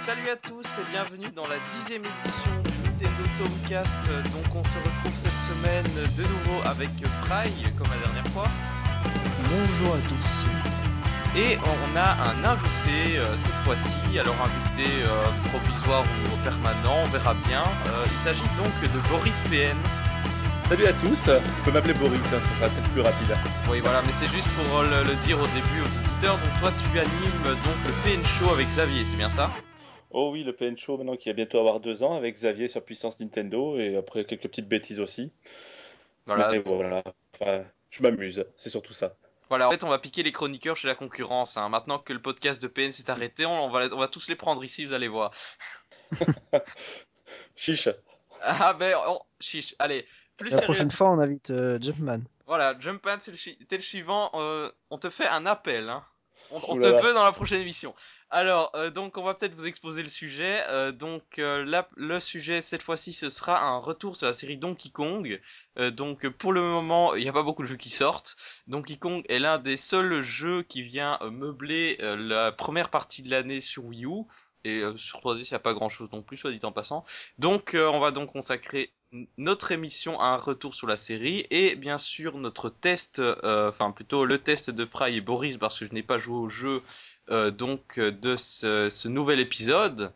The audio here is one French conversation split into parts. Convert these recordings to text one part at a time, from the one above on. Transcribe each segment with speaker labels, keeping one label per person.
Speaker 1: Salut à tous et bienvenue dans la 10e édition du Nintendo Tomcast. Donc on se retrouve cette semaine de nouveau avec Fry, comme la dernière fois.
Speaker 2: Bonjour à tous.
Speaker 1: Et on a un invité cette fois-ci, alors invité provisoire ou permanent, on verra bien. Il s'agit donc de Boris PN.
Speaker 3: Salut à tous, tu peux m'appeler Boris, ça sera peut-être plus rapide.
Speaker 1: Oui voilà, mais c'est juste pour le dire au début aux auditeurs. Donc toi tu animes donc le PN Show avec Xavier, c'est bien ça ?
Speaker 3: Oh oui, le PN Show maintenant qui va bientôt avoir 2 ans avec Xavier sur Puissance Nintendo et après quelques petites bêtises aussi.
Speaker 1: Voilà.
Speaker 3: Mais voilà, enfin, je m'amuse, c'est surtout ça.
Speaker 1: Voilà, en fait, on va piquer les chroniqueurs chez la concurrence. Hein. Maintenant que le podcast de PN s'est arrêté, on va tous les prendre ici, vous allez voir.
Speaker 3: Chiche.
Speaker 1: Ah ben, chiche. Allez, plus
Speaker 2: La prochaine
Speaker 1: sérieusement.
Speaker 2: fois, on invite Jumpman.
Speaker 1: Voilà, Jumpman, t'es le suivant. On te fait un appel. Hein. On
Speaker 3: Ouh
Speaker 1: te
Speaker 3: là là.
Speaker 1: veut dans la prochaine émission. Alors, donc, on va peut-être vous exposer le sujet. Là, le sujet, cette fois-ci, ce sera un retour sur la série Donkey Kong. Pour le moment, il n'y a pas beaucoup de jeux qui sortent. Donkey Kong est l'un des seuls jeux qui vient meubler la première partie de l'année sur Wii U. Et sur 3DS, il n'y a pas grand-chose non plus, soit dit en passant. Donc, on va donc consacrer notre émission à un retour sur la série et bien sûr notre test, enfin plutôt le test de Fry et Boris parce que je n'ai pas joué au jeu de ce nouvel épisode.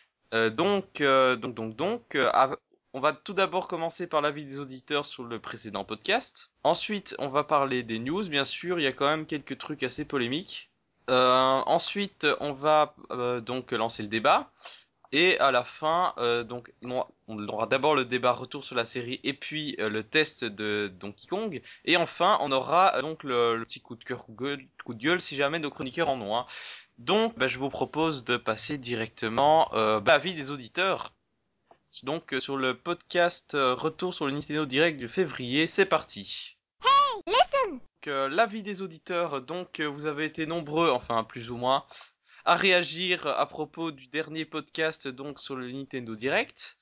Speaker 1: On va tout d'abord commencer par l'avis des auditeurs sur le précédent podcast. Ensuite, on va parler des news, bien sûr, il y a quand même quelques trucs assez polémiques. Ensuite, on va donc lancer le débat. Et à la fin, on aura d'abord le débat retour sur la série et puis le test de Donkey Kong. Et enfin, on aura donc le petit coup de gueule si jamais nos chroniqueurs en ont. Hein. Donc, je vous propose de passer directement à l'avis des auditeurs. Donc, sur le podcast retour sur le Nintendo Direct de février, c'est parti. Hey, listen. L'avis des auditeurs, vous avez été nombreux, enfin plus ou moins, à réagir à propos du dernier podcast donc sur le Nintendo Direct.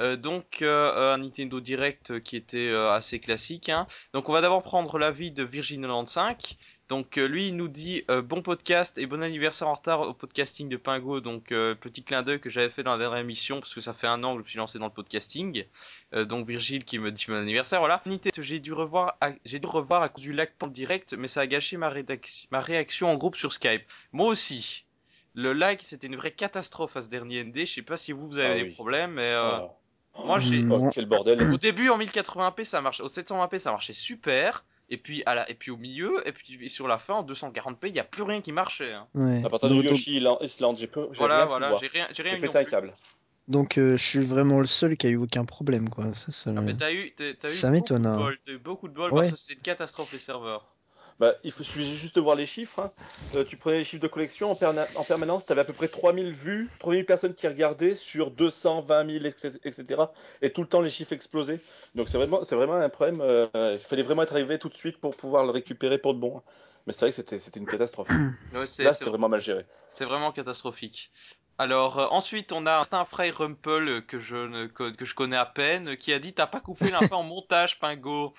Speaker 1: Un Nintendo Direct qui était assez classique. Hein. Donc on va d'abord prendre l'avis de Virgin95. Donc lui il nous dit bon podcast et bon anniversaire en retard au podcasting de Pingo. Donc petit clin d'œil que j'avais fait dans la dernière émission parce que ça fait un an que je me suis lancé dans le podcasting. Donc Virgile qui me dit bon anniversaire. Voilà. Nintendo, j'ai dû revoir à cause du lag pour le direct, mais ça a gâché ma réaction en groupe sur Skype. Moi aussi. Le lag, c'était une vraie catastrophe à ce dernier ND. Je sais pas si vous avez
Speaker 3: Ah
Speaker 1: des
Speaker 3: oui.
Speaker 1: problèmes, mais
Speaker 3: Ah.
Speaker 1: moi j'ai.
Speaker 3: Oh,
Speaker 2: Non.
Speaker 3: quel bordel.
Speaker 1: Au début en 1080p ça marche, au 720p ça marchait super, et puis et puis au milieu, et puis sur la fin en 240p il y a plus rien qui marchait. Hein.
Speaker 2: Ouais.
Speaker 3: À partir de
Speaker 2: Donc, donc,
Speaker 3: Yoshi Island, j'ai
Speaker 1: Voilà,
Speaker 3: rien pu
Speaker 1: voilà,
Speaker 3: voir.
Speaker 1: j'ai
Speaker 3: J'ai
Speaker 1: rien eu non
Speaker 3: pété un
Speaker 1: plus.
Speaker 3: câble.
Speaker 2: je suis vraiment le seul qui a eu aucun problème, quoi.
Speaker 1: Ah mais t'as eu
Speaker 2: Ça
Speaker 1: beaucoup
Speaker 2: m'étonne,
Speaker 1: de
Speaker 2: hein.
Speaker 1: bol, t'as eu beaucoup de bol parce
Speaker 2: Ouais.
Speaker 1: que c'est une catastrophe les serveurs.
Speaker 3: Bah, suffit juste de voir les chiffres. Hein. Tu prenais les chiffres de collection en permanence, tu avais à peu près 3000 vues, 3000 personnes qui regardaient sur 220 000, etc. Et tout le temps, les chiffres explosaient. Donc c'est vraiment un problème. Il fallait vraiment être arrivé tout de suite pour pouvoir le récupérer pour de bon. Mais c'est vrai que c'était une catastrophe.
Speaker 1: Ouais,
Speaker 3: Là, c'était vraiment mal géré.
Speaker 1: c'est vraiment catastrophique. Alors ensuite on a un certain Frey Rumple que je connais à peine qui a dit t'as pas coupé la fin en montage Pingo.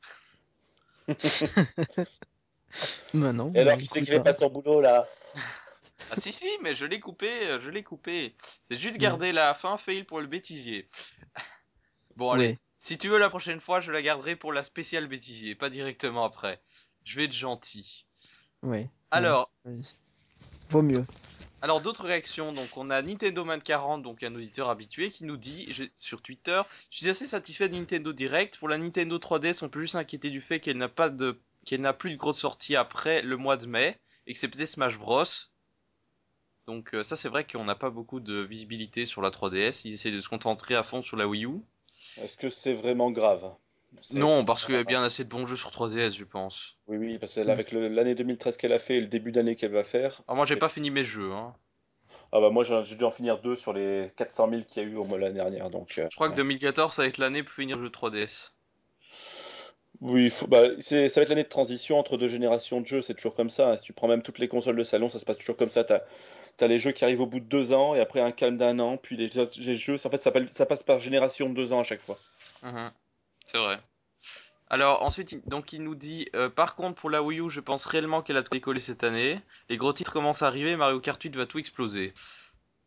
Speaker 2: Bah non,
Speaker 3: Et alors, qui c'est qui
Speaker 2: écoute,
Speaker 3: fait
Speaker 2: hein.
Speaker 3: pas son boulot là?
Speaker 1: Ah si mais je l'ai coupé. C'est juste
Speaker 2: Mm.
Speaker 1: garder la fin fail pour le bêtisier. Bon allez,
Speaker 2: Ouais,
Speaker 1: si tu veux la prochaine fois, je la garderai pour la spéciale bêtisier, pas directement après. Je vais être gentil.
Speaker 2: ouais, ouais.
Speaker 1: Alors,
Speaker 2: Ouais. Vaut
Speaker 1: d-
Speaker 2: mieux.
Speaker 1: alors d'autres réactions. Donc on a Nintendo Man 40, donc un auditeur habitué qui nous dit sur Twitter, je suis assez satisfait de Nintendo Direct. Pour la Nintendo 3DS, on peut juste s'inquiéter du fait qu'elle n'a plus de grosse sortie après le mois de mai, excepté Smash Bros. Donc ça c'est vrai qu'on n'a pas beaucoup de visibilité sur la 3DS, ils essaient de se concentrer à fond sur la Wii U.
Speaker 3: Est-ce que c'est vraiment grave? C'est
Speaker 1: Non, parce qu'il y a
Speaker 3: pas-
Speaker 1: bien assez de bons jeux sur 3DS, je pense.
Speaker 3: Oui, oui, parce que là,
Speaker 2: Mm.
Speaker 3: avec l'année 2013 qu'elle a fait et le début d'année qu'elle va faire,
Speaker 1: Alors moi j'ai pas fini mes jeux, hein.
Speaker 3: Ah bah moi j'ai dû en finir deux sur les 400 000 qu'il y a eu au mois l'année dernière, donc
Speaker 1: Je crois que
Speaker 3: ouais.
Speaker 1: 2014 ça va être l'année pour finir le jeu 3DS.
Speaker 3: Oui, ça va être l'année de transition entre deux générations de jeux, c'est toujours comme ça. Hein. Si tu prends même toutes les consoles de salon, ça se passe toujours comme ça. T'as les jeux qui arrivent au bout de 2 ans et après un calme d'un an, puis les jeux, en fait, ça passe par génération de 2 ans à chaque fois.
Speaker 1: Mhm, c'est vrai. Alors ensuite, il nous dit par contre pour la Wii U, je pense réellement qu'elle a tout décollé cette année. Les gros titres commencent à arriver, Mario Kart 8 va tout exploser.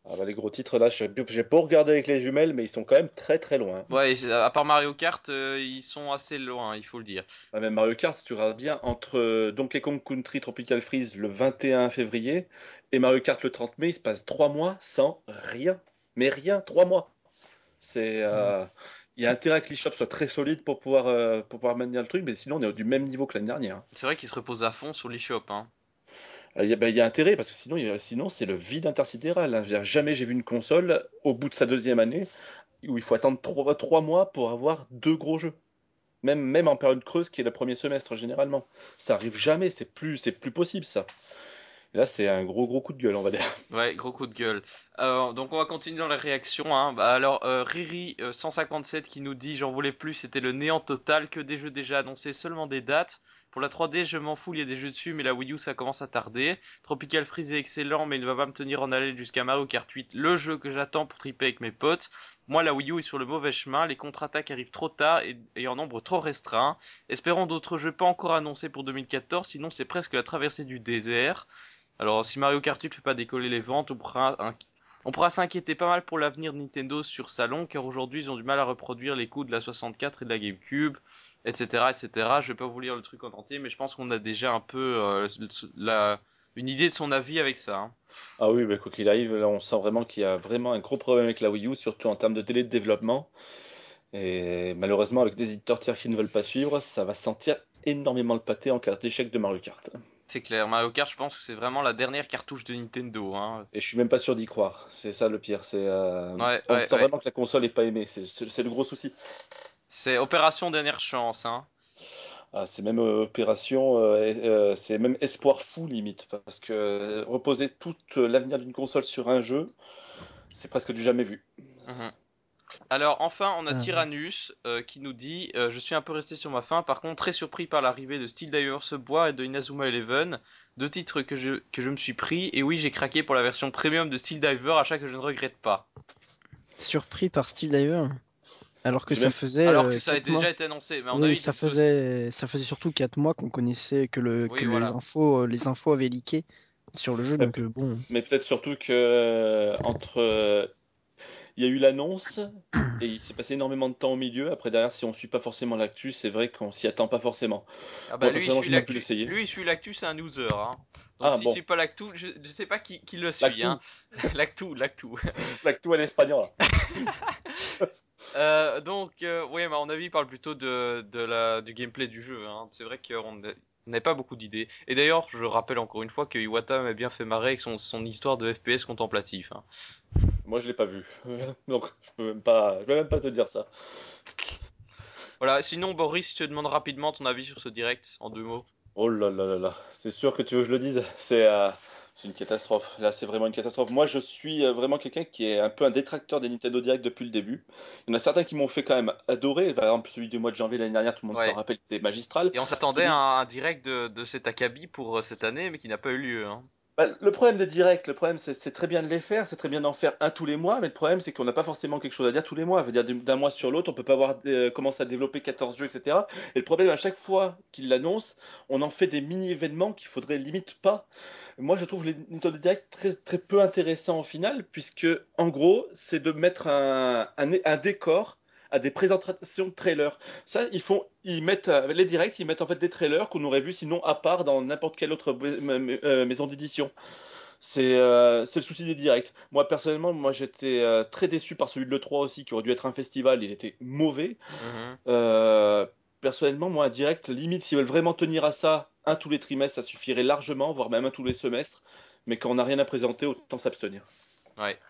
Speaker 3: Ah bah, les gros titres là, j'ai beau regarder avec les jumelles, mais ils sont quand même très très loin.
Speaker 1: Ouais, à part Mario Kart, ils sont assez loin, il faut le dire.
Speaker 3: Ah, même Mario Kart, si tu regardes bien, entre Donkey Kong Country Tropical Freeze le 21 février et Mario Kart le 30 mai, il se passe 3 mois sans rien. Mais rien, 3 mois. C'est,
Speaker 2: Mm.
Speaker 3: il y a intérêt que l'eShop soit très solide pour pouvoir maintenir le truc, mais sinon on est au du même niveau que l'année dernière.
Speaker 1: C'est vrai qu'ils se reposent à fond sur l'eShop, hein.
Speaker 3: Il y a intérêt parce que sinon c'est le vide intersidéral, hein. Je veux dire, jamais j'ai vu une console au bout de sa deuxième année où il faut attendre 3 mois pour avoir deux gros jeux. Même en période creuse qui est le premier semestre généralement. Ça arrive jamais, c'est plus possible ça. Et là c'est un gros coup de gueule on va dire.
Speaker 1: Ouais, gros coup de gueule. Donc on va continuer dans les réactions, hein. Bah, alors Riri 157 qui nous dit j'en voulais plus, c'était le néant total, que des jeux déjà annoncés, seulement des dates. Pour la 3D, je m'en fous, il y a des jeux dessus, mais la Wii U ça commence à tarder. Tropical Freeze est excellent, mais il ne va pas me tenir en haleine jusqu'à Mario Kart 8, le jeu que j'attends pour triper avec mes potes. Moi, la Wii U est sur le mauvais chemin, les contre-attaques arrivent trop tard et en nombre trop restreint. Espérons d'autres jeux pas encore annoncés pour 2014, sinon c'est presque la traversée du désert. Alors, si Mario Kart 8 fait pas décoller les ventes, on pourra s'inquiéter pas mal pour l'avenir de Nintendo sur salon, car aujourd'hui ils ont du mal à reproduire les coups de la 64 et de la GameCube, etc., etc. Je vais pas vous lire le truc en entier, mais je pense qu'on a déjà un peu une idée de son avis avec ça, hein.
Speaker 3: Ah oui, bah, quoi qu'il arrive, là on sent vraiment qu'il y a vraiment un gros problème avec la Wii U, surtout en termes de délai de développement. Et malheureusement avec des éditeurs tiers qui ne veulent pas suivre, ça va sentir énormément le pâté en cas d'échec de Mario Kart.
Speaker 1: C'est clair, Mario Kart, je pense que c'est vraiment la dernière cartouche de Nintendo, hein.
Speaker 3: Et je suis même pas sûr d'y croire. C'est ça le pire.
Speaker 1: Ouais,
Speaker 3: On
Speaker 1: ouais,
Speaker 3: sent
Speaker 1: ouais.
Speaker 3: vraiment que la console est pas aimée. C'est le gros souci.
Speaker 1: C'est opération dernière chance, hein.
Speaker 3: Ah, c'est même opération, c'est même espoir fou limite. Parce que reposer tout l'avenir d'une console sur un jeu, c'est presque du jamais vu.
Speaker 1: Mhm. Alors enfin, on a
Speaker 2: Euh,
Speaker 1: Tyrannus qui nous dit je suis un peu resté sur ma faim, par contre très surpris par l'arrivée de Steel Diver ce bois et de Inazuma Eleven, deux titres que je me suis pris, et oui j'ai craqué pour la version premium de Steel Diver, achat que je ne regrette pas.
Speaker 2: Surpris par Steel Diver, alors que
Speaker 3: J'ai
Speaker 2: ça
Speaker 3: même,
Speaker 2: faisait
Speaker 1: Alors que ça a
Speaker 2: 4 mois.
Speaker 1: déjà été annoncé, mais à mon
Speaker 2: Oui,
Speaker 1: avis
Speaker 2: ça faisait surtout 4 mois qu'on connaissait que
Speaker 1: oui voilà.
Speaker 2: les infos avaient leaké sur le jeu,
Speaker 3: mais,
Speaker 2: donc bon.
Speaker 3: mais peut-être surtout que il y a eu l'annonce et il s'est passé énormément de temps au milieu. Après derrière, si on suit pas forcément l'actu, c'est vrai qu'on s'y attend pas forcément.
Speaker 1: Ah bah
Speaker 3: Moi personnellement, j'ai même pu l'essayer.
Speaker 1: lui il suit l'actu, c'est un user, hein. Donc
Speaker 3: Ah
Speaker 1: s'il
Speaker 3: bon,
Speaker 1: suit pas l'actu, je sais pas qui le suit, hein.
Speaker 3: l'actu,
Speaker 1: L'actu.
Speaker 3: l'actu à l'espagnol.
Speaker 1: Oui, mais à mon avis, il parle plutôt du gameplay du jeu, hein. C'est vrai qu'on n'avait pas beaucoup d'idées. Et d'ailleurs, je rappelle encore une fois que Iwata m'a bien fait marrer avec son histoire de FPS contemplatif, hein.
Speaker 3: Moi, je l'ai pas vu. Donc, je peux même pas te dire ça.
Speaker 1: Voilà, sinon, Boris, je te demande rapidement ton avis sur ce direct, en 2 mots.
Speaker 3: Oh là là là là. C'est sûr que tu veux que je le dise. C'est une catastrophe. Là, c'est vraiment une catastrophe. Moi, je suis vraiment quelqu'un qui est un peu un détracteur des Nintendo Direct depuis le début. Il y en a certains qui m'ont fait quand même adorer. Par exemple, celui du mois de janvier l'année dernière, tout le monde s'en
Speaker 1: Ouais.
Speaker 3: rappelle, il était magistral.
Speaker 1: Et on s'attendait à
Speaker 3: Celui
Speaker 1: un direct de cet acabit pour cette année, mais qui n'a pas eu lieu, hein.
Speaker 3: Bah, le problème des directs, le problème c'est très bien de les faire, c'est très bien d'en faire un tous les mois, mais le problème c'est qu'on n'a pas forcément quelque chose à dire tous les mois. Je veux dire, d'un mois sur l'autre, on peut pas avoir commencé à développer 14 jeux, etc. Et le problème, à chaque fois qu'ils l'annoncent, on en fait des mini-événements qu'il faudrait limite pas. Moi, je trouve les Nintendo Direct très, très peu intéressants au final, puisque en gros, c'est de mettre un décor à des présentations de trailers. Ça, ils mettent les directs, ils mettent en fait des trailers qu'on aurait vu sinon à part dans n'importe quelle autre maison d'édition. C'est le souci des directs. Moi, personnellement, j'étais très déçu par celui de l'E3 aussi, qui aurait dû être un festival. Il était mauvais.
Speaker 1: Mhm.
Speaker 3: Euh, Personnellement, moi, un direct, limite, s'ils veulent vraiment tenir à ça, un tous les trimestres, ça suffirait largement, voire même un tous les semestres. Mais quand on n'a rien à présenter, autant s'abstenir.
Speaker 1: Ouais.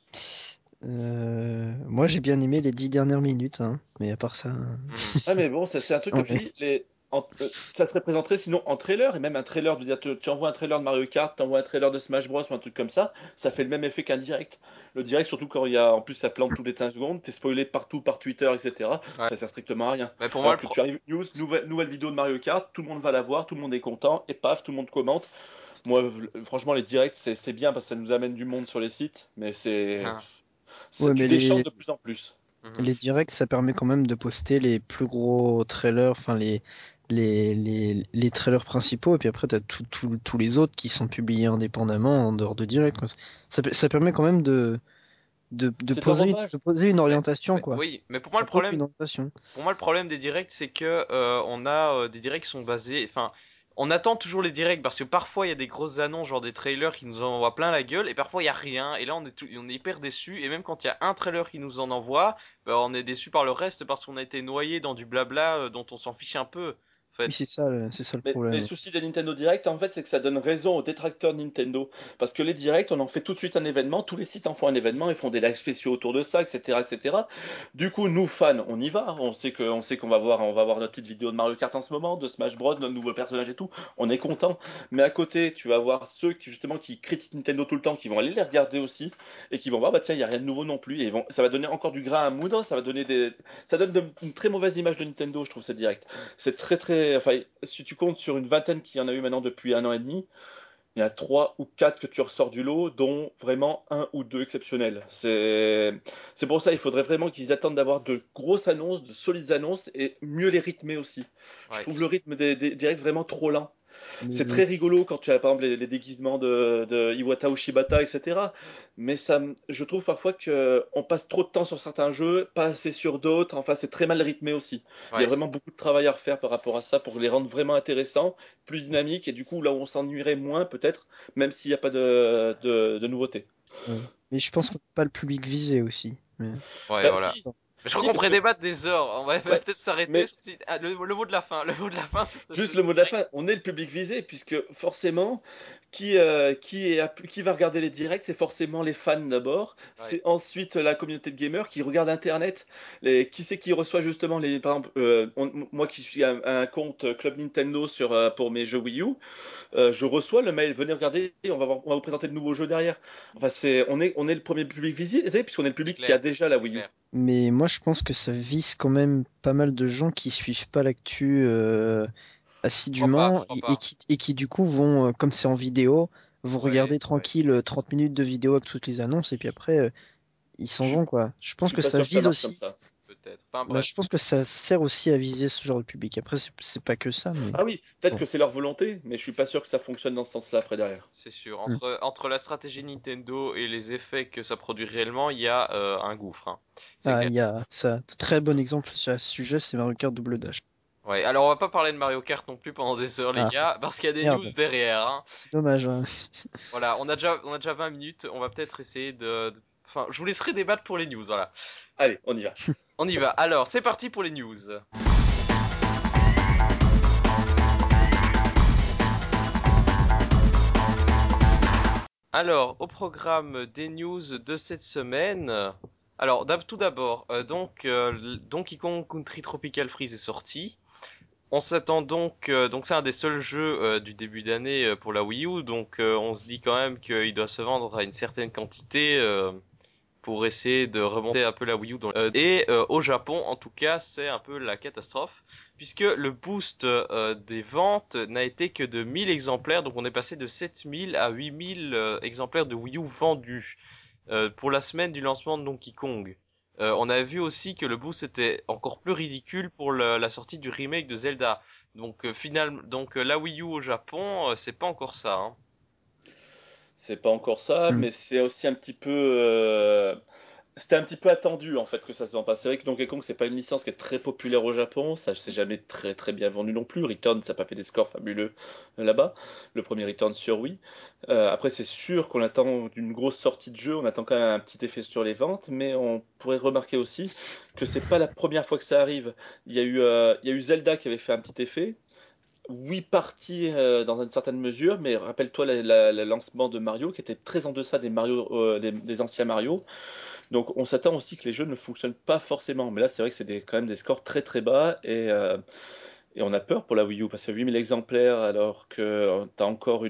Speaker 2: Moi, j'ai bien aimé les 10 dernières minutes, hein, mais à part ça,
Speaker 1: Mhm.
Speaker 3: Ah, mais bon, c'est un truc, comme je
Speaker 2: ouais.
Speaker 3: dis, ça serait présenté sinon en trailer, et même un trailer, de dire, tu envoies un trailer de Mario Kart, tu envoies un trailer de Smash Bros. Ou un truc comme ça fait le même effet qu'un direct. Le direct, surtout quand il y a, en plus, ça plante toutes les 5 secondes, t'es spoilé partout par Twitter, etc.
Speaker 1: Ouais.
Speaker 3: Ça sert strictement à rien.
Speaker 1: Mais pour moi,
Speaker 3: Alors que tu arrives, news, nouvelle vidéo de Mario Kart, tout le monde va la voir, tout le monde est content, et paf, tout le monde commente. Moi, franchement, les directs, c'est bien parce que ça nous amène du monde sur les sites, mais
Speaker 2: Ouais,
Speaker 3: tu
Speaker 2: mais
Speaker 3: déchantes de plus en plus.
Speaker 1: Mhm.
Speaker 2: les directs, ça permet quand même de poster les plus gros trailers, enfin les trailers principaux, et puis après, t'as tous les autres qui sont publiés indépendamment en dehors de direct, quoi. Ça permet quand même
Speaker 3: C'est un
Speaker 2: de
Speaker 3: hommage.
Speaker 2: poser une
Speaker 1: Mais,
Speaker 2: orientation, quoi.
Speaker 1: oui, mais pour moi
Speaker 2: Ça
Speaker 1: le
Speaker 2: pose
Speaker 1: problème,
Speaker 2: une orientation.
Speaker 1: pour moi le problème des directs, c'est que on a des directs qui sont basés, enfin, on attend toujours les directs parce que parfois il y a des grosses annonces, genre des trailers qui nous en envoient plein la gueule, et parfois il y a rien, et là on est hyper déçu, et même quand il y a un trailer qui nous en envoie, bah, on est déçu par le reste parce qu'on a été noyé dans du blabla dont on s'en fiche un peu. En
Speaker 2: Oui,
Speaker 1: fait,
Speaker 2: c'est ça le
Speaker 3: Mais le
Speaker 2: problème.
Speaker 3: souci des Nintendo Direct, en fait, c'est que ça donne raison aux détracteurs Nintendo. Parce que les Directs, on en fait tout de suite un événement, tous les sites en font un événement, ils font des lives spéciaux autour de ça, etc., etc. Du coup, nous, fans, on y va. On sait on va voir notre petite vidéo de Mario Kart en ce moment, de Smash Bros, notre nouveau personnage et tout. On est content. Mais à côté, tu vas voir ceux qui, justement, qui critiquent Nintendo tout le temps, qui vont aller les regarder aussi, et qui vont voir, bah tiens, il n'y a rien de nouveau non plus. Et ça va donner encore du grain à moudre, ça donne une très mauvaise image de Nintendo, je trouve, ces Directs. C'est très très. Enfin, si tu comptes sur une vingtaine qu'il y en a eu maintenant depuis un an et demi, il y en a trois ou quatre que tu ressors du lot, dont vraiment un ou deux exceptionnels. C'est pour ça il faudrait vraiment qu'ils attendent d'avoir de grosses annonces, de solides annonces et mieux les rythmer aussi. Je
Speaker 1: ouais,
Speaker 3: trouve le rythme des directs vraiment trop lent. C'est
Speaker 2: Mais
Speaker 3: très rigolo quand tu as par exemple les déguisements de Iwata ou Shibata, etc. Mais je trouve parfois que on passe trop de temps sur certains jeux, pas assez sur d'autres. Enfin, c'est très mal rythmé aussi. Il y a
Speaker 1: ouais.
Speaker 3: vraiment beaucoup de travail à refaire par rapport à ça pour les rendre vraiment intéressants, plus dynamiques et du coup là où on s'ennuierait moins peut-être, même s'il n'y a pas de nouveautés.
Speaker 2: ouais. Mais je pense qu'on n'est pas le public visé aussi.
Speaker 1: Ouais,
Speaker 3: Bah
Speaker 1: voilà.
Speaker 3: si,
Speaker 1: Je crois
Speaker 3: si
Speaker 1: qu'on
Speaker 3: parce
Speaker 1: pourrait
Speaker 3: que
Speaker 1: débattre des heures. On va
Speaker 3: ouais,
Speaker 1: peut-être s'arrêter
Speaker 3: mais
Speaker 1: sur le mot de la fin. Le mot de la fin sur cette
Speaker 3: juste le mot de la
Speaker 1: direct.
Speaker 3: fin, on est le public visé, puisque forcément, qui va regarder les directs, c'est forcément les fans d'abord,
Speaker 1: Ouais,
Speaker 3: c'est ensuite la communauté de gamers qui regarde Internet. Qui c'est qui reçoit justement par exemple, moi qui suis un compte Club Nintendo pour mes jeux Wii U, je reçois le mail, venez regarder, on va vous présenter de nouveaux jeux derrière. Enfin, on est le premier public visé, puisqu'on est le
Speaker 1: c'est
Speaker 3: public qui a
Speaker 1: clair.
Speaker 3: déjà la
Speaker 1: C'est
Speaker 3: Wii U.
Speaker 1: clair.
Speaker 2: Mais moi, je pense que ça vise quand même pas mal de gens qui suivent pas l'actu
Speaker 1: Je crois pas,
Speaker 2: assidûment
Speaker 1: je crois pas.
Speaker 2: et qui du coup vont, comme c'est en vidéo, vont
Speaker 1: Ouais,
Speaker 2: regarder
Speaker 1: ouais.
Speaker 2: tranquille 30 minutes de vidéo avec toutes les annonces et puis après, ils
Speaker 3: Je
Speaker 2: s'en
Speaker 3: suis,
Speaker 2: vont, quoi. Je
Speaker 3: je
Speaker 2: pense
Speaker 3: suis
Speaker 2: que
Speaker 3: pas
Speaker 2: ça
Speaker 3: sûr que ça
Speaker 2: vise
Speaker 3: marche comme
Speaker 2: aussi.
Speaker 3: ça.
Speaker 1: Peut-être. Enfin
Speaker 2: Bah,
Speaker 1: bref,
Speaker 2: je pense que ça sert aussi à viser ce genre de public. Après, c'est pas que ça, mais
Speaker 3: Ah oui, peut-être
Speaker 2: bon.
Speaker 3: que c'est leur volonté, mais je suis pas sûr que ça fonctionne dans ce sens-là après derrière.
Speaker 1: c'est sûr.
Speaker 2: Hmm.
Speaker 1: Entre la stratégie Nintendo et les effets que ça produit réellement, il y a un gouffre, hein. C'est
Speaker 2: Ah,
Speaker 1: clair.
Speaker 2: il y a ça. Très bon exemple sur ce sujet, c'est Mario Kart Double Dash.
Speaker 1: Ouais. Alors on va pas parler de Mario Kart non plus pendant des heures, les
Speaker 2: Ah,
Speaker 1: gars, parce qu'il y a des news
Speaker 2: merde.
Speaker 1: derrière, hein.
Speaker 2: C'est dommage, hein.
Speaker 1: Voilà, on a déjà 20 minutes. On va peut-être essayer Enfin, je vous laisserai débattre pour les news. Voilà.
Speaker 3: Allez, on y va.
Speaker 1: On y va. Alors, c'est parti pour les news. Alors, au programme des news de cette semaine. Alors, tout d'abord, Donkey Kong Country Tropical Freeze est sorti. On s'attend donc c'est un des seuls jeux du début d'année pour la Wii U, donc on se dit quand même qu'il doit se vendre à une certaine quantité pour essayer de remonter un peu la Wii U. Au Japon, en tout cas, c'est un peu la catastrophe, puisque le boost des ventes n'a été que de 1000 exemplaires, donc on est passé de 7000 à 8000 exemplaires de Wii U vendus pour la semaine du lancement de Donkey Kong. On a vu aussi que le boost était encore plus ridicule pour la sortie du remake de Zelda. Donc la Wii U au Japon, c'est pas encore ça, hein.
Speaker 3: C'est pas encore ça,
Speaker 2: Hmm.
Speaker 3: mais c'est aussi un petit peu. C'était un petit peu attendu en fait que ça se vend pas. C'est vrai que Donkey Kong c'est pas une licence qui est très populaire au Japon, ça s'est jamais très très bien vendu non plus. Return ça n'a pas fait des scores fabuleux là-bas, le premier Return sur Wii. Après c'est sûr qu'on attend d'une grosse sortie de jeu, on attend quand même un petit effet sur les ventes, mais on pourrait remarquer aussi que c'est pas la première fois que ça arrive. Il y a eu Zelda qui avait fait un petit effet. Oui, parti dans une certaine mesure, mais rappelle-toi le lancement de Mario qui était très en deçà des anciens Mario. Donc on s'attend aussi que les jeux ne fonctionnent pas forcément. Mais là, c'est vrai que c'est quand même des scores très très bas et on a peur pour la Wii U parce que 8000 exemplaires alors que tu as encore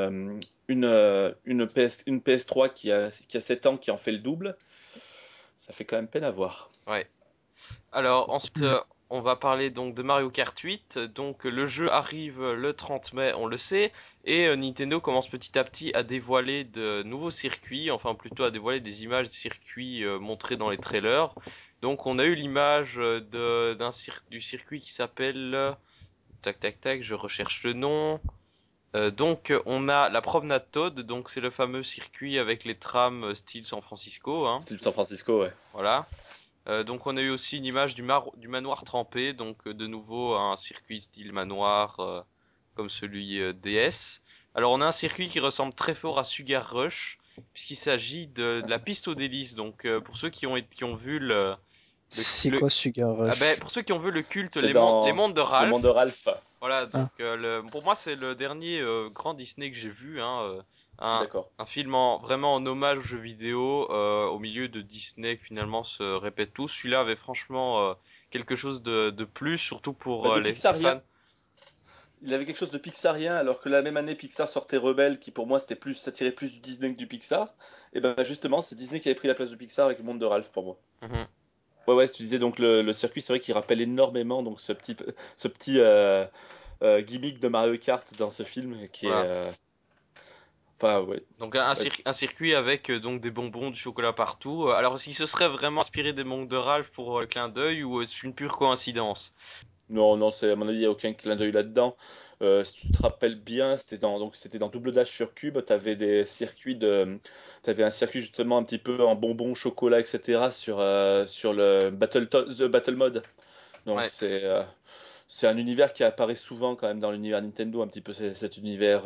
Speaker 3: une PS3 qui a 7 ans qui en fait le double, ça fait quand même peine à voir.
Speaker 1: Ouais. Alors ensuite, on va parler donc de Mario Kart 8. Donc le jeu arrive le 30 mai, on le sait, et Nintendo commence petit à petit à dévoiler de nouveaux circuits, enfin plutôt à dévoiler des images de circuits montrées dans les trailers. Donc on a eu l'image du circuit qui s'appelle tac tac tac, je recherche le nom. Donc on a la promenade Todd, donc c'est le fameux circuit avec les trams style San Francisco, hein.
Speaker 3: Style San Francisco, ouais.
Speaker 1: Voilà. Donc on a eu aussi une image du manoir trempé, donc de nouveau un circuit style manoir comme celui DS. Alors on a un circuit qui ressemble très fort à Sugar Rush puisqu'il s'agit de la piste aux délices. Donc pour ceux qui ont vu
Speaker 2: C'est
Speaker 1: le
Speaker 2: quoi Sugar
Speaker 1: ben,
Speaker 2: Rush?
Speaker 1: pour ceux qui ont vu le culte
Speaker 3: C'est
Speaker 1: les
Speaker 3: dans
Speaker 1: mondes de
Speaker 3: Le Monde de
Speaker 1: Ralph.
Speaker 3: Ralph.
Speaker 1: Voilà,
Speaker 2: Ah,
Speaker 1: donc pour moi c'est le dernier grand Disney que j'ai vu, hein,
Speaker 3: Je suis d'accord.
Speaker 1: un film vraiment en hommage aux jeux vidéo, au milieu de Disney qui finalement se répète tous. Celui-là avait franchement quelque chose de plus, surtout pour
Speaker 3: De
Speaker 1: les fans.
Speaker 3: Pixarien. Il avait quelque chose de Pixarien, alors que la même année, Pixar sortait Rebelle, qui pour moi, ça tirait plus du Disney que du Pixar. Et ben justement, c'est Disney qui avait pris la place de Pixar avec le monde de Ralph pour moi.
Speaker 1: Mhm,
Speaker 3: Ouais, ouais, tu disais donc le circuit, c'est vrai qu'il rappelle énormément donc ce petit gimmick de Mario Kart dans ce film qui est,
Speaker 1: voilà.
Speaker 3: enfin ouais,
Speaker 1: Donc
Speaker 3: ouais,
Speaker 1: un circuit avec donc des bonbons, du chocolat partout. Alors est-ce qu'il se serait vraiment inspiré des mondes de Ralph pour le clin d'œil ou est-ce une pure coïncidence?
Speaker 3: non, non, c'est à mon avis, il n'y a aucun clin d'œil là-dedans. Si tu te rappelles bien, c'était dans Double Dash sur Cube, t'avais un circuit justement un petit peu en bonbons, chocolat, etc. sur le The Battle Mode. Donc
Speaker 1: Ouais.
Speaker 3: c'est un univers qui apparaît souvent quand même dans l'univers Nintendo, un petit peu cet univers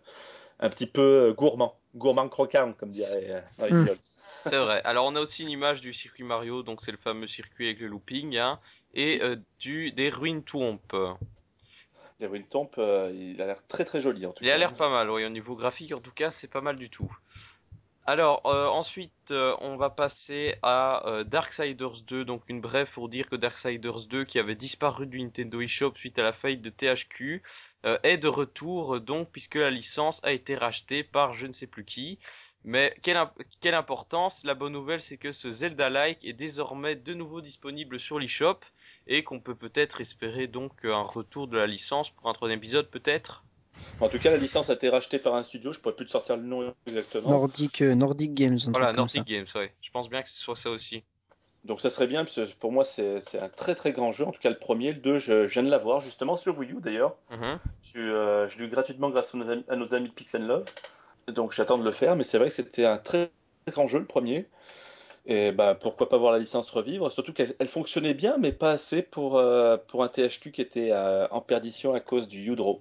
Speaker 3: un petit peu gourmand croquant, comme dirait Marie
Speaker 2: hmm.
Speaker 3: Guignol.
Speaker 1: C'est vrai. Alors on a aussi une image du circuit Mario, donc c'est le fameux circuit avec le looping, hein, et
Speaker 3: Oui.
Speaker 1: des ruines Thwomp.
Speaker 3: Il y avait une tombe, il a l'air très très joli en tout
Speaker 1: Il a
Speaker 3: cas.
Speaker 1: l'air pas mal, oui, au niveau graphique en tout cas, c'est pas mal du tout. Alors ensuite, on va passer à Darksiders 2, donc une brève pour dire que Darksiders 2, qui avait disparu du Nintendo eShop suite à la faillite de THQ, est de retour donc puisque la licence a été rachetée par je ne sais plus qui. Mais quelle importance! La bonne nouvelle, c'est que ce Zelda-like est désormais de nouveau disponible sur l'eShop et qu'on peut peut-être espérer donc un retour de la licence pour un troisième épisode peut-être.
Speaker 3: En tout cas, la licence a été rachetée par un studio, je pourrais plus te sortir le nom exactement.
Speaker 2: Nordic Games, un truc
Speaker 1: Voilà,
Speaker 2: comme
Speaker 1: Nordic
Speaker 2: ça.
Speaker 1: Games, ouais. Je pense bien que ce soit ça aussi.
Speaker 3: Donc ça serait bien, parce que pour moi c'est un très très grand jeu, en tout cas le premier, le 2 je viens de l'avoir justement sur Wii U d'ailleurs.
Speaker 1: Mhm.
Speaker 3: Je l'ai eu gratuitement grâce à nos amis de Pix Love, donc j'attends de le faire, mais c'est vrai que c'était un très, très grand jeu le premier, et bah pourquoi pas voir la licence revivre, surtout qu'elle elle fonctionnait bien, mais pas assez pour un THQ qui était en perdition à cause du U-Draw.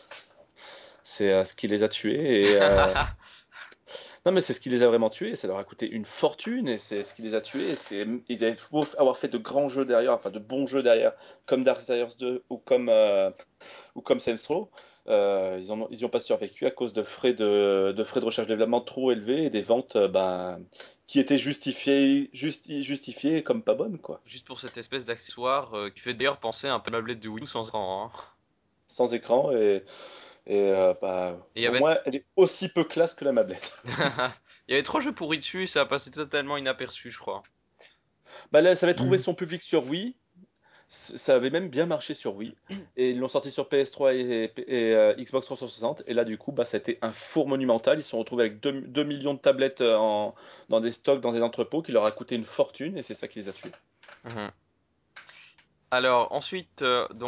Speaker 3: C'est ce qui les a tués, non, mais c'est ce qui les a vraiment tués, ça leur a coûté une fortune et c'est ce qui les a tués. Ils avaient beau avoir fait de grands jeux derrière, enfin de bons jeux derrière, comme Darksiders 2 ou comme Saints Row. Ils y ont pas survécu à cause de frais de recherche-développement trop élevés et des ventes ben, qui étaient justifiées comme pas bonnes, quoi.
Speaker 1: Juste pour cette espèce d'accessoire qui fait d'ailleurs penser à un peu à la tablette de Wii U sans écran, hein.
Speaker 3: Sans écran bah,
Speaker 1: Et il y
Speaker 3: au
Speaker 1: avait
Speaker 3: moins elle est aussi peu classe que la mablette.
Speaker 1: il y avait 3 jeux pourris dessus et ça a passé totalement inaperçu, je crois.
Speaker 3: Bah là, ça avait trouvé
Speaker 2: Hmm.
Speaker 3: son public sur Wii. Ça avait même bien marché sur Wii. Et ils l'ont sorti sur PS3 et Xbox 360. Et là, du coup, bah, ça a été un four monumental. Ils se sont retrouvés avec 2 millions de tablettes dans des stocks, dans des entrepôts, qui leur a coûté une fortune. Et c'est ça qui les a tués.
Speaker 1: Mhm. Alors ensuite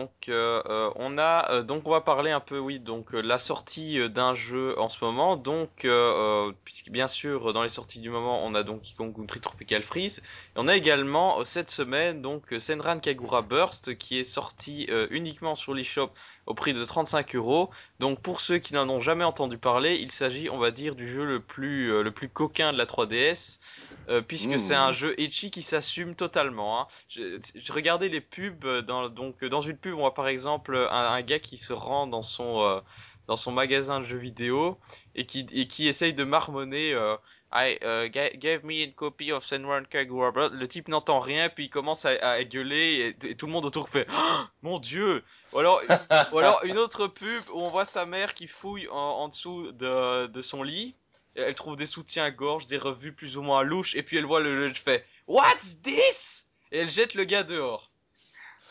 Speaker 1: donc on va parler un peu oui donc la sortie d'un jeu en ce moment donc puisque bien sûr dans les sorties du moment on a donc Donkey Kong Country Tropical Freeze et on a également cette semaine donc Senran Kagura Burst qui est sorti uniquement sur l'eShop au prix de 35 €. Donc pour ceux qui n'en ont jamais entendu parler il s'agit on va dire du jeu le plus coquin de la 3DS puisque c'est un
Speaker 3: Mmh.
Speaker 1: jeu ecchi qui s'assume totalement, hein. Je regardais les pubs dans une pub on voit par exemple un gars qui se rend dans son magasin de jeux vidéo et qui essaye de marmonner gave me a copy of Senran Kagura Burst. Le type n'entend rien puis il commence à gueuler et tout le monde autour fait oh, mon Dieu. Ou alors une autre pub où on voit sa mère qui fouille en dessous de son lit. Elle trouve des soutiens-gorge, des revues plus ou moins louches, et puis elle voit le fait What's this? Et elle jette le gars dehors.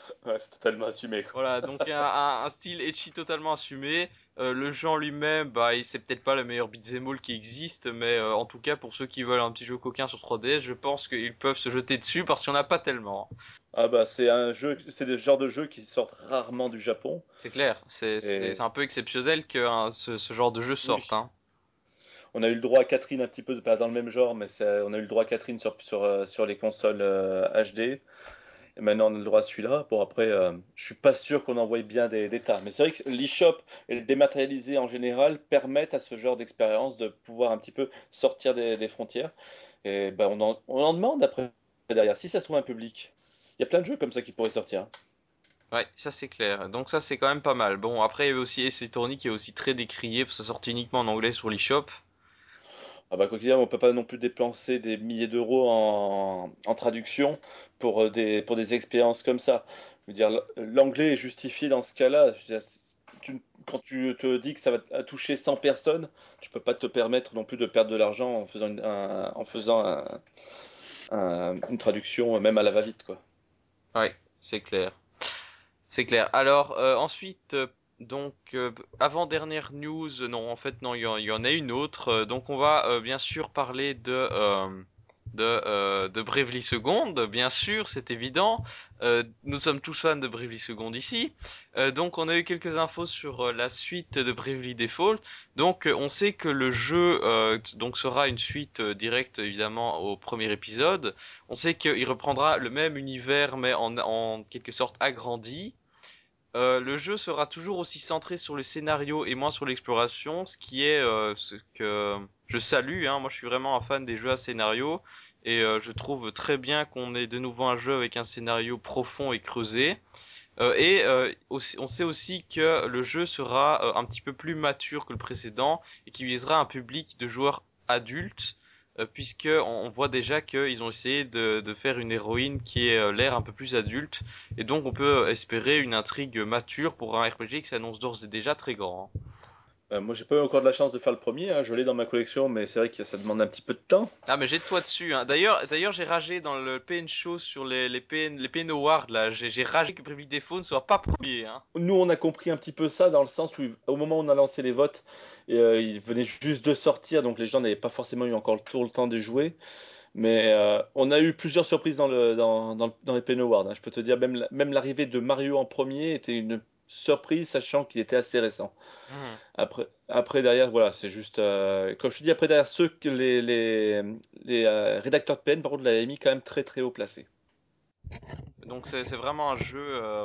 Speaker 3: Ouais, c'est totalement assumé, quoi.
Speaker 1: Voilà, donc un style ecchi totalement assumé. Le jeu en lui-même, bah, c'est peut-être pas le meilleur beat'em all qui existe, mais en tout cas pour ceux qui veulent un petit jeu coquin sur 3DS, je pense qu'ils peuvent se jeter dessus parce qu'il y en a pas tellement.
Speaker 3: Ah bah c'est un jeu, c'est des genres de jeux qui sortent rarement du Japon.
Speaker 1: C'est clair, c'est
Speaker 3: Et
Speaker 1: un peu exceptionnel que ce genre de jeu sorte,
Speaker 3: oui,
Speaker 1: hein.
Speaker 3: on a eu le droit à Catherine un petit peu, pas dans le même genre, mais on a eu le droit à Catherine sur les consoles HD. Et maintenant on a le droit à celui-là. Bon après, je suis pas sûr qu'on envoie bien des tas. Mais c'est vrai que l'eShop et le dématérialisé en général permettent à ce genre d'expérience de pouvoir un petit peu sortir des frontières. Et ben on en demande après derrière. Si ça se trouve un public, il y a plein de jeux comme ça qui pourraient sortir, hein.
Speaker 1: Ouais, ça c'est clair. Donc ça c'est quand même pas mal. Bon, après il y avait aussi Ace Attorney qui est aussi très décrié parce que ça sortait uniquement en anglais sur l'eShop.
Speaker 3: Ah bah, quoi qu'il y ait, on peut pas non plus dépenser des milliers d'euros en traduction pour des expériences comme ça. Je veux dire, l'anglais est justifié dans ce cas-là. Je veux dire, quand tu te dis que ça va toucher 100 personnes, tu peux pas te permettre non plus de perdre de l'argent en faisant une traduction, même à la va-vite, quoi.
Speaker 1: Ouais, c'est clair. C'est clair. Alors ensuite, donc avant-dernière news, non en fait non, il y en a une autre. Donc on va bien sûr parler de Bravely Second, bien sûr, c'est évident. Nous sommes tous fans de Bravely Second ici. Donc on a eu quelques infos sur la suite de Bravely Default. Donc on sait que le jeu donc sera une suite directe évidemment au premier épisode. On sait qu'il reprendra le même univers mais en quelque sorte agrandi. Le jeu sera toujours aussi centré sur le scénario et moins sur l'exploration, ce qui est ce que je salue, hein. Moi, je suis vraiment un fan des jeux à scénario et je trouve très bien qu'on ait de nouveau un jeu avec un scénario profond et creusé. On sait aussi que le jeu sera un petit peu plus mature que le précédent et qui visera un public de joueurs adultes, puisque on voit déjà qu'ils ont essayé de faire une héroïne qui ait l'air un peu plus adulte, et donc on peut espérer une intrigue mature pour un RPG qui s'annonce d'ores et déjà très grand, hein.
Speaker 3: Moi, j'ai pas eu encore de la chance de faire le premier, hein. Je l'ai dans ma collection, mais c'est vrai que ça demande un petit peu de temps.
Speaker 1: Ah mais jette-toi dessus, hein. D'ailleurs j'ai ragé dans le PN Show sur les PN Awards là. J'ai ragé que Bravely Default ne soit pas premier, hein.
Speaker 3: Nous, on a compris un petit peu ça dans le sens où, au moment où on a lancé les votes, ils venaient juste de sortir, donc les gens n'avaient pas forcément eu encore tout le temps de jouer. Mais on a eu plusieurs surprises dans les Pen Awards, hein. Je peux te dire, même l'arrivée de Mario en premier était une surprise, sachant qu'il était assez récent.
Speaker 1: Mhm.
Speaker 3: Après derrière, voilà, c'est juste. Comme je te dis, après derrière, ceux que les rédacteurs de PN, par contre, l'avaient mis quand même très très haut placé.
Speaker 1: Donc c'est vraiment un jeu.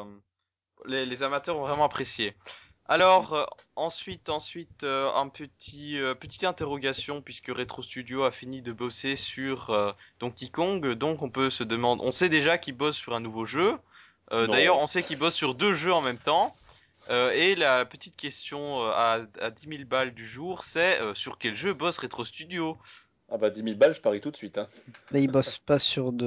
Speaker 1: Les amateurs ont vraiment apprécié. Alors ensuite un petite interrogation puisque Retro Studio a fini de bosser sur Donkey Kong, donc on peut se demander, on sait déjà qu'ils bossent sur un nouveau jeu. D'ailleurs
Speaker 3: Non.
Speaker 1: on sait qu'ils bossent sur deux jeux en même temps. Et la petite question à 10 000 balles du jour, c'est sur quel jeu bosse Retro Studio?
Speaker 3: Ah bah 10 000 balles, je parie tout de suite, hein.
Speaker 2: Mais ils bossent pas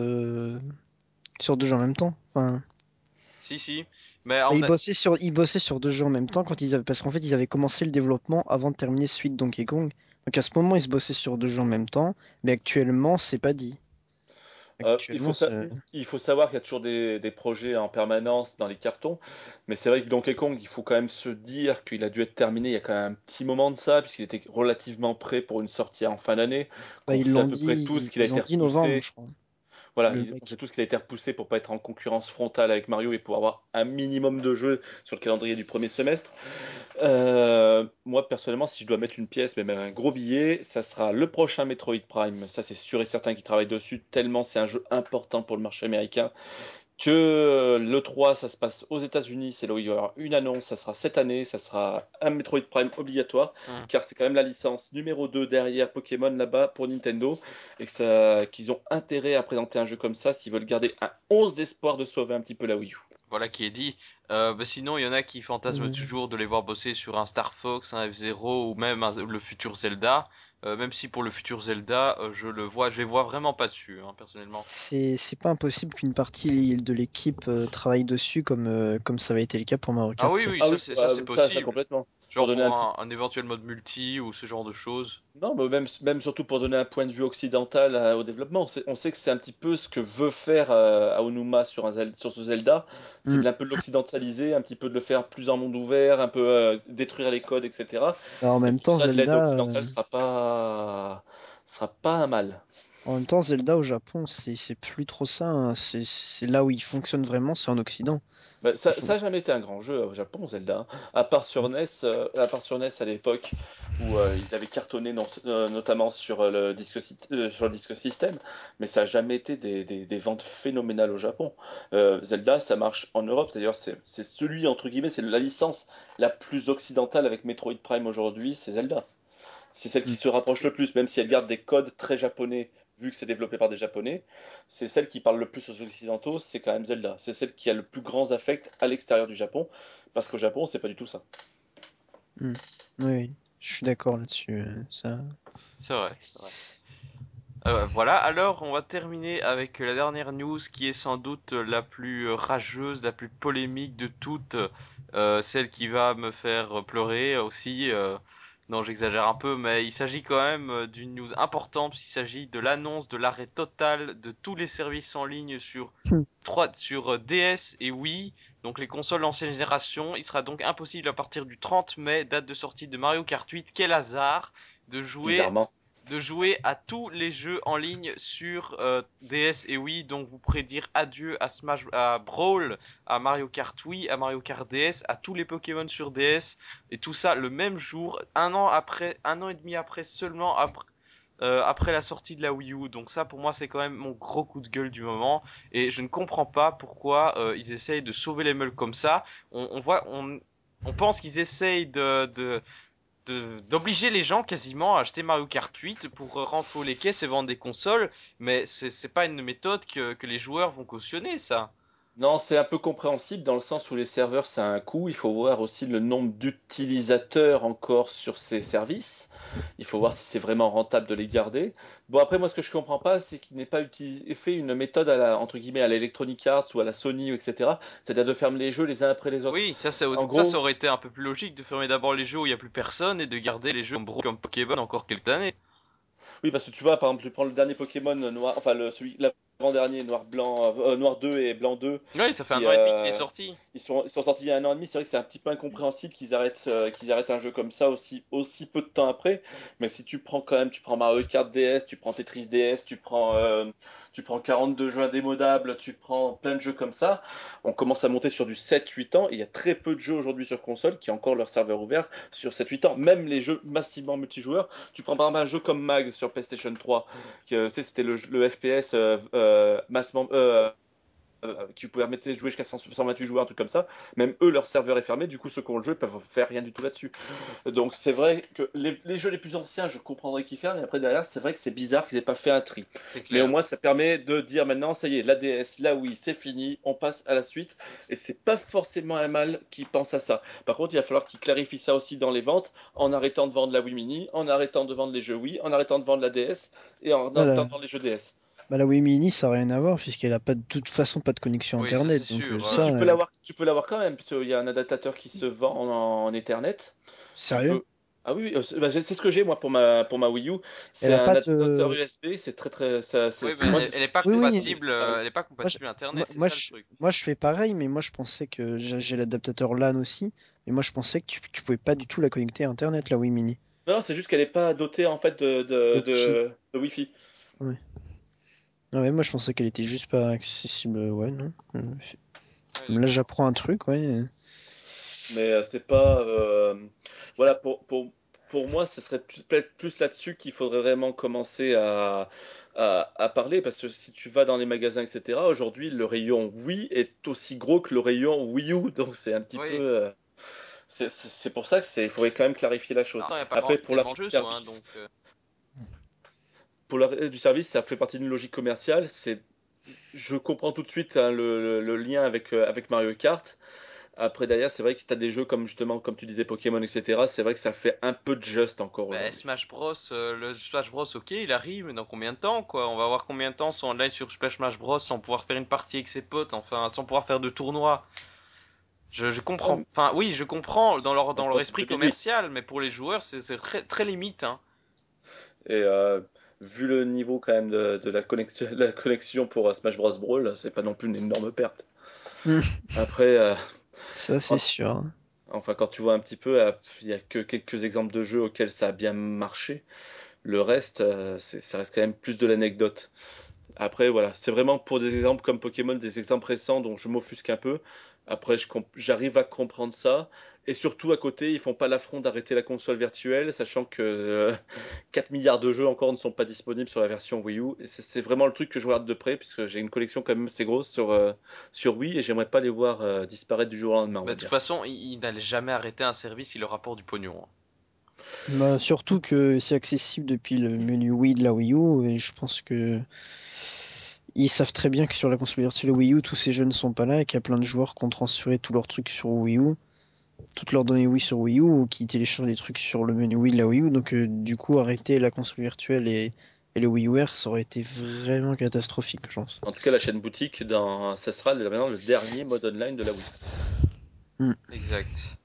Speaker 2: sur deux jeux en même temps. Enfin,
Speaker 1: Si si, mais
Speaker 2: bah,
Speaker 1: on a.
Speaker 2: ils bossaient sur deux jeux en même temps quand ils avaient, parce qu'en fait ils avaient commencé le développement avant de terminer Suite Donkey Kong. Donc à ce moment ils se bossaient sur deux jeux en même temps, mais actuellement c'est pas dit.
Speaker 3: Euh, il
Speaker 2: Actuellement
Speaker 3: faut sa-
Speaker 2: c'est.
Speaker 3: il faut savoir qu'il y a toujours des projets en permanence dans les cartons, mais c'est vrai que Donkey Kong, il faut quand même se dire qu'il a dû être terminé il y a quand même un petit moment de ça, puisqu'il était relativement prêt pour une sortie en fin d'année,
Speaker 2: Bah,
Speaker 3: qu'on
Speaker 2: ils
Speaker 3: sait à
Speaker 2: l'ont
Speaker 3: peu près tous
Speaker 2: dit,
Speaker 3: qu'il a
Speaker 2: ils ont
Speaker 3: été
Speaker 2: dit novembre,
Speaker 3: repoussé.
Speaker 2: je crois.
Speaker 3: Voilà,
Speaker 2: Le
Speaker 3: on
Speaker 2: mec.
Speaker 3: sait tous qu'il a été repoussé pour pas être en concurrence frontale avec Mario et pour avoir un minimum de jeux sur le calendrier du premier semestre. Moi, personnellement, si je dois mettre une pièce, mais même un gros billet, ça sera le prochain Metroid Prime. Ça, c'est sûr et certain qu'ils travaillent dessus, tellement c'est un jeu important pour le marché américain. Que l'E3, ça se passe aux États-Unis, c'est là où il va y avoir une annonce, ça sera cette année, ça sera un Metroid Prime obligatoire,
Speaker 1: Hmm.
Speaker 3: car c'est quand même la licence numéro 2 derrière Pokémon là-bas pour Nintendo, et qu'ils ont intérêt à présenter un jeu comme ça s'ils veulent garder un 11 d'espoir de sauver un petit peu la Wii U.
Speaker 1: Voilà qui est dit. Bah sinon, il y en a qui fantasment
Speaker 2: euh,
Speaker 1: toujours de les voir bosser sur un Star Fox, un F-Zero ou même le futur Zelda. Même si pour le futur Zelda, je les vois vraiment pas dessus, hein, personnellement.
Speaker 2: c'est pas impossible qu'une partie de l'équipe travaille dessus comme ça avait été le cas pour Mario
Speaker 1: Ah
Speaker 2: Kart
Speaker 1: oui,
Speaker 2: 7.
Speaker 1: oui,
Speaker 3: Ah oui,
Speaker 1: ça c'est
Speaker 3: ça
Speaker 1: possible.
Speaker 3: complètement.
Speaker 1: Genre
Speaker 3: donner
Speaker 1: pour
Speaker 3: un petit.
Speaker 1: un éventuel mode multi ou ce genre de choses.
Speaker 3: Non, mais même surtout pour donner un point de vue occidental au développement. On sait que c'est un petit peu ce que veut faire Aonuma sur ce Zelda. C'est
Speaker 2: Hmm.
Speaker 3: un peu de l'occidentaliser, un petit peu de le faire plus en monde ouvert, un peu détruire les codes, etc.
Speaker 2: Alors,
Speaker 3: Et pour ça, de l'aide occidentale sera pas un mal.
Speaker 2: En même temps, Zelda au Japon, c'est plus trop ça, hein. C'est là où il fonctionne vraiment, c'est en Occident.
Speaker 3: Bah,
Speaker 2: Il faut...
Speaker 3: ça a jamais été un grand jeu au Japon, Zelda, hein. À part sur NES à l'époque où il avait cartonné notamment sur sur le disque système, mais ça a jamais été des ventes phénoménales au Japon. Zelda, ça marche en Europe, d'ailleurs c'est celui entre guillemets, c'est la licence la plus occidentale avec Metroid Prime aujourd'hui, c'est Zelda. C'est celle qui
Speaker 2: Hmm.
Speaker 3: se rapproche le plus, même si elle garde des codes très japonais, vu que c'est développé par des japonais. C'est celle qui parle le plus aux occidentaux, c'est quand même Zelda. C'est celle qui a le plus grand affect à l'extérieur du Japon, parce qu'au Japon, c'est pas du tout ça.
Speaker 2: Hmm. Oui, je suis d'accord là-dessus. Ça...
Speaker 1: C'est vrai, c'est vrai. Voilà, alors on va terminer avec la dernière news qui est sans doute la plus rageuse, la plus polémique de toutes, celle qui va me faire pleurer aussi. Non, j'exagère un peu, mais il s'agit quand même d'une news importante, puisqu'il s'agit de l'annonce de l'arrêt total de tous les services en ligne
Speaker 2: Hmm.
Speaker 1: sur DS et Wii, donc les consoles ancienne génération. Il sera donc impossible à partir du 30 mai, date de sortie de Mario Kart 8, quel hasard, de jouer
Speaker 3: Bizarrement.
Speaker 1: de jouer à tous les jeux en ligne sur DS et Wii. Donc vous pourrez dire adieu à Smash, à Brawl, à Mario Kart Wii, à Mario Kart DS, à tous les Pokémon sur DS et tout ça le même jour, un an et demi après seulement après la sortie de la Wii U. Donc ça pour moi c'est quand même mon gros coup de gueule du moment et je ne comprends pas pourquoi ils essayent de sauver les meubles comme ça. On pense qu'ils essayent d'obliger les gens quasiment à acheter Mario Kart 8 pour renflouer les caisses et vendre des consoles, mais c'est pas une méthode que les joueurs vont cautionner, ça.
Speaker 3: Non, c'est un peu compréhensible dans le sens où les serveurs, ça a un coût. Il faut voir aussi le nombre d'utilisateurs encore sur ces services. Il faut voir si c'est vraiment rentable de les garder. Bon, après, moi, ce que je comprends pas, c'est qu'il n'ait pas fait une méthode entre guillemets, à l'Electronic Arts ou à la Sony, etc. C'est-à-dire de fermer les jeux les uns après les autres.
Speaker 1: Oui,
Speaker 3: En
Speaker 1: ça
Speaker 3: gros,
Speaker 1: aurait été un peu plus logique de fermer d'abord les jeux où il y a plus personne et de garder les jeux comme Pokémon encore quelques années.
Speaker 3: oui, parce que tu vois, par exemple, je prends le dernier Pokémon noir, enfin, l'avant-dernier, noir, blanc, noir 2 et blanc 2,
Speaker 1: Oui, ça fait un
Speaker 3: qui,
Speaker 1: an et demi qu'il est sorti.
Speaker 3: ils sont sortis il y a un an et demi. C'est vrai que c'est un petit peu incompréhensible qu'ils arrêtent un jeu comme ça aussi peu de temps après. Mais si tu prends quand même, tu prends Mario Kart DS, tu prends Tetris DS, tu prends 42 jeux indémodables, tu prends plein de jeux comme ça, on commence à monter sur du 7-8 ans. Et il y a très peu de jeux aujourd'hui sur console qui ont encore leur serveur ouvert sur 7-8 ans. Même les jeux massivement multijoueurs. Tu prends par exemple un jeu comme Mag sur PlayStation 3, tu sais, c'était le FPS massivement, qui vous permettait de jouer jusqu'à 128 joueurs, un truc comme ça. Même eux, leur serveur est fermé, du coup, ceux qui ont le jeu peuvent faire rien du tout là-dessus. Donc, c'est vrai que les jeux les plus anciens, je comprendrais qu'ils fassent, mais après, derrière, c'est vrai que c'est bizarre qu'ils aient pas fait un tri.
Speaker 1: C'est
Speaker 3: Mais au
Speaker 1: clair.
Speaker 3: moins, ça permet de dire maintenant, ça y est, la DS, là oui, c'est fini, on passe à la suite. Et c'est pas forcément un mal qui pense à ça. Par contre, il va falloir qu'ils clarifient ça aussi dans les ventes, en arrêtant de vendre la Wii Mini, en arrêtant de vendre les jeux Wii, en arrêtant de vendre la DS et en
Speaker 2: Là,
Speaker 3: arrêtant
Speaker 2: la...
Speaker 3: de vendre les jeux DS.
Speaker 2: Bah, la Wii Mini, ça n'a rien à voir, puisqu'elle a pas de toute façon pas de connexion
Speaker 1: Oui, ça c'est
Speaker 2: Internet. Donc
Speaker 1: sûr.
Speaker 3: Si,
Speaker 2: ça,
Speaker 3: tu peux l'avoir quand même, parce qu'il y a un adaptateur qui se vend en Ethernet. Tu
Speaker 2: sérieux?
Speaker 3: peux. Ah oui, oui, bah, c'est ce que j'ai moi pour ma Wii U.
Speaker 2: Elle
Speaker 3: C'est
Speaker 2: a
Speaker 3: un
Speaker 2: pas
Speaker 3: adaptateur
Speaker 2: de...
Speaker 3: USB, c'est très très.
Speaker 1: Oui,
Speaker 3: Moi,
Speaker 1: mais
Speaker 3: c'est ce
Speaker 1: elle
Speaker 3: que
Speaker 1: est pas
Speaker 2: Oui, oui.
Speaker 3: j'utilise
Speaker 1: compatible,
Speaker 3: avec ma Wii U.
Speaker 1: elle est pas
Speaker 2: Moi, je...
Speaker 1: compatible Internet, c'est ça le truc.
Speaker 2: moi, je fais pareil, mais moi, je pensais que j'ai l'adaptateur LAN aussi. Mais moi, je pensais que tu pouvais pas du tout la connecter à Internet, la Wii Mini.
Speaker 3: Non, c'est juste qu'elle n'est pas dotée en fait
Speaker 2: De Wi-Fi.
Speaker 3: de Wi-Fi.
Speaker 2: Ouais. Ah ouais, moi, je pensais qu'elle était juste pas accessible. Ouais, non.
Speaker 1: Ouais,
Speaker 2: Là,
Speaker 1: d'accord.
Speaker 2: j'apprends un truc, ouais.
Speaker 3: Mais c'est pas. Voilà, pour moi, ce serait peut-être plus là-dessus qu'il faudrait vraiment commencer à parler. Parce que si tu vas dans les magasins, etc., aujourd'hui, le rayon Wii est aussi gros que le rayon Wii U. Donc c'est un petit peu.
Speaker 1: Oui.
Speaker 3: C'est pour ça il faudrait quand même clarifier la
Speaker 1: En
Speaker 3: chose.
Speaker 1: même temps, il n'y a pas
Speaker 3: Après, pour
Speaker 1: tellement
Speaker 3: l'arrêt
Speaker 1: de
Speaker 3: du
Speaker 1: jeux, soit, hein,
Speaker 3: service,
Speaker 1: donc.
Speaker 3: pour l'arrêt du service, ça fait partie d'une logique commerciale. Je comprends tout de suite hein, le lien avec Mario Kart. Après, derrière, c'est vrai que tu as des jeux comme justement, comme tu disais, Pokémon, etc. C'est vrai que ça fait un peu de just encore
Speaker 1: Bah,
Speaker 3: aujourd'hui.
Speaker 1: Smash Bros, le Smash Bros, ok, il arrive, mais dans combien de temps, quoi? On va voir combien de temps sont online sur Super Smash Bros sans pouvoir faire une partie avec ses potes, enfin, sans pouvoir faire de tournoi. Je comprends. Enfin, oui, je comprends dans
Speaker 3: Je
Speaker 1: leur
Speaker 3: pense
Speaker 1: esprit
Speaker 3: que c'est limite.
Speaker 1: commercial, mais pour les joueurs, c'est très, très limite, hein.
Speaker 3: Et vu le niveau quand même de la connexion pour Smash Bros. Brawl, c'est pas non plus une énorme perte. Après,
Speaker 2: Ça, c'est
Speaker 3: quand,
Speaker 2: sûr.
Speaker 3: enfin, quand tu vois un petit peu, il y a que quelques exemples de jeux auxquels ça a bien marché. Le reste, ça reste quand même plus de l'anecdote. Après, voilà, c'est vraiment pour des exemples comme Pokémon, des exemples récents dont je m'offusque un peu. Après, j'arrive à comprendre ça. Et surtout, à côté, ils font pas l'affront d'arrêter la console virtuelle, sachant que 4 milliards de jeux encore ne sont pas disponibles sur la version Wii U. Et c'est vraiment le truc que je regarde de près, puisque j'ai une collection quand même assez grosse sur Wii, et j'aimerais pas les voir disparaître du jour au lendemain, on
Speaker 1: Bah,
Speaker 3: va
Speaker 1: de toute
Speaker 3: dire.
Speaker 1: façon, ils n'allaient jamais arrêter un service qui leur rapporte du pognon, hein.
Speaker 2: Bah, surtout que c'est accessible depuis le menu Wii de la Wii U, et je pense que ils savent très bien que sur la console virtuelle Wii U, tous ces jeux ne sont pas là et qu'il y a plein de joueurs qui ont transféré tous leurs trucs sur Wii U, toutes leurs données Wii sur Wii U, ou qui téléchargent des trucs sur le menu Wii de la Wii U. Donc, du coup, arrêter la console virtuelle et le WiiWare, ça aurait été vraiment catastrophique, je pense.
Speaker 3: En tout cas, la chaîne boutique, ça sera maintenant le dernier mode online de la Wii.
Speaker 2: Hmm.
Speaker 1: Exact.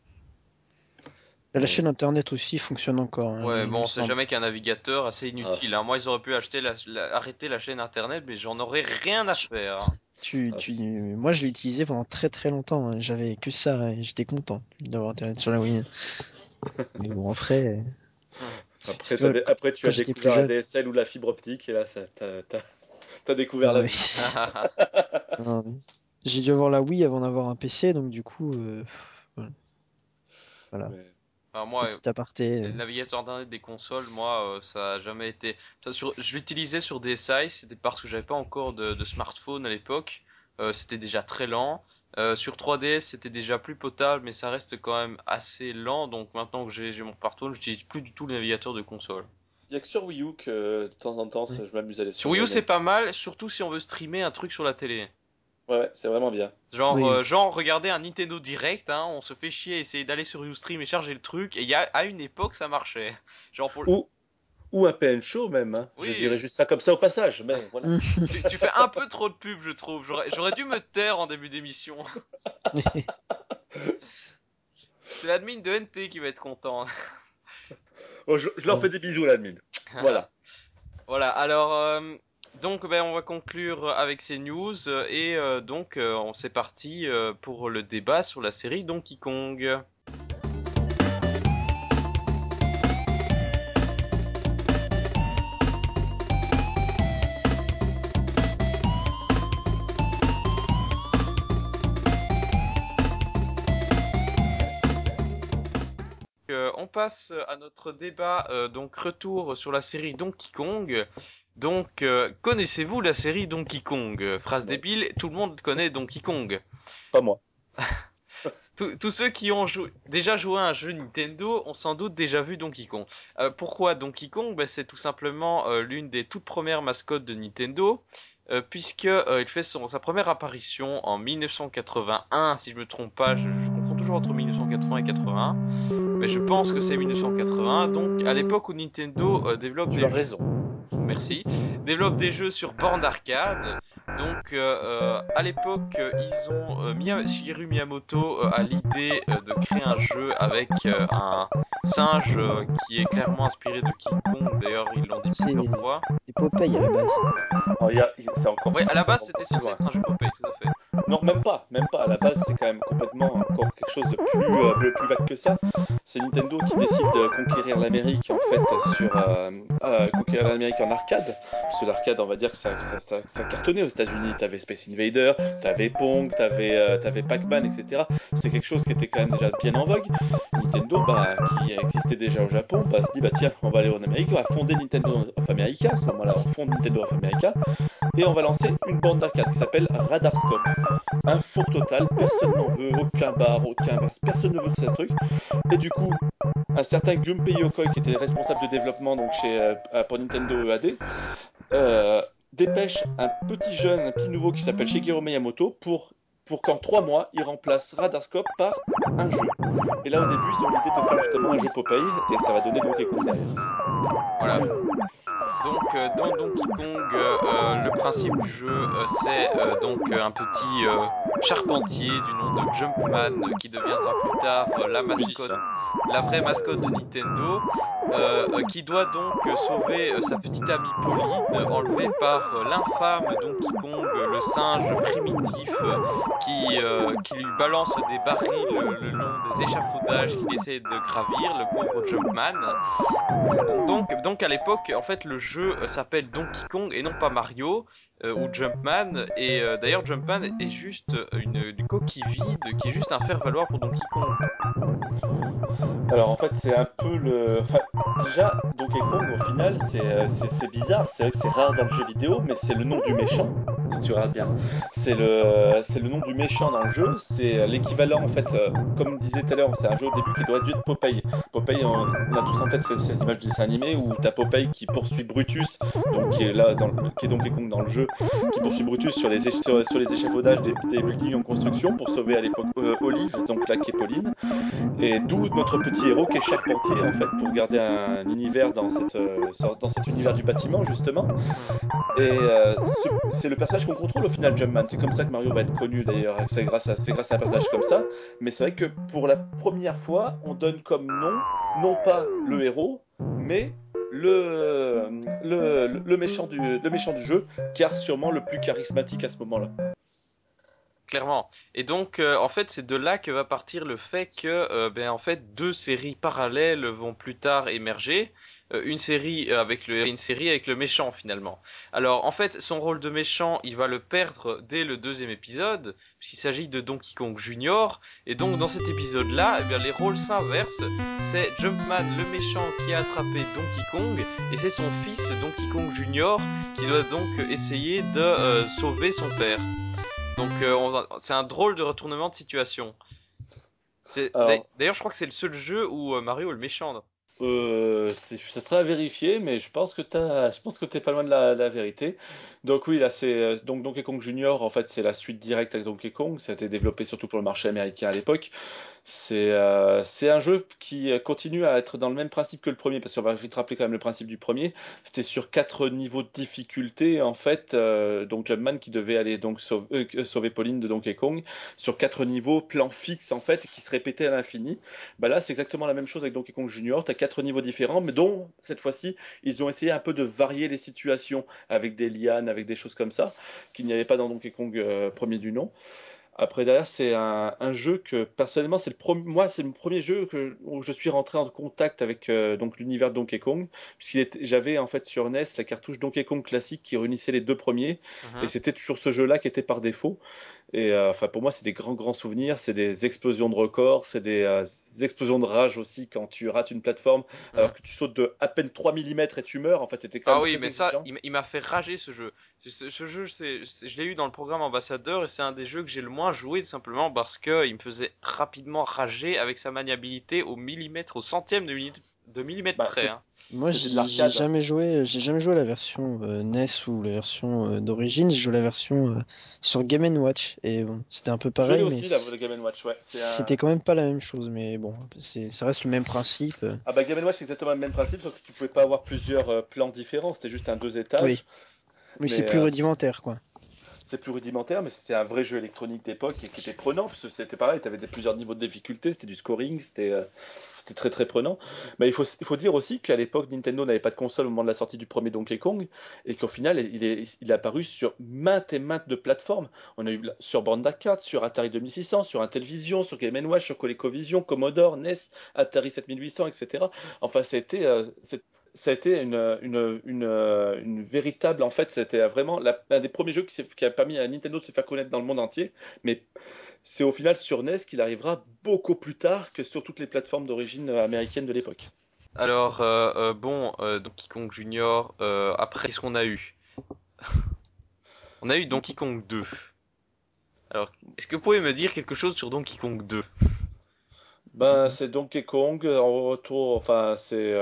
Speaker 2: La
Speaker 3: Mais,
Speaker 2: chaîne internet aussi fonctionne encore, hein,
Speaker 1: Ouais,
Speaker 2: il me
Speaker 1: bon, c'est
Speaker 2: semble.
Speaker 1: jamais qu'un navigateur assez
Speaker 3: ah,
Speaker 1: inutile, hein. Moi, ils auraient pu acheter arrêter la chaîne internet, mais j'en aurais rien à faire, hein.
Speaker 2: Tu,
Speaker 3: ah,
Speaker 2: tu... Moi, je l'ai utilisé pendant très très longtemps, hein. J'avais que ça et j'étais content d'avoir internet sur la Wii. Mais bon, après,
Speaker 1: Hum.
Speaker 3: après,
Speaker 2: ouais,
Speaker 3: après, tu
Speaker 2: quand
Speaker 3: as
Speaker 2: j'étais plus
Speaker 3: découvert la
Speaker 2: jeune.
Speaker 3: DSL ou la fibre optique, et là, t'as découvert
Speaker 2: Ah
Speaker 3: la
Speaker 2: ouais.
Speaker 3: vie.
Speaker 2: Non, mais j'ai dû avoir la Wii avant d'avoir un PC, donc du coup, voilà. Voilà.
Speaker 3: Mais,
Speaker 1: Enfin, moi,
Speaker 2: Petit aparté.
Speaker 1: le navigateur internet des consoles, moi, ça a jamais été. Je l'utilisais sur DSi, c'était parce que j'avais pas encore de smartphone à l'époque. C'était déjà très lent. Sur 3DS, c'était déjà plus potable, mais ça reste quand même assez lent. Donc maintenant que j'ai mon smartphone, j'utilise plus du tout le navigateur de console.
Speaker 3: il y a que sur Wii U que de temps en temps,
Speaker 2: Ouais.
Speaker 3: je m'amuse à aller
Speaker 1: Sur
Speaker 3: sur
Speaker 1: Wii U,
Speaker 3: le
Speaker 1: c'est
Speaker 3: net.
Speaker 1: pas mal, surtout si on veut streamer un truc sur la télé.
Speaker 3: Ouais, ouais, c'est vraiment bien.
Speaker 1: Genre,
Speaker 2: Oui,
Speaker 1: genre regarder un Nintendo Direct, hein, on se fait chier à essayer d'aller sur Ustream et charger le truc, et à une époque ça marchait. Genre pour,
Speaker 3: Ou, ou un PN Show même, hein. Je dirais
Speaker 1: oui,
Speaker 3: juste ça comme ça au passage, mais voilà.
Speaker 2: oui.
Speaker 1: tu fais un peu trop de pub, je trouve. J'aurais dû me taire en début d'émission. C'est l'admin de NT qui va être content.
Speaker 3: Oh, je leur
Speaker 2: Bon.
Speaker 3: fais des bisous, l'admin. Voilà.
Speaker 1: Voilà, alors, donc ben, on va conclure avec ces news, et donc on s'est parti pour le débat sur la série Donkey Kong. On passe à notre débat, donc retour sur la série Donkey Kong. Donc, connaissez-vous la série Donkey Kong? Phrase
Speaker 3: Non,
Speaker 1: débile, tout le monde connaît Donkey Kong.
Speaker 3: pas moi.
Speaker 1: Tous ceux qui ont déjà joué à un jeu Nintendo ont sans doute déjà vu Donkey Kong. Pourquoi Donkey Kong? Ben, c'est tout simplement l'une des toutes premières mascottes de Nintendo, puisque il fait sa première apparition en 1981, si je me trompe pas, je confonds toujours entre 1980 et 81, mais je pense que c'est 1980. Donc, à l'époque où Nintendo développe
Speaker 3: Tu as
Speaker 1: des
Speaker 3: raison.
Speaker 1: merci, développe des jeux sur borne d'arcade. Donc, à l'époque, ils ont Shigeru Miyamoto a l'idée de créer un jeu avec un singe qui est clairement inspiré de King Kong. D'ailleurs, ils l'ont dit plusieurs
Speaker 2: C'est
Speaker 1: fois.
Speaker 2: c'est Popeye à la base.
Speaker 3: Oh, c'est encore,
Speaker 1: Ouais, à la
Speaker 3: c'est
Speaker 1: base,
Speaker 3: encore
Speaker 1: c'était
Speaker 3: plus
Speaker 1: censé
Speaker 3: loin.
Speaker 1: être un jeu Popeye, tout à fait.
Speaker 3: Non, même pas, même pas. À la base, c'est quand même complètement encore quelque chose de plus vague que ça. C'est Nintendo qui décide de conquérir l'Amérique en fait conquérir l'Amérique en arcade. Parce que l'arcade, on va dire que ça cartonnait aux États-Unis. T'avais Space Invader, t'avais Pong, t'avais Pac-Man, etc. C'était quelque chose qui était quand même déjà bien en vogue. Nintendo, bah, qui existait déjà au Japon, bah, se dit bah tiens, on va aller en Amérique, on va fonder Nintendo of America. À ce moment-là, on fonde Nintendo of America et on va lancer une borne d'arcade qui s'appelle Radarscope. Un four total, personne n'en veut, aucun bar, personne ne veut ce truc. Et du coup, un certain Gunpei Yokoi, qui était responsable de développement donc pour Nintendo EAD, dépêche un petit jeune, un petit nouveau qui s'appelle Shigeru Miyamoto pour qu'en 3 mois, il remplace Radarscope par un jeu. Et là, au début, ils ont l'idée de faire justement un jeu Popeye, et ça va donner Donkey Kong derrière.
Speaker 1: Voilà. Dans Donkey Kong, le principe du jeu, c'est un petit charpentier du nom de Jumpman qui deviendra plus tard la mascotte,
Speaker 3: Musicien.
Speaker 1: la vraie mascotte de Nintendo, qui doit donc sauver sa petite amie Pauline, enlevée par l'infâme Donkey Kong, le singe primitif, qui lui balance des barils le long des échafaudages qu'il essaie de gravir, le pauvre Jumpman. Donc à l'époque, en fait, le jeu s'appelle Donkey Kong et non pas Mario ou Jumpman. Et d'ailleurs, Jumpman est juste une coquille vide qui est juste un faire-valoir pour Donkey Kong.
Speaker 3: Alors en fait, c'est un peu le. Enfin, déjà, Donkey Kong, au final, c'est bizarre. C'est vrai que c'est rare dans le jeu vidéo, mais c'est le nom du méchant. Si tu regardes bien, c'est le nom du méchant dans le jeu. C'est l'équivalent, en fait, comme disait tout à l'heure, c'est un jeu au début qui doit dû être Popeye. Popeye, on a tous en tête ces images de dessin animé où t'as Popeye qui poursuit Brutus, donc qui est là, qui est Donkey Kong dans le jeu, qui poursuit Brutus sur les échafaudages des buildings en construction pour sauver à l'époque Olive, donc là qui est Pauline. Et d'où notre petit héros qui est charpentier en fait pour garder un univers dans cet univers du bâtiment justement. Et c'est le personnage qu'on contrôle au final, Jumpman. C'est comme ça que Mario va être connu d'ailleurs. C'est grâce à un personnage comme ça. Mais c'est vrai que pour la première fois, on donne comme nom non pas le héros, mais le méchant du jeu, car sûrement le plus charismatique à ce moment-là.
Speaker 1: Clairement. Et donc, en fait, c'est de là que va partir le fait que, en fait, deux séries parallèles vont plus tard émerger. Une série avec le et une série avec le méchant finalement. Alors, en fait, son rôle de méchant, il va le perdre dès le deuxième épisode, puisqu'il s'agit de Donkey Kong Junior. Et donc, dans cet épisode-là, les rôles s'inversent. C'est Jumpman, le méchant, qui a attrapé Donkey Kong, et c'est son fils Donkey Kong Junior qui doit donc essayer de sauver son père. Donc c'est un drôle de retournement de situation.
Speaker 3: Alors,
Speaker 1: D'ailleurs, je crois que c'est le seul jeu où Mario est le méchant, non.
Speaker 3: ça sera à vérifier, mais je pense que t'es pas loin de la vérité. Donc oui, là c'est donc Donkey Kong Junior. En fait, c'est la suite directe avec Donkey Kong. Ça a été développé surtout pour le marché américain à l'époque. C'est un jeu qui continue à être dans le même principe que le premier, parce qu'on va vite rappeler quand même le principe du premier. C'était sur quatre niveaux de difficulté, en fait. Donc Jumpman qui devait aller donc sauver Pauline de Donkey Kong sur quatre niveaux, plan fixe en fait, qui se répétait à l'infini. Bah là, c'est exactement la même chose avec Donkey Kong Junior. Tu as quatre niveaux différents, mais dont cette fois-ci, ils ont essayé un peu de varier les situations avec des lianes, avec des choses comme ça, qu'il n'y avait pas dans Donkey Kong premier du nom. Après, derrière, c'est un jeu que personnellement, moi, c'est le premier jeu où je suis rentré en contact avec donc l'univers de Donkey Kong, j'avais en fait sur NES la cartouche Donkey Kong classique qui réunissait les deux premiers, et
Speaker 1: Mhm.
Speaker 3: c'était toujours ce jeu-là qui était par défaut. Et enfin, pour moi, c'est des grands, grands souvenirs, c'est des explosions de records, c'est des explosions de rage aussi quand tu rates une plateforme,
Speaker 1: Mhm.
Speaker 3: alors que tu sautes de à peine 3 millimètres et tu meurs. En fait, c'était quand
Speaker 1: Ah
Speaker 3: même
Speaker 1: oui,
Speaker 3: très
Speaker 1: mais ça,
Speaker 3: exigeant.
Speaker 1: il m'a fait rager ce jeu. Ce jeu, je l'ai eu dans le programme ambassadeur et c'est un des jeux que j'ai le moins joué simplement parce que il me faisait rapidement rager avec sa maniabilité au millimètre, au centième de millimètre
Speaker 3: Bah,
Speaker 1: près, hein.
Speaker 2: Moi,
Speaker 3: c'était de
Speaker 2: j'ai
Speaker 3: l'arcade.
Speaker 2: jamais joué, j'ai jamais joué à la version NES ou la version d'origine. J'ai joué à la version sur Game Watch et bon, c'était un peu
Speaker 3: Je l'ai
Speaker 2: pareil, mais
Speaker 3: aussi, la Game Watch, ouais.
Speaker 2: c'était quand même pas la même chose. Mais bon, ça reste le même principe.
Speaker 3: Ah bah Game Watch, c'est exactement le même principe, sauf que tu pouvais pas avoir plusieurs plans différents, c'était juste un deux étages,
Speaker 2: Oui, oui, c'est
Speaker 3: mais
Speaker 2: plus rudimentaire, quoi.
Speaker 3: c'est plus rudimentaire, mais c'était un vrai jeu électronique d'époque et qui était prenant, parce que c'était pareil, tu avais plusieurs niveaux de difficulté, c'était du scoring, c'était très très prenant. Mais il faut dire aussi qu'à l'époque, Nintendo n'avait pas de console au moment de la sortie du premier Donkey Kong, et qu'au final, il est apparu sur maintes et maintes de plateformes. On a eu sur borne d'arcade, sur Atari 2600, sur Intellivision, sur Game Watch, sur ColecoVision, Commodore, NES, Atari 7800, etc. Enfin, ça a été une véritable. En fait, c'était vraiment l'un des premiers jeux qui a permis à Nintendo de se faire connaître dans le monde entier. Mais c'est au final sur NES qu'il arrivera beaucoup plus tard que sur toutes les plateformes d'origine américaine de l'époque.
Speaker 1: Alors, Donkey Kong Junior, après, qu'est-ce qu'on a eu? On a eu Donkey Kong 2. Alors, est-ce que vous pouvez me dire quelque chose sur Donkey Kong 2?
Speaker 3: Ben, c'est Donkey Kong en retour. Enfin,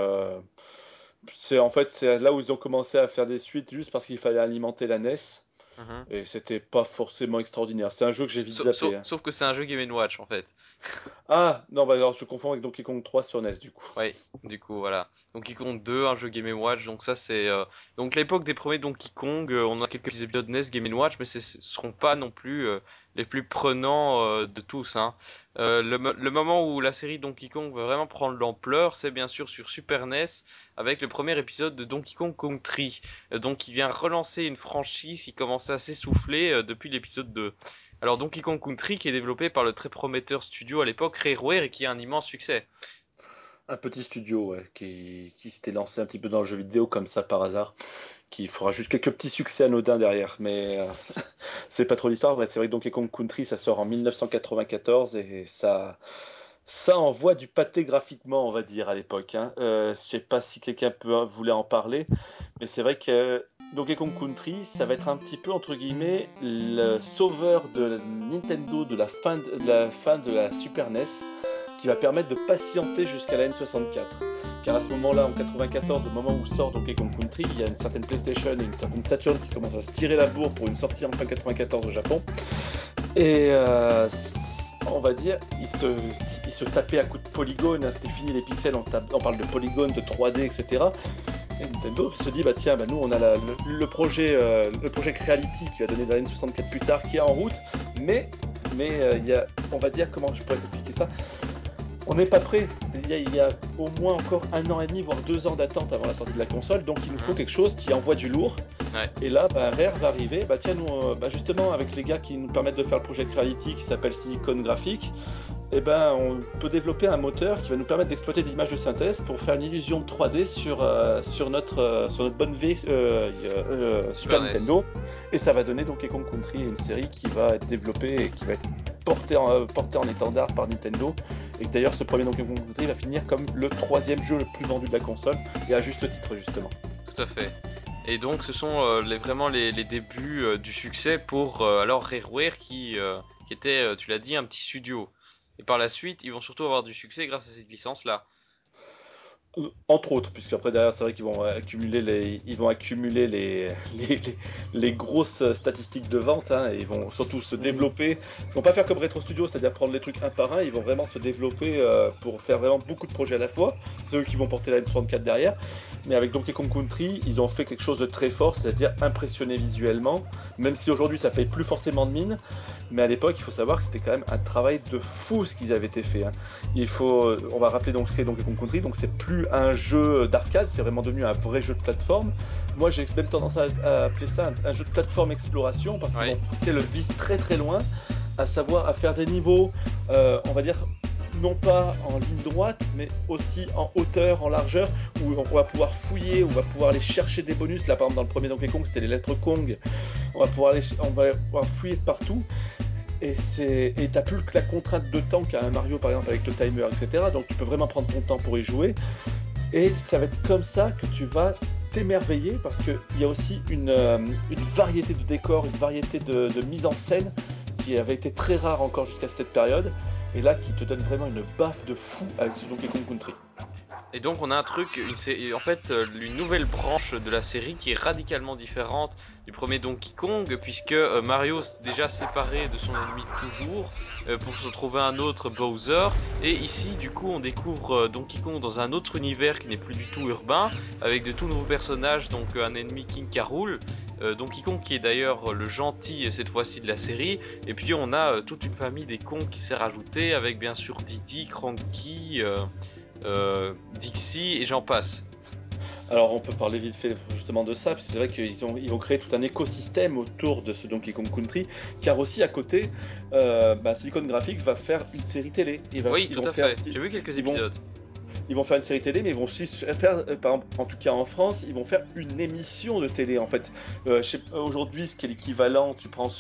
Speaker 3: c'est en fait c'est là où ils ont commencé à faire des suites juste parce qu'il fallait alimenter la NES.
Speaker 1: Mhm.
Speaker 3: Et c'était pas forcément extraordinaire. C'est un jeu que j'ai vite zappé. Hein.
Speaker 1: Sauf que c'est un jeu Game Watch en fait.
Speaker 3: Ah, non, bah alors je confonds avec Donkey Kong 3 sur NES du coup.
Speaker 1: Ouais, du coup voilà. Donkey Kong 2, un jeu Game Watch, donc ça c'est donc l'époque des premiers Donkey Kong, on a quelques épisodes NES Game Watch, mais ce seront pas non plus les plus prenants de tous, hein. Le moment où la série Donkey Kong va vraiment prendre l'ampleur, c'est bien sûr sur Super NES avec le premier épisode de Donkey Kong Country, donc qui vient relancer une franchise qui commençait à s'essouffler depuis l'épisode 2. Alors Donkey Kong Country qui est développé par le très prometteur studio à l'époque Rareware et qui a un immense succès.
Speaker 3: Un petit studio ouais, qui s'était lancé un petit peu dans le jeu vidéo comme ça par hasard, qui fera juste quelques petits succès anodins derrière, mais c'est pas trop l'histoire. Ouais, c'est vrai que Donkey Kong Country ça sort en 1994 et ça envoie du pâté graphiquement, on va dire, à l'époque. Hein. Je sais pas si quelqu'un voulait en parler, mais c'est vrai que Donkey Kong Country, ça va être un petit peu, entre guillemets, le sauveur de Nintendo de la Super NES, qui va permettre de patienter jusqu'à la N64. Car à ce moment-là, en 94, au moment où sort Donkey Kong Country, il y a une certaine PlayStation et une certaine Saturn qui commencent à se tirer la bourre pour une sortie en fin 94 au Japon. Et on va dire, il se tapait à coups de polygones, hein, c'était fini les pixels, on parle de polygones, de 3D, etc. Et Nintendo se dit, bah tiens, bah nous on a le projet Creality qui va donner la N64 plus tard, qui est en route, mais il y a, on va dire, comment je pourrais t'expliquer ça, on n'est pas prêt. Il y a au moins encore 1 an et demi, voire 2 ans d'attente avant la sortie de la console, donc il nous faut quelque chose qui envoie du lourd.
Speaker 1: Ouais.
Speaker 3: Et là, bah, Rare va arriver. Bah tiens, nous, justement, avec les gars qui nous permettent de faire le projet Creality qui s'appelle Silicon Graphics, eh ben, on peut développer un moteur qui va nous permettre d'exploiter des images de synthèse pour faire une illusion de 3D sur notre bonne V Super
Speaker 1: Super NES.
Speaker 3: Nintendo. Et ça va donner Donkey Kong Country, une série qui va être développée et qui va être portée en étendard par Nintendo. Et d'ailleurs, ce premier Donkey Kong Country va finir comme le 3e jeu le plus vendu de la console, et à juste titre, justement.
Speaker 1: Tout à fait. Et donc ce sont vraiment les débuts du succès pour alors Rareware qui était, tu l'as dit, un petit studio. Et par la suite, ils vont surtout avoir du succès grâce à cette licence-là.
Speaker 3: Entre autres, puisque après derrière, c'est vrai qu'ils vont accumuler les grosses statistiques de vente, hein, et ils vont surtout se développer. Ils vont pas faire comme Retro Studio, c'est-à-dire prendre les trucs un par un, ils vont vraiment se développer pour faire vraiment beaucoup de projets à la fois. C'est eux qui vont porter la N64 derrière. Mais avec Donkey Kong Country, ils ont fait quelque chose de très fort, c'est-à-dire impressionner visuellement, même si aujourd'hui ça paye plus forcément de mine. Mais à l'époque, il faut savoir que c'était quand même un travail de fou ce qu'ils avaient été fait. Hein. On va rappeler donc c'est Donkey Kong Country, donc c'est plus un jeu d'arcade, c'est vraiment devenu un vrai jeu de plateforme. Moi, j'ai même tendance à appeler ça un jeu de plateforme exploration parce qu'ils
Speaker 1: Ouais.
Speaker 3: vont pousser le vice très très loin, à savoir à faire des niveaux, on va dire non pas en ligne droite, mais aussi en hauteur, en largeur, où on va pouvoir fouiller, où on va pouvoir aller chercher des bonus. Là, par exemple, dans le premier Donkey Kong, c'était les lettres Kong. On va pouvoir fouiller partout. Et t'as plus que la contrainte de temps qu'a un Mario par exemple avec le timer, etc. Donc tu peux vraiment prendre ton temps pour y jouer. Et ça va être comme ça que tu vas t'émerveiller parce qu'il y a aussi une variété de décors, une variété de mise en scène qui avait été très rare encore jusqu'à cette période. Et là qui te donne vraiment une baffe de fou avec ce Donkey Kong Country.
Speaker 1: Et donc on a un truc, en fait, une nouvelle branche de la série qui est radicalement différente du premier Donkey Kong, puisque Mario s'est déjà séparé de son ennemi de toujours pour se trouver un autre Bowser. Et ici, du coup, on découvre Donkey Kong dans un autre univers qui n'est plus du tout urbain, avec de tout nouveaux personnages, donc un ennemi King K. Rool, Donkey Kong qui est d'ailleurs le gentil cette fois-ci de la série. Et puis on a toute une famille des Kong qui s'est rajoutée, avec bien sûr Diddy, Cranky. Dixie et j'en passe.
Speaker 3: Alors on peut parler vite fait justement de ça, parce que c'est vrai qu'ils vont créer tout un écosystème autour de ce Donkey Kong Country, car aussi à côté, Silicon Graphics va faire une série télé.
Speaker 1: Oui, tout à fait. J'ai vu quelques épisodes.
Speaker 3: Ils vont faire une série télé, mais ils vont aussi faire, par exemple, en tout cas en France, ils vont faire une émission de télé en fait. Aujourd'hui, ce qui est l'équivalent,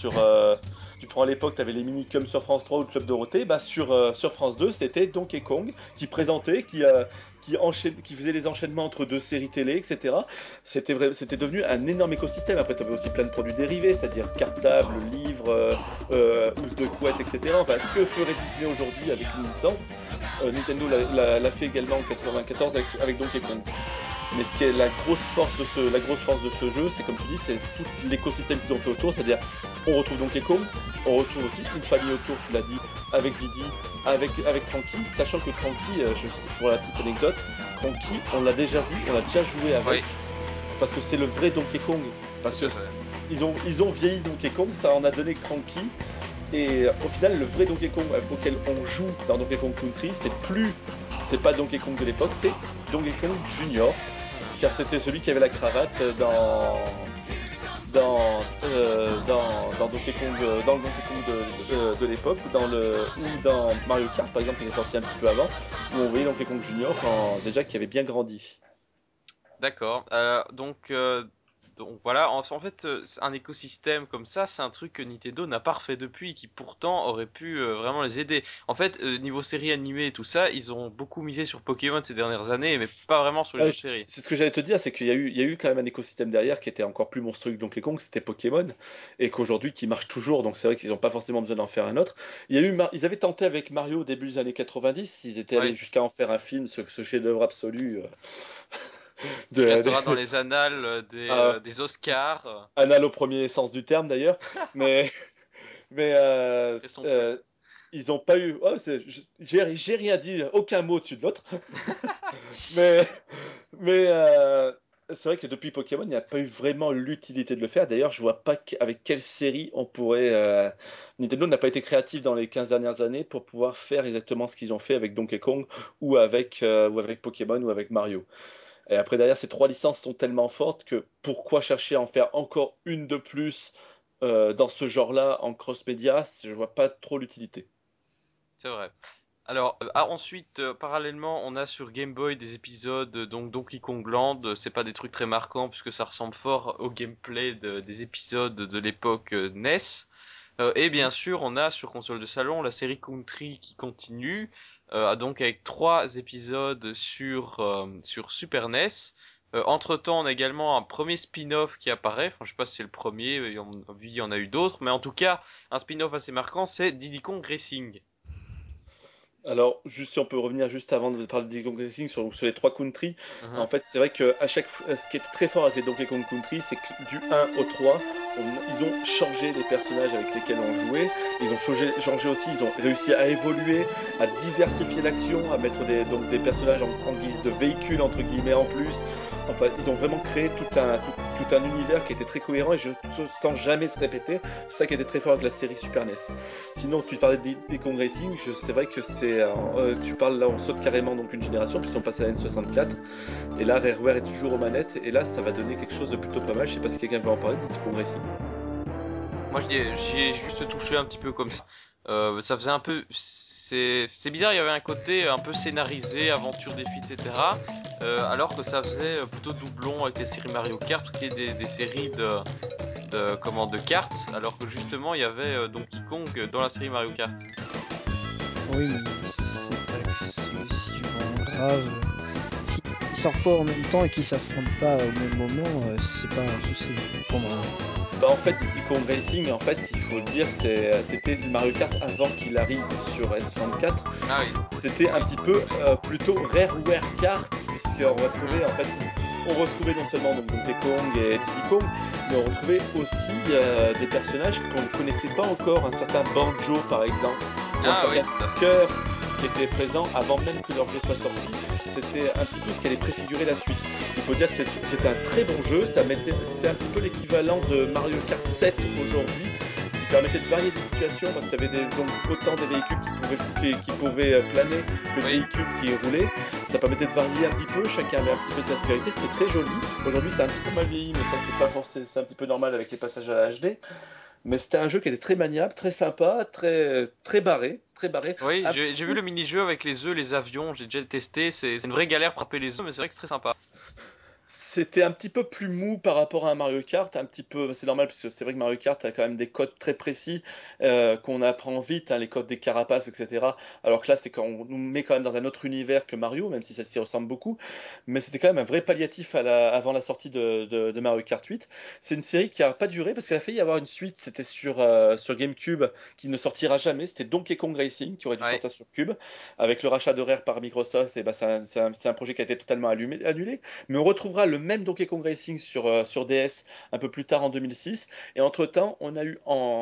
Speaker 3: tu prends à l'époque, tu avais les Minicums sur France 3 ou le Club Dorothée, sur France 2, c'était Donkey Kong qui présentait, qui faisait les enchaînements entre deux séries télé, etc. C'était devenu un énorme écosystème. Après, tu avais aussi plein de produits dérivés, c'est-à-dire cartables, livres, housses de couette, etc. Enfin, ce que ferait Disney aujourd'hui avec une licence, Nintendo l'a fait également en 94 avec Donkey Kong. Mais ce qui est la grosse force de ce jeu, c'est comme tu dis, c'est tout l'écosystème qu'ils ont fait autour, c'est-à-dire on retrouve Donkey Kong, on retrouve aussi une famille autour, tu l'as dit, avec Didi, avec Cranky, sachant que Cranky, pour la petite anecdote, Cranky, on l'a déjà vu, on a déjà joué avec,
Speaker 1: Oui.
Speaker 3: parce que c'est le vrai Donkey Kong, parce que ils ont vieilli Donkey Kong, ça en a donné Cranky, et au final, le vrai Donkey Kong auquel on joue dans Donkey Kong Country, c'est pas Donkey Kong de l'époque, c'est Donkey Kong Junior, car c'était celui qui avait la cravate dans Donkey Kong, dans le Donkey Kong de l'époque, ou dans Mario Kart par exemple, qui est sorti un petit peu avant, où on voyait Donkey Kong Junior déjà qui avait bien grandi.
Speaker 1: D'accord. Donc voilà, en fait, un écosystème comme ça, c'est un truc que Nintendo n'a pas refait depuis, et qui pourtant aurait pu vraiment les aider. En fait, niveau série animée et tout ça, ils ont beaucoup misé sur Pokémon ces dernières années, mais pas vraiment sur les autres séries.
Speaker 3: C'est ce que j'allais te dire, c'est il y a eu quand même un écosystème derrière qui était encore plus monstrueux que Donkey Kong, c'était Pokémon, et qu'aujourd'hui qui marche toujours, donc c'est vrai qu'ils n'ont pas forcément besoin d'en faire un autre. Ils avaient tenté avec Mario au début des années 90, ils étaient allés
Speaker 1: Ouais,
Speaker 3: jusqu'à en faire un film, ce chef-d'œuvre absolu
Speaker 1: qui
Speaker 3: de,
Speaker 1: restera dans les annales
Speaker 3: un,
Speaker 1: des Oscars.
Speaker 3: anal au premier sens du terme d'ailleurs, mais, mais
Speaker 1: Restons poli.
Speaker 3: ils n'ont pas eu. Oh, j'ai rien dit, aucun mot au-dessus de l'autre, mais, mais c'est vrai que depuis Pokémon, il n'y a pas eu vraiment l'utilité de le faire. D'ailleurs, je vois pas avec quelle série on pourrait. Nintendo n'a pas été créatif dans les 15 dernières années pour pouvoir faire exactement ce qu'ils ont fait avec Donkey Kong ou avec Pokémon ou avec Mario. Et après, derrière, ces trois licences sont tellement fortes que pourquoi chercher à en faire encore une de plus dans ce genre-là en cross-média, je vois pas trop l'utilité.
Speaker 1: C'est vrai. Alors, ensuite, parallèlement, on a sur Game Boy des épisodes, donc Donkey Kong Land. C'est pas des trucs très marquants puisque ça ressemble fort au gameplay des épisodes de l'époque NES. Et bien sûr, on a sur console de salon la série Country qui continue, donc avec 3 épisodes sur Super NES. Entre-temps, on a également un premier spin-off qui apparaît. Enfin, je sais pas si c'est le premier, il y en a eu d'autres, mais en tout cas, un spin-off assez marquant, c'est Diddy Kong Racing.
Speaker 3: Alors, juste si on peut revenir juste avant de parler de Donkey Kong Racing sur les trois country, en
Speaker 1: Mhm.
Speaker 3: fait, c'est vrai que ce qui est très fort avec les Donkey Kong Country, c'est que du 1 au 3, ils ont changé les personnages avec lesquels on jouait. Ils ont changé aussi, ils ont réussi à évoluer, à diversifier l'action, à mettre donc des personnages en guise de véhicules, entre guillemets, en plus. Enfin, ils ont vraiment créé tout un univers qui était très cohérent et je sens jamais se répéter. C'est ça qui était très fort avec la série Super NES. Sinon, tu parlais des Kong Racing, c'est vrai que tu parles là, on saute carrément donc une génération, puisqu'on passe à la N64, et là, Rareware est toujours aux manettes, et là, ça va donner quelque chose de plutôt pas mal. Je sais pas si quelqu'un veut en parler, Diddy Kong Racing.
Speaker 1: Moi, j'y ai juste touché un petit peu comme ça. Ça faisait un peu, c'est bizarre. Il y avait un côté un peu scénarisé, aventure, défi, etc. Alors que ça faisait plutôt doublon avec les séries Mario Kart, qui est des séries de cartes. Alors que justement, il y avait Donkey Kong dans la série Mario Kart.
Speaker 2: Oui, mais c'est pas excessivement grave. S'ils sortent pas en même temps et qu'ils s'affrontent pas au même moment, c'est pas un souci pour moi.
Speaker 3: Bah en fait, Diddy Kong Racing, en fait, il faut le dire, c'était Mario Kart avant qu'il arrive sur N64.
Speaker 1: Ah oui.
Speaker 3: C'était un petit peu plutôt Rareware Kart, puisqu'on retrouvait en
Speaker 1: Mhm.
Speaker 3: fait, on retrouvait non seulement donc Donkey Kong et Diddy Kong, mais on retrouvait aussi des personnages qu'on ne connaissait pas encore, un certain Banjo par exemple, ou un
Speaker 1: Ah oui,
Speaker 3: certain
Speaker 1: tout à fait.
Speaker 3: Cœur qui était présent avant même que leur jeu soit sorti. C'était un petit peu ce qui allait préfigurer la suite. Il faut dire que c'était un très bon jeu, c'était un petit peu l'équivalent de Mario Kart 7 aujourd'hui, qui permettait de varier des situations parce que tu avais donc autant des véhicules qui pouvaient planer que de
Speaker 1: Oui.
Speaker 3: véhicules qui roulaient. Ça permettait de varier un petit peu, chacun avait un petit peu sa spécialité, c'était très joli. Aujourd'hui, c'est un petit peu mal vieilli, mais ça, c'est pas forcément, c'est un petit peu normal avec les passages à la HD. Mais c'était un jeu qui était très maniable, très sympa, très barré, très barré.
Speaker 1: Oui,
Speaker 3: Un
Speaker 1: j'ai vu
Speaker 3: peu
Speaker 1: le mini-jeu avec les œufs, les avions. J'ai déjà testé. C'est une vraie galère pour attraper les œufs, mais c'est vrai que c'est très sympa.
Speaker 3: C'était un petit peu plus mou par rapport à un Mario Kart, un petit peu, c'est normal parce que c'est vrai que Mario Kart a quand même des codes très précis qu'on apprend vite, hein, les codes des carapaces, etc. Alors que là, c'est quand on nous met quand même dans un autre univers que Mario, même si ça s'y ressemble beaucoup. Mais c'était quand même un vrai palliatif avant la sortie de Mario Kart 8. C'est une série qui a pas duré parce qu'elle a failli y avoir une suite. C'était sur GameCube qui ne sortira jamais. C'était Donkey Kong Racing qui aurait dû
Speaker 1: Ouais.
Speaker 3: sortir sur Cube avec le rachat de Rare par Microsoft. Et ben, c'est un projet qui a été totalement annulé. Mais on retrouvera le même Donkey Kong Racing sur DS un peu plus tard en 2006. Et entre-temps, on a eu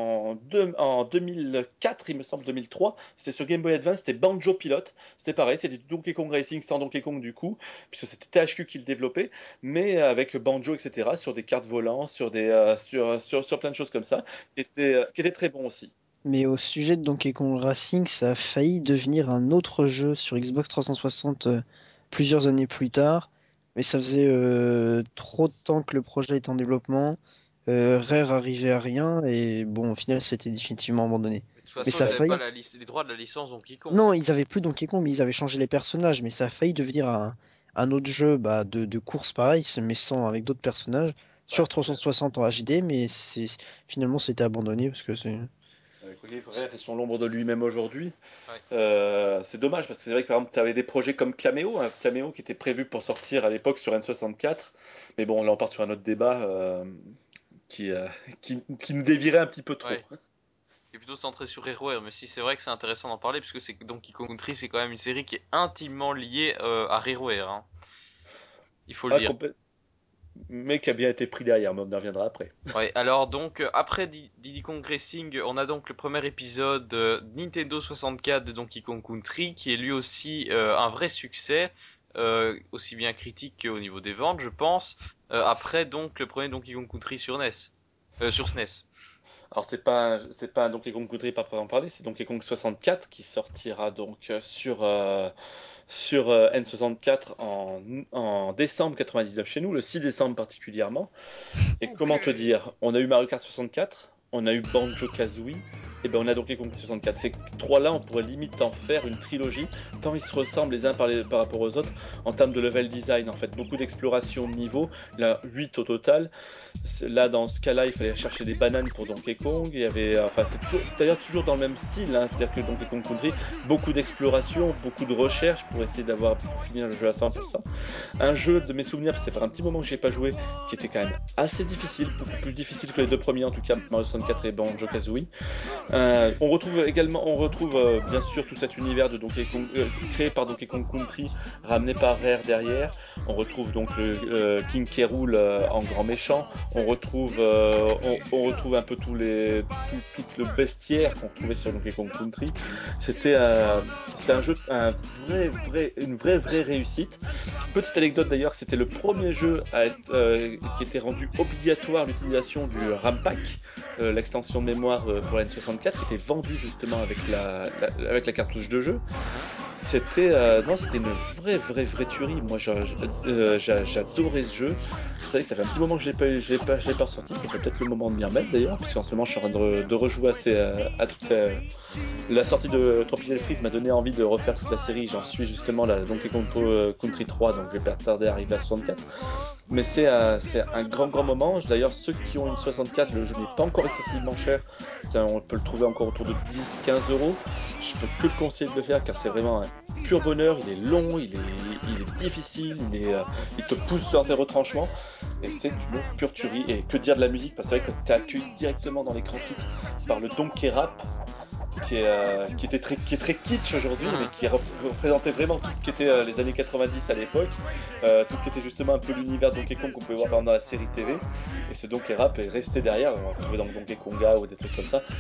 Speaker 3: en 2004, il me semble 2003, c'était sur Game Boy Advance, c'était Banjo Pilot. C'était pareil, c'était Donkey Kong Racing sans Donkey Kong du coup, puisque c'était THQ qui le développait, mais avec Banjo, etc., sur des cartes volantes, sur plein de choses comme ça, qui étaient très bons aussi.
Speaker 2: Mais au sujet de Donkey Kong Racing, ça a failli devenir un autre jeu sur Xbox 360 plusieurs années plus tard. Mais ça faisait trop de temps que le projet était en développement. Rare arrivait à rien. Et bon, au final, ça a été définitivement abandonné.
Speaker 1: Mais de toute
Speaker 2: Mais
Speaker 1: façon,
Speaker 2: ça a
Speaker 1: ils avaient pas
Speaker 2: failli.
Speaker 1: les droits de la licence Donkey Kong.
Speaker 2: Non, ils avaient plus Donkey Kong, mais ils avaient changé les personnages. Mais ça a failli devenir un autre jeu bah, de course pareil, mais sans avec d'autres personnages.
Speaker 1: Ouais.
Speaker 2: Sur 360 en HD, mais finalement, c'était abandonné parce que c'est.
Speaker 3: Olive Rare est sur l'ombre de lui-même aujourd'hui.
Speaker 1: Ouais.
Speaker 3: C'est dommage parce que c'est vrai que par exemple, tu avais des projets comme Cameo, un Cameo qui était prévu pour sortir à l'époque sur N64. Mais bon, là on part sur un autre débat qui, euh, qui nous dévirait un petit peu trop.
Speaker 1: Ouais. Qui est plutôt centré sur Rareware, mais si c'est vrai que c'est intéressant d'en parler, puisque c'est Donkey Kong Country, c'est quand même une série qui est intimement liée à Rareware, hein. Il faut le
Speaker 3: Ah,
Speaker 1: dire.
Speaker 3: mais qui a bien été pris derrière, mais on y reviendra après.
Speaker 1: Ouais, alors donc après Diddy Kong Racing, on a donc le premier épisode Nintendo 64 de Donkey Kong Country, qui est lui aussi un vrai succès, aussi bien critique qu'au niveau des ventes, je pense. Après donc le premier Donkey Kong Country sur NES, sur SNES.
Speaker 3: Alors c'est pas un Donkey Kong Country par en parler, c'est Donkey Kong 64 qui sortira donc sur N64 en décembre 99 chez nous, le 6 décembre particulièrement. Et comment te dire, on a eu Mario Kart 64, on a eu Banjo-Kazooie, et ben on a Donkey Kong 64. Ces trois-là, on pourrait limite en faire une trilogie, tant ils se ressemblent les uns par rapport aux autres en termes de level design. En fait, beaucoup d'exploration de niveau, là 8 au total. Là, dans ce cas-là, il fallait chercher des bananes pour Donkey Kong. Il y avait, enfin, c'est toujours, d'ailleurs, toujours dans le même style, hein, c'est-à-dire que Donkey Kong Country, beaucoup d'exploration, beaucoup de recherche pour essayer pour finir le jeu à 100%. Un jeu de mes souvenirs, parce que ça fait un petit moment que j'ai pas joué, qui était quand même assez difficile, beaucoup plus difficile que les deux premiers en tout cas, Mario 64 et Banjo-Kazooie. On retrouve bien sûr tout cet univers de Donkey Kong créé par Donkey Kong Country, ramené par Rare derrière. On retrouve donc le King K. Rool en grand méchant. On retrouve un peu tout le bestiaire qu'on trouvait sur Donkey Kong Country. C'était un jeu, une vraie réussite. Petite anecdote d'ailleurs, c'était le premier jeu qui était rendu obligatoire l'utilisation du RAM Pack, l'extension de mémoire pour la N64, qui était vendue justement avec la cartouche de jeu. Non, c'était une vraie tuerie. Moi, j'adorais ce jeu. C'est vrai que ça fait un petit moment que je l'ai pas ressorti. Ça fait peut-être le moment de m'y remettre d'ailleurs, puisqu'en ce moment, je suis en train de rejouer à toute la sortie de Tropical Freeze m'a donné envie de refaire toute la série. J'en suis justement là, Donkey Kong Country 3, donc je vais pas tarder à arriver à 64. Mais c'est un grand moment. D'ailleurs, ceux qui ont une 64, le jeu n'est pas encore excessivement cher. On peut le trouver encore autour de 10-15 euros. Je peux que le conseiller de le faire car c'est vraiment un pur bonheur. Il est long, il est difficile, il te pousse dans tes retranchements. Et c'est une pure tuerie. Et que dire de la musique? Parce que c'est vrai que tu es accueilli directement dans l'écran titre par le Donkey Rap qui est très kitsch aujourd'hui, mais qui représentait vraiment tout ce qui était les années 90 à l'époque, tout ce qui était justement un peu l'univers Donkey Kong qu'on pouvait voir dans la série TV. Et ce Donkey Rap est resté derrière, on l'a retrouvé dans le Donkey Konga ou des trucs comme ça.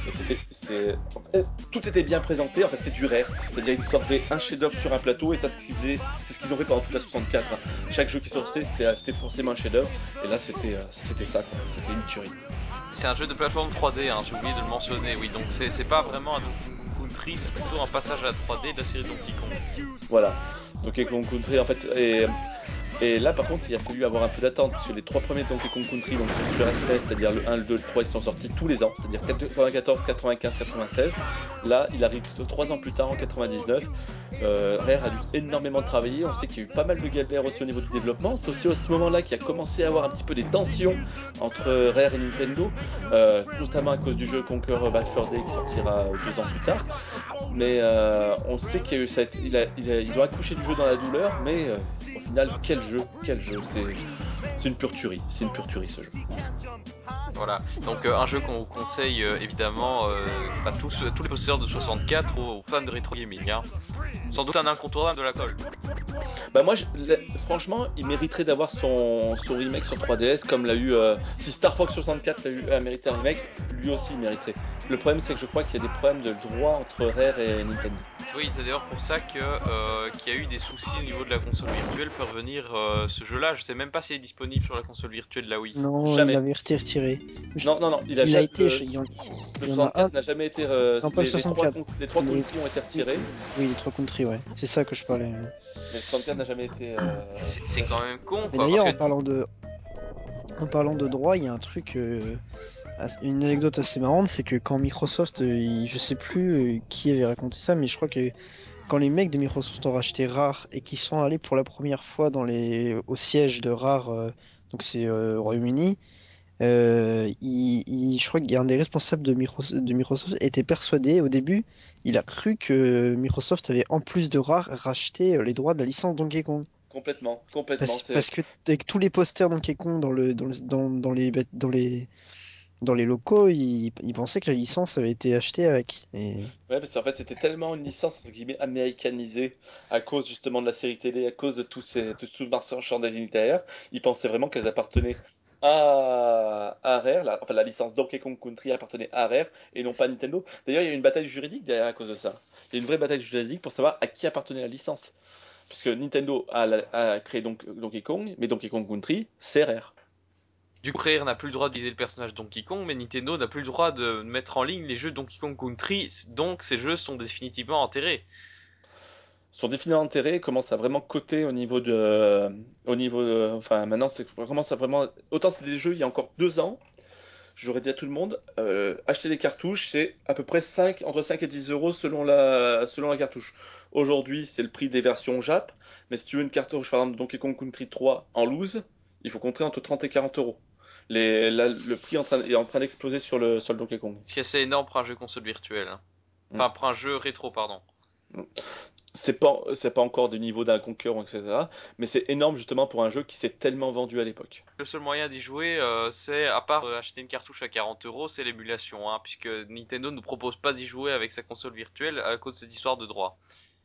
Speaker 3: Et tout était bien présenté, en fait c'est du rare, c'est-à-dire ils sortaient un chef-d'œuvre sur un plateau et ça c'est ce qu'ils ont fait pendant toute la 64, hein. Chaque jeu qui sortait c'était forcément un chef-d'œuvre, et là c'était ça, quoi. C'était une tuerie.
Speaker 1: C'est un jeu de plateforme 3D, hein, j'ai oublié de le mentionner, oui, donc c'est pas vraiment un Donkey Kong Country, c'est plutôt un passage à la 3D de la série Donkey Kong.
Speaker 3: Voilà. Donkey Kong Country en fait. Et là par contre il a fallu avoir un peu d'attente parce que les trois premiers Donkey Kong Country donc sur SNES, c'est-à-dire le 1, le 2, le 3, ils sont sortis tous les ans, c'est-à-dire 94, 95, 96. Là il arrive 3 ans plus tard en 99. Rare a dû énormément travailler, on sait qu'il y a eu pas mal de galères aussi au niveau du développement. C'est aussi à ce moment-là qu'il y a commencé à avoir un petit peu des tensions entre Rare et Nintendo, notamment à cause du jeu Conquer Bad Fur Day qui sortira 2 ans plus tard. Mais on sait qu'il y a eu ils ont accouché du jeu dans la douleur, mais au final, quel jeu, c'est une pure tuerie, ce jeu.
Speaker 1: Voilà, donc un jeu qu'on vous conseille évidemment à tous les possesseurs de 64 aux fans de rétro gaming. Hein. Sans doute un incontournable de la colle.
Speaker 3: Bah moi, franchement, il mériterait d'avoir son remake sur 3DS comme l'a eu... si Star Fox 64 a mérité un remake, lui aussi il mériterait. Le problème c'est que je crois qu'il y a des problèmes de droit entre Rare et Nintendo.
Speaker 1: Oui, c'est d'ailleurs pour ça qu'il y a eu des soucis au niveau de la console virtuelle pour revenir ce jeu-là. Je sais même pas s'il est disponible sur la console virtuelle de la Wii.
Speaker 2: Non, il
Speaker 3: Jamais.
Speaker 2: avait été retiré.
Speaker 3: Non, il a
Speaker 2: Il a
Speaker 3: jamais...
Speaker 2: été.
Speaker 3: Le
Speaker 2: Il y en a un.
Speaker 3: 64 n'a jamais été...
Speaker 2: Non, pas le 64.
Speaker 3: les trois
Speaker 2: Les...
Speaker 3: country ont été retirés,
Speaker 2: Oui, les trois country, ouais. C'est ça que je parlais.
Speaker 3: mais le 64 n'a jamais été...
Speaker 1: C'est quand même con,
Speaker 2: Mais
Speaker 1: quoi, parce
Speaker 2: d'ailleurs,
Speaker 1: que
Speaker 2: en parlant de droit, il y a un truc, une anecdote assez marrante, c'est que quand Microsoft, je sais plus qui avait raconté ça, mais je crois que quand les mecs de Microsoft ont racheté Rare et qu'ils sont allés pour la première fois au siège de Rare, donc c'est au Royaume-Uni, je crois qu'il y a un des responsables de Microsoft était persuadé au début, il a cru que Microsoft avait en plus de Rare racheté les droits de la licence Donkey Kong.
Speaker 3: complètement.
Speaker 2: Parce que avec tous les posters Donkey Kong dans les locaux, ils pensaient que la licence avait été achetée avec.
Speaker 3: Ouais, parce qu'en fait, c'était tellement une licence entre guillemets américanisée à cause justement de la série télé, à cause de tout ce marchandising derrière. Ils pensaient vraiment qu'elles appartenaient à Rare, enfin la licence Donkey Kong Country appartenait à Rare et non pas à Nintendo. D'ailleurs, il y a eu une bataille juridique derrière à cause de ça. Il y a une vraie bataille juridique pour savoir à qui appartenait la licence. Puisque Nintendo a créé Donkey Kong, mais Donkey Kong Country, c'est Rare.
Speaker 1: du coup, Rare n'a plus le droit d'utiliser le personnage Donkey Kong, mais Nintendo n'a plus le droit de mettre en ligne les jeux Donkey Kong Country, donc ces jeux sont définitivement enterrés.
Speaker 3: Son définiment d'intérêt commence à vraiment coter enfin maintenant c'est commence à vraiment, autant c'était des jeux il y a encore 2 ans, j'aurais dit à tout le monde, acheter des cartouches c'est à peu près entre 5 et 10 euros selon la cartouche. Aujourd'hui c'est le prix des versions Jap, mais si tu veux une cartouche par exemple de Donkey Kong Country 3 en loose, il faut compter entre 30 et 40 euros. Le prix est en train d'exploser sur le Donkey Kong.
Speaker 1: Ce qui est assez énorme pour un jeu console virtuel. Hein.
Speaker 3: Mm.
Speaker 1: Enfin, pour un jeu rétro, pardon.
Speaker 3: C'est pas encore du niveau d'un Conquer, etc. Mais c'est énorme justement pour un jeu qui s'est tellement vendu à l'époque.
Speaker 1: Le seul moyen d'y jouer, c'est, à part acheter une cartouche à 40 euros, c'est l'émulation, hein, puisque Nintendo ne propose pas d'y jouer avec sa console virtuelle à cause de cette histoire de droit.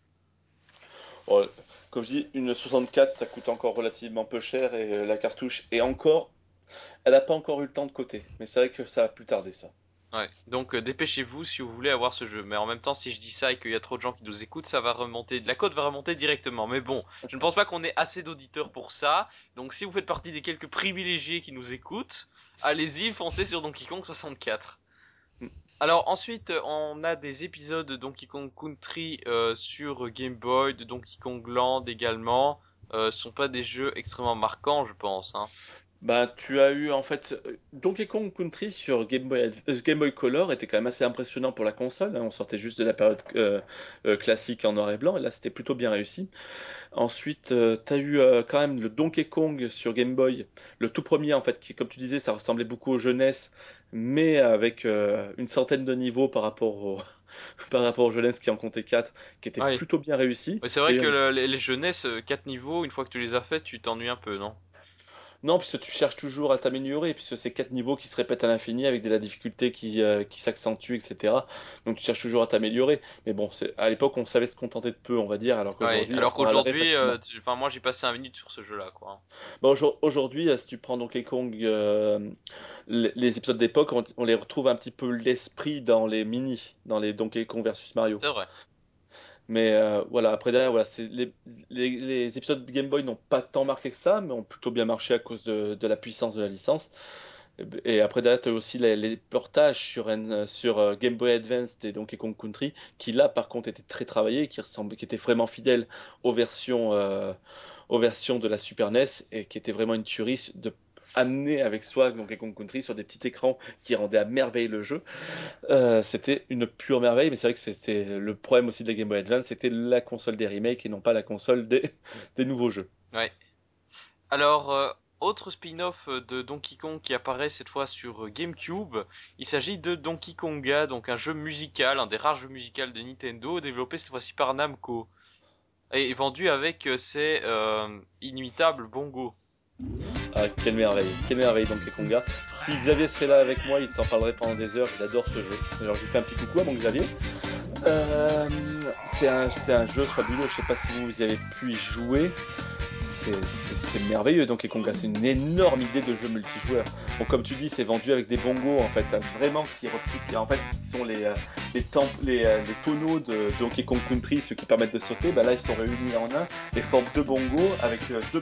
Speaker 3: Bon, comme je dis, une 64 ça coûte encore relativement peu cher et la cartouche est encore. Elle n'a pas encore eu le temps de coter. Mais c'est vrai que ça a plus tardé ça.
Speaker 1: Ouais. Donc dépêchez-vous si vous voulez avoir ce jeu. Mais en même temps, si je dis ça et qu'il y a trop de gens qui nous écoutent, ça va remonter, la cote va remonter directement. Mais bon, je ne pense pas qu'on ait assez d'auditeurs pour ça. Donc si vous faites partie des quelques privilégiés qui nous écoutent, allez-y, foncez sur Donkey Kong 64.
Speaker 3: Mm.
Speaker 1: Alors ensuite, on a des épisodes de Donkey Kong Country sur Game Boy, de Donkey Kong Land également. Sont pas des jeux extrêmement marquants, je pense. Hein.
Speaker 3: Ben, tu as eu en fait Donkey Kong Country sur Game Boy Color était quand même assez impressionnant pour la console, hein. On sortait juste de la période classique en noir et blanc et là c'était plutôt bien réussi. Ensuite, tu as eu quand même le Donkey Kong sur Game Boy, le tout premier en fait, qui, comme tu disais, ça ressemblait beaucoup aux jeunesses, mais avec une centaine de niveaux par rapport aux jeunesses qui en comptaient 4, qui était
Speaker 1: Oui.
Speaker 3: plutôt bien réussi.
Speaker 1: Ouais, c'est vrai que
Speaker 3: D'ailleurs,
Speaker 1: les jeunesses, 4 niveaux, une fois que tu les as fait, tu t'ennuies un peu, non?
Speaker 3: non, puisque tu cherches toujours à t'améliorer, puisque c'est 4 niveaux qui se répètent à l'infini avec de la difficulté qui s'accentue, etc. Donc tu cherches toujours à t'améliorer. Mais bon, à l'époque, on savait se contenter de peu, on va dire, alors
Speaker 1: Ouais,
Speaker 3: qu'aujourd'hui, on
Speaker 1: alors
Speaker 3: râlerait
Speaker 1: qu'aujourd'hui,
Speaker 3: facilement.
Speaker 1: enfin moi j'ai passé 1 minute sur ce jeu-là, quoi.
Speaker 3: Bon, aujourd'hui, si tu prends Donkey Kong, les épisodes d'époque, on les retrouve un petit peu l'esprit dans les mini, dans les Donkey Kong versus Mario.
Speaker 1: C'est vrai.
Speaker 3: Mais voilà, après derrière, voilà, les épisodes de Game Boy n'ont pas tant marqué que ça, mais ont plutôt bien marché à cause de la puissance de la licence. Et après derrière, tu as aussi les portages sur Game Boy Advance et Donkey Kong Country, qui là par contre étaient très travaillés, qui étaient vraiment fidèles aux versions, aux versions de la Super NES et qui étaient vraiment une tuerie amener avec soi Donkey Kong Country sur des petits écrans qui rendaient à merveille le jeu. C'était une pure merveille, mais c'est vrai que c'était le problème aussi de la Game Boy Advance, c'était la console des remakes et non pas la console des nouveaux jeux.
Speaker 1: Ouais. Alors, autre spin-off de Donkey Kong qui apparaît cette fois sur GameCube, il s'agit de Donkey Konga, donc un jeu musical, un des rares jeux musicaux de Nintendo, développé cette fois-ci par Namco, et vendu avec ses inimitables bongos.
Speaker 3: Ah, quelle merveille Donkey Konga. Si Xavier serait là avec moi, il t'en parlerait pendant des heures, il adore ce jeu. Alors je lui fais un petit coucou à mon Xavier. C'est un jeu fabuleux, je sais pas si vous y avez pu y jouer. C'est merveilleux Donkey Konga, c'est une énorme idée de jeu multijoueur. Bon, comme tu dis, c'est vendu avec des bongos en fait, vraiment en fait, qui sont les tonneaux de Donkey Kong Country, ceux qui permettent de sauter. Bah là, ils sont réunis en un, les formes de bongos avec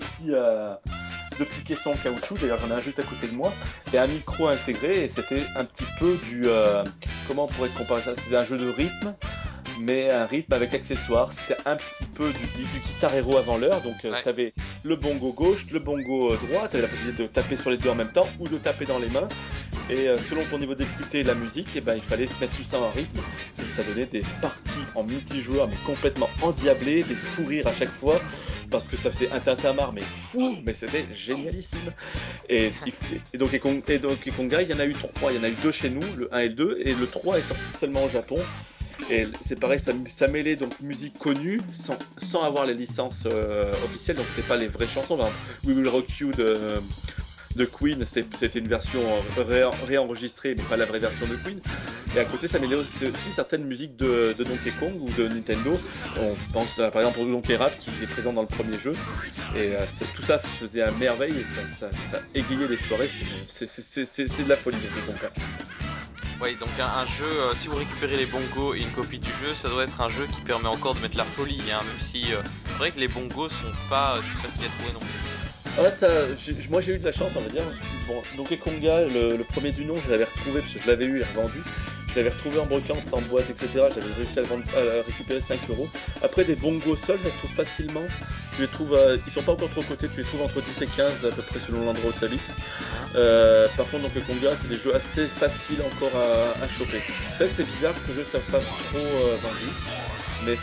Speaker 3: deux petits caissons en caoutchouc. D'ailleurs, j'en ai un juste à côté de moi et un micro intégré. Et c'était un petit peu comment on pourrait comparer ça? C'était un jeu de rythme mais un rythme avec accessoires. C'était un petit peu du Guitar Hero avant l'heure. Donc,
Speaker 1: Ouais.
Speaker 3: tu avais le bongo gauche, le bongo droit. Tu avais la possibilité de taper sur les deux en même temps ou de taper dans les mains. Et selon ton niveau de difficulté et la musique, eh ben, il fallait mettre tout ça en rythme. Et ça donnait des parties en multijoueur, mais complètement endiablées, des fous rires à chaque fois. Parce que ça faisait un tintamarre, mais fou, mais c'était génialissime. Et Donkey Konga, il y en a eu trois. Il y en a eu deux chez nous, le un et le 2, et le 3 est sorti seulement au Japon. Et c'est pareil, ça mêlait donc musique connue sans avoir les licences officielles, donc c'était pas les vraies chansons. Par exemple, We Will Rock You de Queen, c'était une version réenregistrée, mais pas la vraie version de Queen. Et à côté, ça mêlait aussi certaines musiques de Donkey Kong ou de Nintendo. On pense par exemple au Donkey Rap qui est présent dans le premier jeu. Et tout ça faisait à merveille et ça égayait les soirées. C'est de la folie Donkey Kong.
Speaker 1: Ouais, donc un jeu, si vous récupérez les bongos et une copie du jeu, ça doit être un jeu qui permet encore de mettre la folie, hein, même si c'est vrai que les bongos sont pas si faciles à trouver non plus.
Speaker 3: Ouais, moi j'ai eu de la chance, on va dire. Bon, Donkey Konga, le premier du nom, je l'avais retrouvé parce que je l'avais eu et revendu. Je l'avais retrouvé en brocante, en boîte, etc. J'avais réussi à le récupérer 5 euros. Après, des bongos seuls, ça se trouve facilement. Tu les trouves, ils sont pas encore trop cotés, tu les trouves entre 10 et 15 à peu près selon l'endroit où tu habites. Par contre, Donkey Konga, c'est des jeux assez faciles encore à choper. C'est vrai que c'est bizarre que ce jeu ne soit pas trop vendu, mais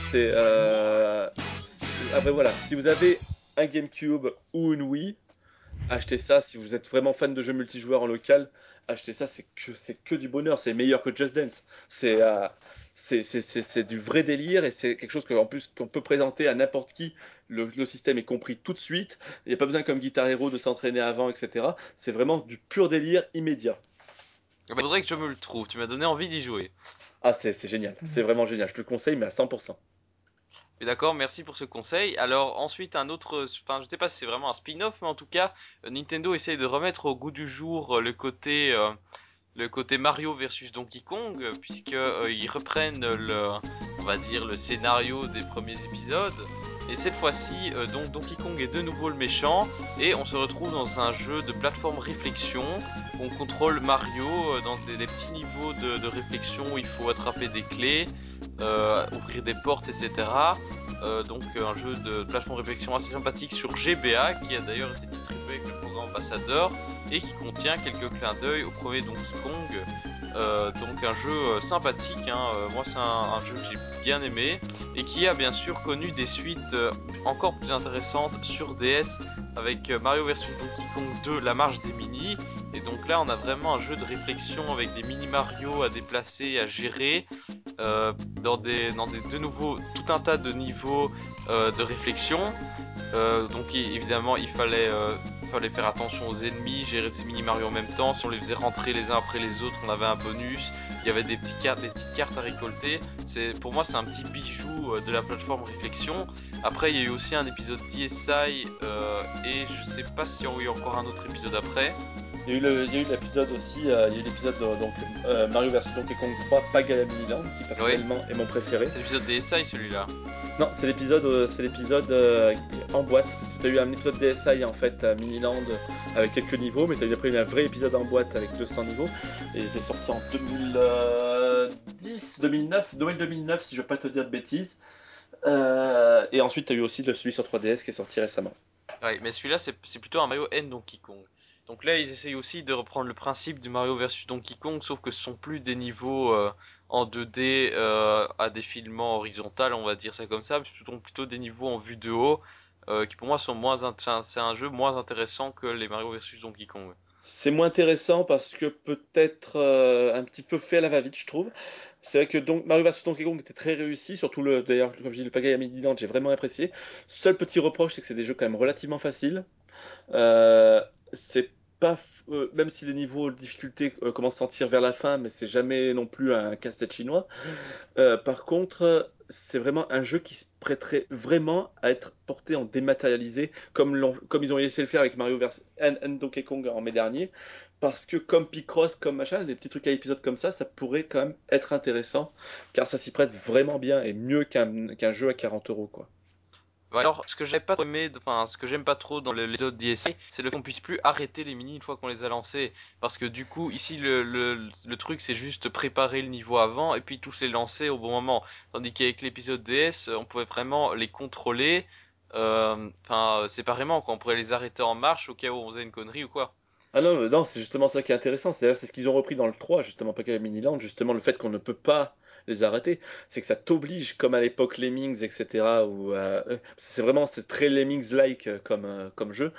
Speaker 3: après voilà, si vous avez un GameCube ou une Wii, achetez ça. Si vous êtes vraiment fan de jeux multijoueurs en local, achetez ça. C'est que du bonheur. C'est meilleur que Just Dance. C'est du vrai délire et c'est quelque chose en plus qu'on peut présenter à n'importe qui. Le système est compris tout de suite. Il n'y a pas besoin comme Guitar Hero de s'entraîner avant, etc. C'est vraiment du pur délire immédiat.
Speaker 1: Il faudrait que je me le trouve, tu m'as donné envie d'y jouer.
Speaker 3: Ah, c'est génial. C'est vraiment génial. Je te le conseille, mais à 100%.
Speaker 1: Mais d'accord, merci pour ce conseil. Alors ensuite un autre, enfin je sais pas si c'est vraiment un spin-off, mais en tout cas Nintendo essaye de remettre au goût du jour le côté Mario versus Donkey Kong, puisque ils reprennent on va dire le scénario des premiers épisodes. Et cette fois-ci, donc Donkey Kong est de nouveau le méchant, et on se retrouve dans un jeu de plateforme réflexion. On contrôle Mario dans des petits niveaux de réflexion où il faut attraper des clés, ouvrir des portes, etc. Donc un jeu de plateforme réflexion assez sympathique sur GBA, qui a d'ailleurs été distribué avec le programme Ambassadeur, et qui contient quelques clins d'œil au premier Donkey Kong. Donc un jeu sympathique, hein. Moi c'est un jeu que j'ai bien aimé et qui a bien sûr connu des suites encore plus intéressantes sur DS avec Mario vs Donkey Kong 2, la marche des mini. Et donc là on a vraiment un jeu de réflexion avec des mini Mario à déplacer, à gérer, dans des de nouveau tout un tas de niveaux de réflexion. Donc évidemment il fallait faire attention aux ennemis, gérer ces mini Mario en même temps. Si on les faisait rentrer les uns après les autres, on avait un bonus. Il y avait des petites cartes à récolter. Pour moi c'est un petit bijou de la plateforme réflexion. Après il y a eu aussi un épisode DSi et je sais pas s'il y a eu encore un autre épisode après.
Speaker 3: Il y a eu l'épisode aussi, il y a eu l'épisode Mario vs Donkey Kong 3, Pagaya Mini Land, qui
Speaker 1: Oui,
Speaker 3: personnellement est mon préféré.
Speaker 1: c'est l'épisode DSi celui-là.
Speaker 3: Non, c'est l'épisode en boîte. Parce que tu as eu un épisode DSi en fait à Miniland avec quelques niveaux, mais tu as eu après un vrai épisode en boîte avec 200 niveaux. Et c'est sorti en 2010, 2009, Noël 2009 si je ne veux pas te dire de bêtises. Et ensuite tu as eu aussi celui sur 3DS qui est sorti récemment.
Speaker 1: Ouais, mais celui-là c'est plutôt un Mario N Donkey Kong. Donc là, ils essayent aussi de reprendre le principe du Mario versus Donkey Kong, sauf que ce sont plus des niveaux en 2D à défilement horizontal, on va dire ça comme ça, mais plutôt des niveaux en vue de haut, qui pour moi sont c'est un jeu moins intéressant que les Mario versus Donkey Kong.
Speaker 3: C'est moins intéressant parce que peut-être un petit peu fait à la va-vite, je trouve. C'est vrai que donc Mario vs Donkey Kong était très réussi, surtout d'ailleurs, comme je dis, le Pagaya Midland, j'ai vraiment apprécié. Seul petit reproche, c'est que c'est des jeux quand même relativement faciles. Euh, c'est pas, même si les niveaux de difficulté commencent à sentir vers la fin, mais c'est jamais non plus un casse-tête chinois. Par contre, c'est vraiment un jeu qui se prêterait vraiment à être porté en dématérialisé, comme ils ont essayé de le faire avec Mario vs and Donkey Kong en mai dernier. Parce que comme Picross, comme machin, des petits trucs à épisodes comme ça pourrait quand même être intéressant, car ça s'y prête vraiment bien et mieux qu'un jeu à 40 € quoi.
Speaker 1: Ouais, alors, ce que j'aime pas trop ce que j'aime pas trop dans les autres DSI, c'est le fait qu'on puisse plus arrêter les mini une fois qu'on les a lancés. Parce que du coup, ici, le truc, c'est juste préparer le niveau avant et puis tous les lancer au bon moment. Tandis qu'avec l'épisode DS, on pouvait vraiment les contrôler, séparément, quoi. On pourrait les arrêter en marche au cas où on faisait une connerie ou quoi.
Speaker 3: Ah non, non, c'est justement ça qui est intéressant. C'est ce qu'ils ont repris dans le 3, justement, pas qu'à Miniland, justement, le fait qu'on ne peut pas les arrêter. C'est que ça t'oblige, comme à l'époque Lemmings, etc., c'est très Lemmings-like comme jeu.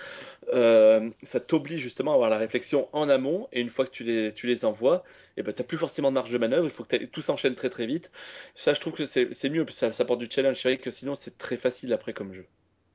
Speaker 3: Ça t'oblige justement à avoir la réflexion en amont, et une fois que tu les envoies, et ben, t'as plus forcément de marge de manœuvre, il faut que tout s'enchaîne très très vite. Ça, je trouve que c'est mieux, parce que ça apporte du challenge. C'est vrai que sinon, c'est très facile après comme jeu.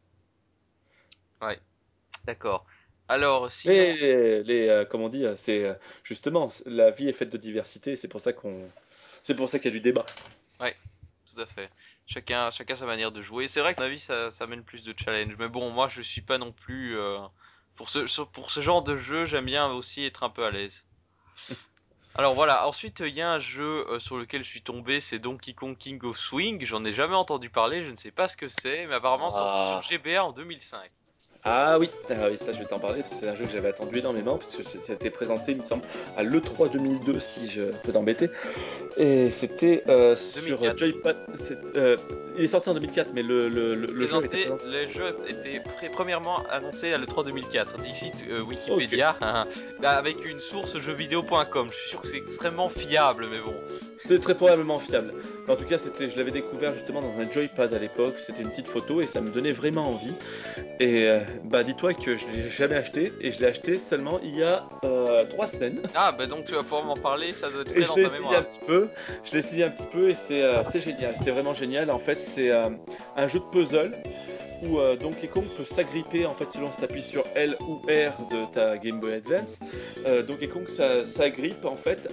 Speaker 1: Ouais, d'accord. Alors, sinon,
Speaker 3: Mais comme on dit, justement, la vie est faite de diversité, c'est pour ça qu'il y a du débat.
Speaker 1: ouais, tout à fait. Chacun sa manière de jouer. C'est vrai que, à mon avis, ça amène plus de challenge. Mais bon, moi, je suis pas non plus, pour ce genre de jeu, j'aime bien aussi être un peu à l'aise. Alors voilà, ensuite il y a un jeu sur lequel je suis tombé, c'est Donkey Kong King of Swing. J'en ai jamais entendu parler, je ne sais pas ce que c'est, mais apparemment sorti sur
Speaker 3: Ah.
Speaker 1: GBA en 2005.
Speaker 3: Ah oui, ça je vais t'en parler, parce que c'est un jeu que j'avais attendu énormément, parce que ça a été présenté, il me semble, à l'E3 2002, si je peux t'embêter. Et c'était sur
Speaker 1: 2004.
Speaker 3: Joypad. Il est sorti en 2004, mais le jeu était présenté.
Speaker 1: Le jeu était premièrement annoncé à l'E3 2004. D'ici
Speaker 3: Ok.
Speaker 1: Wikipédia, bah, avec une source jeuxvideo.com. Je suis sûr que c'est extrêmement fiable, mais bon.
Speaker 3: C'était très probablement fiable. En tout cas, je l'avais découvert justement dans un Joypad à l'époque. C'était une petite photo et ça me donnait vraiment envie. Et bah, dis-toi que je l'ai jamais acheté et je l'ai acheté seulement il y a 3 semaines.
Speaker 1: Ah bah donc tu vas pouvoir m'en parler, ça doit être
Speaker 3: Et
Speaker 1: frais
Speaker 3: je
Speaker 1: dans
Speaker 3: l'ai
Speaker 1: ta
Speaker 3: essayé un
Speaker 1: mémoire.
Speaker 3: petit peu. Je l'ai essayé un petit peu et c'est génial. C'est vraiment génial. En fait, c'est un jeu de puzzle où Donkey Kong peut s'agripper en fait selon si tu appuies sur L ou R de ta Game Boy Advance. Donkey Kong s'agrippe en fait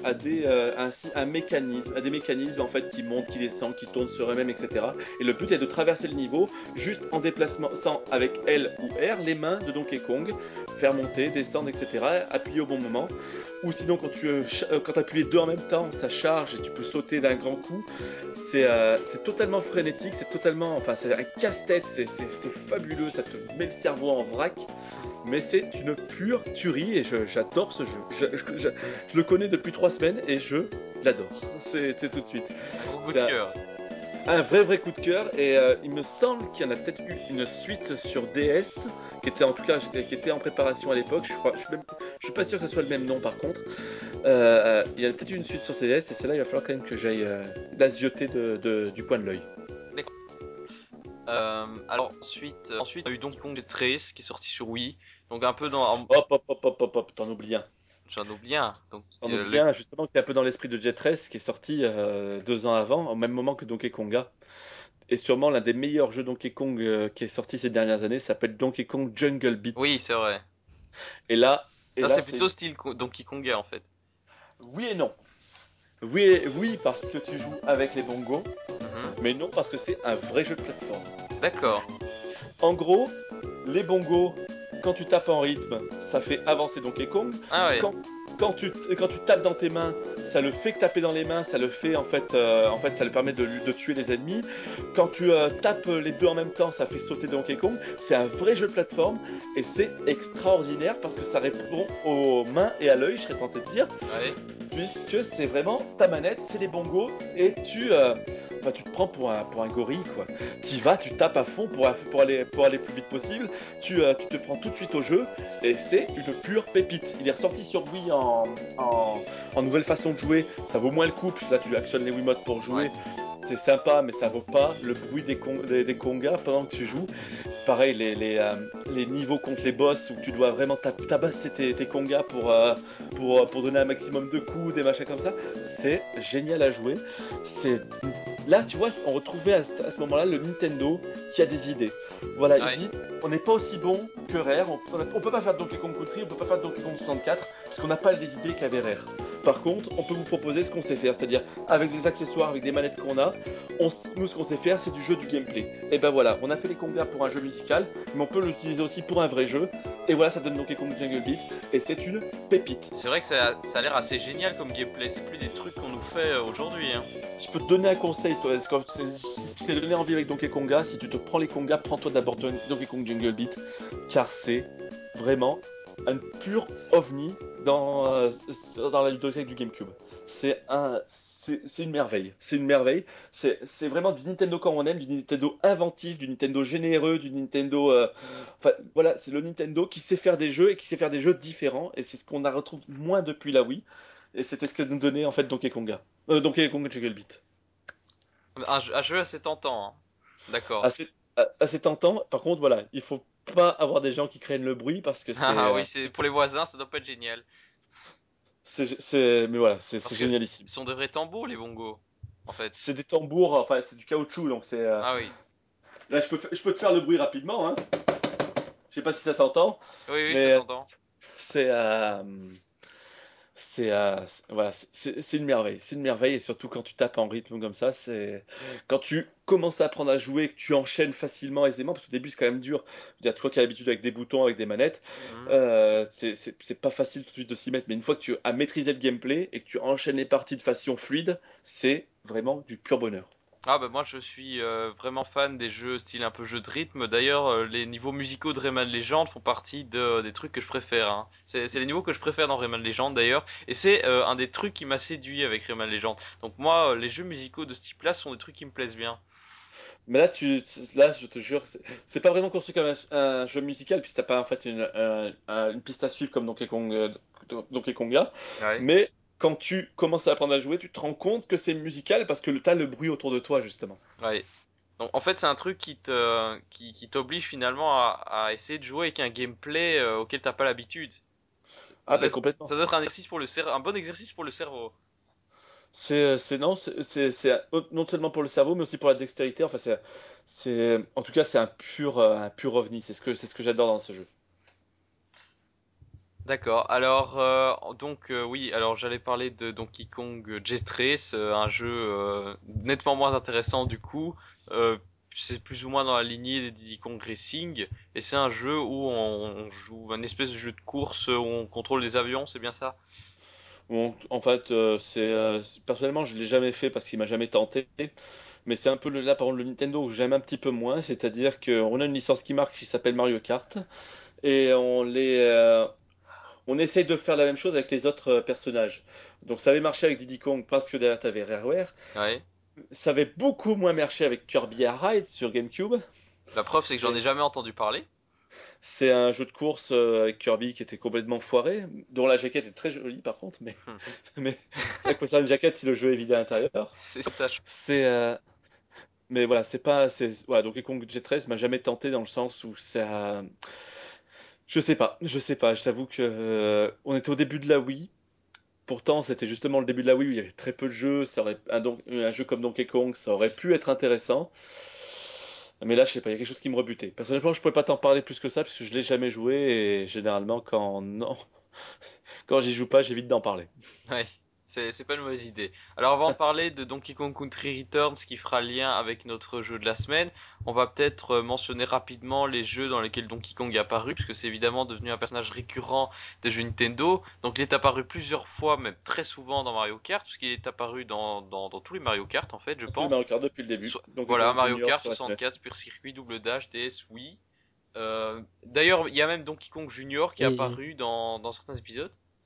Speaker 3: à des mécanismes en fait qui montent, qui descendent, qui tournent sur eux-mêmes, etc. Et le but est de traverser le niveau juste en déplacement sans avec L ou R les mains de Donkey Kong, faire monter, descendre, etc. Appuyer au bon moment. Ou sinon quand tu appuies les deux en même temps, ça charge et tu peux sauter d'un grand coup. C'est totalement frénétique, enfin, c'est un casse-tête, c'est fabuleux, ça te met le cerveau en vrac, mais c'est une pure tuerie et j'adore ce jeu. Je le connais depuis 3 semaines et je l'adore. C'est tout de suite.
Speaker 1: Un gros coup de
Speaker 3: C'est
Speaker 1: cœur.
Speaker 3: un vrai coup de cœur et il me semble qu'il y en a peut-être eu une suite sur DS qui était en tout cas qui était en préparation à l'époque. Je suis pas sûr que ce soit le même nom par contre. Il y a peut-être eu une suite sur DS et celle-là il va falloir quand même que j'aille la zioter du coin de l'œil.
Speaker 1: D'accord. Alors ensuite on a eu Donkey Kong Trace qui est sorti sur Wii. Donc un peu
Speaker 3: Hop, hop, hop, hop, hop, hop, t'en oublies un.
Speaker 1: j'en oublie un. Donc
Speaker 3: T'en oublies un, justement, qui est un peu dans l'esprit de Jet Race, qui est sorti 2 ans avant, au même moment que Donkey Konga. Et sûrement l'un des meilleurs jeux Donkey Kong qui est sorti ces dernières années s'appelle Donkey Kong Jungle
Speaker 1: oui,
Speaker 3: Beat.
Speaker 1: c'est vrai.
Speaker 3: Et là, et
Speaker 1: Ça
Speaker 3: là
Speaker 1: c'est
Speaker 3: c'est
Speaker 1: plutôt style Donkey Konga en fait.
Speaker 3: oui et non. Oui, oui, parce que tu joues avec les bongos,
Speaker 1: Mhm.
Speaker 3: mais non parce que c'est un vrai jeu de plateforme.
Speaker 1: D'accord.
Speaker 3: En gros, les bongos, quand tu tapes en rythme, ça fait avancer Donkey Kong.
Speaker 1: Ah ouais.
Speaker 3: Quand, quand tu tapes dans tes mains, ça le fait que taper dans les mains, ça le fait en fait ça le permet de tuer les ennemis. Quand tu tapes les deux en même temps, ça fait sauter Donkey Kong. C'est un vrai jeu de plateforme et c'est extraordinaire parce que ça répond aux mains et à l'œil, je serais tenté de dire,
Speaker 1: Ouais.
Speaker 3: puisque c'est vraiment ta manette, c'est les bongos et enfin, tu te prends pour un gorille, quoi. T'y vas, tu tapes à fond pour aller plus vite possible. Tu te prends tout de suite au jeu et c'est une pure pépite. Il est ressorti sur Wii en nouvelle façon de jouer. Ça vaut moins le coup, puisque là tu actionnes les Wiimotes pour
Speaker 1: Ouais.
Speaker 3: jouer. C'est sympa, mais ça vaut pas le bruit des congas pendant que tu joues. Pareil, les niveaux contre les boss où tu dois vraiment tabasser tes congas pour donner un maximum de coups, des machins comme ça, c'est génial à jouer. C'est Là, tu vois, on retrouvait à ce moment-là le Nintendo qui a des idées. Voilà, ils
Speaker 1: Ouais.
Speaker 3: disent on n'est pas aussi bon que Rare, on peut pas faire de Donkey Kong Country, on peut pas faire de Donkey Kong 64, puisqu'on n'a pas les idées qu'avait Rare. Par contre, on peut vous proposer ce qu'on sait faire, c'est-à-dire avec des accessoires, avec des manettes qu'on a, nous ce qu'on sait faire, c'est du jeu, du gameplay. Et ben voilà, on a fait les congas pour un jeu musical, mais on peut l'utiliser aussi pour un vrai jeu. Et voilà, ça donne Donkey Kong Jungle Beat, et c'est une pépite.
Speaker 1: C'est vrai que ça a l'air assez génial comme gameplay. C'est plus des trucs qu'on nous fait aujourd'hui, hein.
Speaker 3: Si je peux te donner un conseil, toi, si je t'ai donné envie avec Donkey Konga, si tu te prends les Konga, prends-toi d'abord Donkey Kong Jungle Beat, car c'est vraiment un pur ovni dans la ludothèque du GameCube. C'est une merveille, c'est une merveille. C'est vraiment du Nintendo comme on aime, du Nintendo inventif, du Nintendo généreux, du Nintendo. Enfin, voilà, c'est le Nintendo qui sait faire des jeux et qui sait faire des jeux différents, et c'est ce qu'on a retrouvé moins depuis la Wii. Et c'était ce que nous donnait en fait Donkey Konga. Donkey Kong Jungle Beat.
Speaker 1: Un jeu assez tentant, hein. D'accord.
Speaker 3: Assez, assez tentant. Par contre, voilà, il faut pas avoir des gens qui craignent le bruit parce que
Speaker 1: Ah oui, c'est pour les voisins, ça doit pas être génial.
Speaker 3: mais voilà, c'est
Speaker 1: Parce que
Speaker 3: génialissime.
Speaker 1: ce sont de vrais tambours, les bongos, en fait.
Speaker 3: C'est des tambours, enfin, c'est du caoutchouc, donc
Speaker 1: Ah oui.
Speaker 3: là, je peux te faire le bruit rapidement, hein. Je sais pas si ça s'entend,
Speaker 1: Oui, oui, ça
Speaker 3: mais
Speaker 1: s'entend.
Speaker 3: c'est, voilà, c'est une merveille, c'est une merveille et surtout quand tu tapes en rythme comme ça, c'est quand tu commences à apprendre à jouer, que tu enchaînes facilement, aisément, parce qu'au début c'est quand même dur. Je veux dire, toi qui as l'habitude avec des boutons, avec des manettes,
Speaker 1: Mhm.
Speaker 3: c'est pas facile tout de suite de s'y mettre, mais une fois que tu as maîtrisé le gameplay et que tu enchaînes les parties de façon fluide, c'est vraiment du pur bonheur.
Speaker 1: Ah bah moi je suis vraiment fan des jeux style un peu jeu de rythme. D'ailleurs, les niveaux musicaux de Rayman Legend font partie des trucs que je préfère, hein. C'est les niveaux que je préfère dans Rayman Legend d'ailleurs. Et c'est un des trucs qui m'a séduit avec Rayman Legend. Donc moi, les jeux musicaux de ce type-là sont des trucs qui me plaisent bien.
Speaker 3: Mais là, là, je te jure, c'est pas vraiment construit comme un jeu musical, puisque t'as pas en fait une piste à suivre comme Donkey Konga.
Speaker 1: Ouais.
Speaker 3: Mais quand tu commences à apprendre à jouer, tu te rends compte que c'est musical parce que t'as le bruit autour de toi, justement.
Speaker 1: Ouais. Donc en fait c'est un truc qui t'oblige finalement à essayer de jouer avec un gameplay auquel t'as pas l'habitude.
Speaker 3: Ah, ben complètement.
Speaker 1: Ça doit être un exercice pour le cerveau, un bon exercice pour le cerveau.
Speaker 3: Non, non seulement pour le cerveau, mais aussi pour la dextérité. Enfin, en tout cas, c'est un pur ovni. C'est ce que j'adore dans ce jeu.
Speaker 1: D'accord. Alors oui, alors j'allais parler de Donkey Kong Jet Race, un jeu nettement moins intéressant du coup. Euh, c'est plus ou moins dans la lignée des Diddy Kong Racing et c'est un jeu où on joue un espèce de jeu de course où on contrôle des avions, c'est bien ça?
Speaker 3: Bon, en fait, personnellement, je l'ai jamais fait parce qu'il m'a jamais tenté. Mais c'est un peu là, par contre, le Nintendo que j'aime un petit peu moins. C'est-à-dire qu'on a une licence qui marque qui s'appelle Mario Kart. Et on essaye de faire la même chose avec les autres personnages. Donc ça avait marché avec Diddy Kong parce que derrière t'avais Rareware.
Speaker 1: Ouais.
Speaker 3: Ça avait beaucoup moins marché avec Kirby Air Ride sur GameCube.
Speaker 1: La preuve c'est que j'en ai
Speaker 3: Et
Speaker 1: jamais entendu parler.
Speaker 3: c'est un jeu de course avec Kirby qui était complètement foiré, dont la jaquette est très jolie par contre, mais, mais à quoi sert une jaquette si le jeu est vide à l'intérieur?
Speaker 1: C'est ça tâche.
Speaker 3: C'est Mais voilà, c'est pas. Voilà, Donkey Kong Jet Race m'a jamais tenté dans le sens où ça. Je sais pas. Je t'avoue que on était au début de la Wii. Pourtant, c'était justement le début de la Wii où il y avait très peu de jeux. Un jeu comme Donkey Kong, ça aurait pu être intéressant. Mais là, je sais pas, il y a quelque chose qui me rebutait. Personnellement, je pourrais pas t'en parler plus que ça parce que je l'ai jamais joué et généralement, quand non, quand j'y joue pas, j'évite d'en parler.
Speaker 1: Ouais, c'est pas une mauvaise idée. Alors avant de parler de Donkey Kong Country Returns qui fera lien avec notre jeu de la semaine, on va peut-être mentionner rapidement les jeux dans lesquels Donkey Kong est apparu, puisque c'est évidemment devenu un personnage récurrent des jeux Nintendo. Donc il est apparu plusieurs fois, même très souvent dans Mario Kart, puisqu'il est apparu dans tous les Mario Kart en fait, je
Speaker 3: Tous les
Speaker 1: pense.
Speaker 3: Mario Kart depuis le début. Donkey
Speaker 1: Voilà,
Speaker 3: Kong
Speaker 1: Mario
Speaker 3: Junior
Speaker 1: Kart
Speaker 3: sur SNES.
Speaker 1: 64, Super Circuit, Double Dash, DS, Wii. D'ailleurs, il y a même Donkey Kong Junior qui est
Speaker 2: Et
Speaker 1: apparu dans certains épisodes.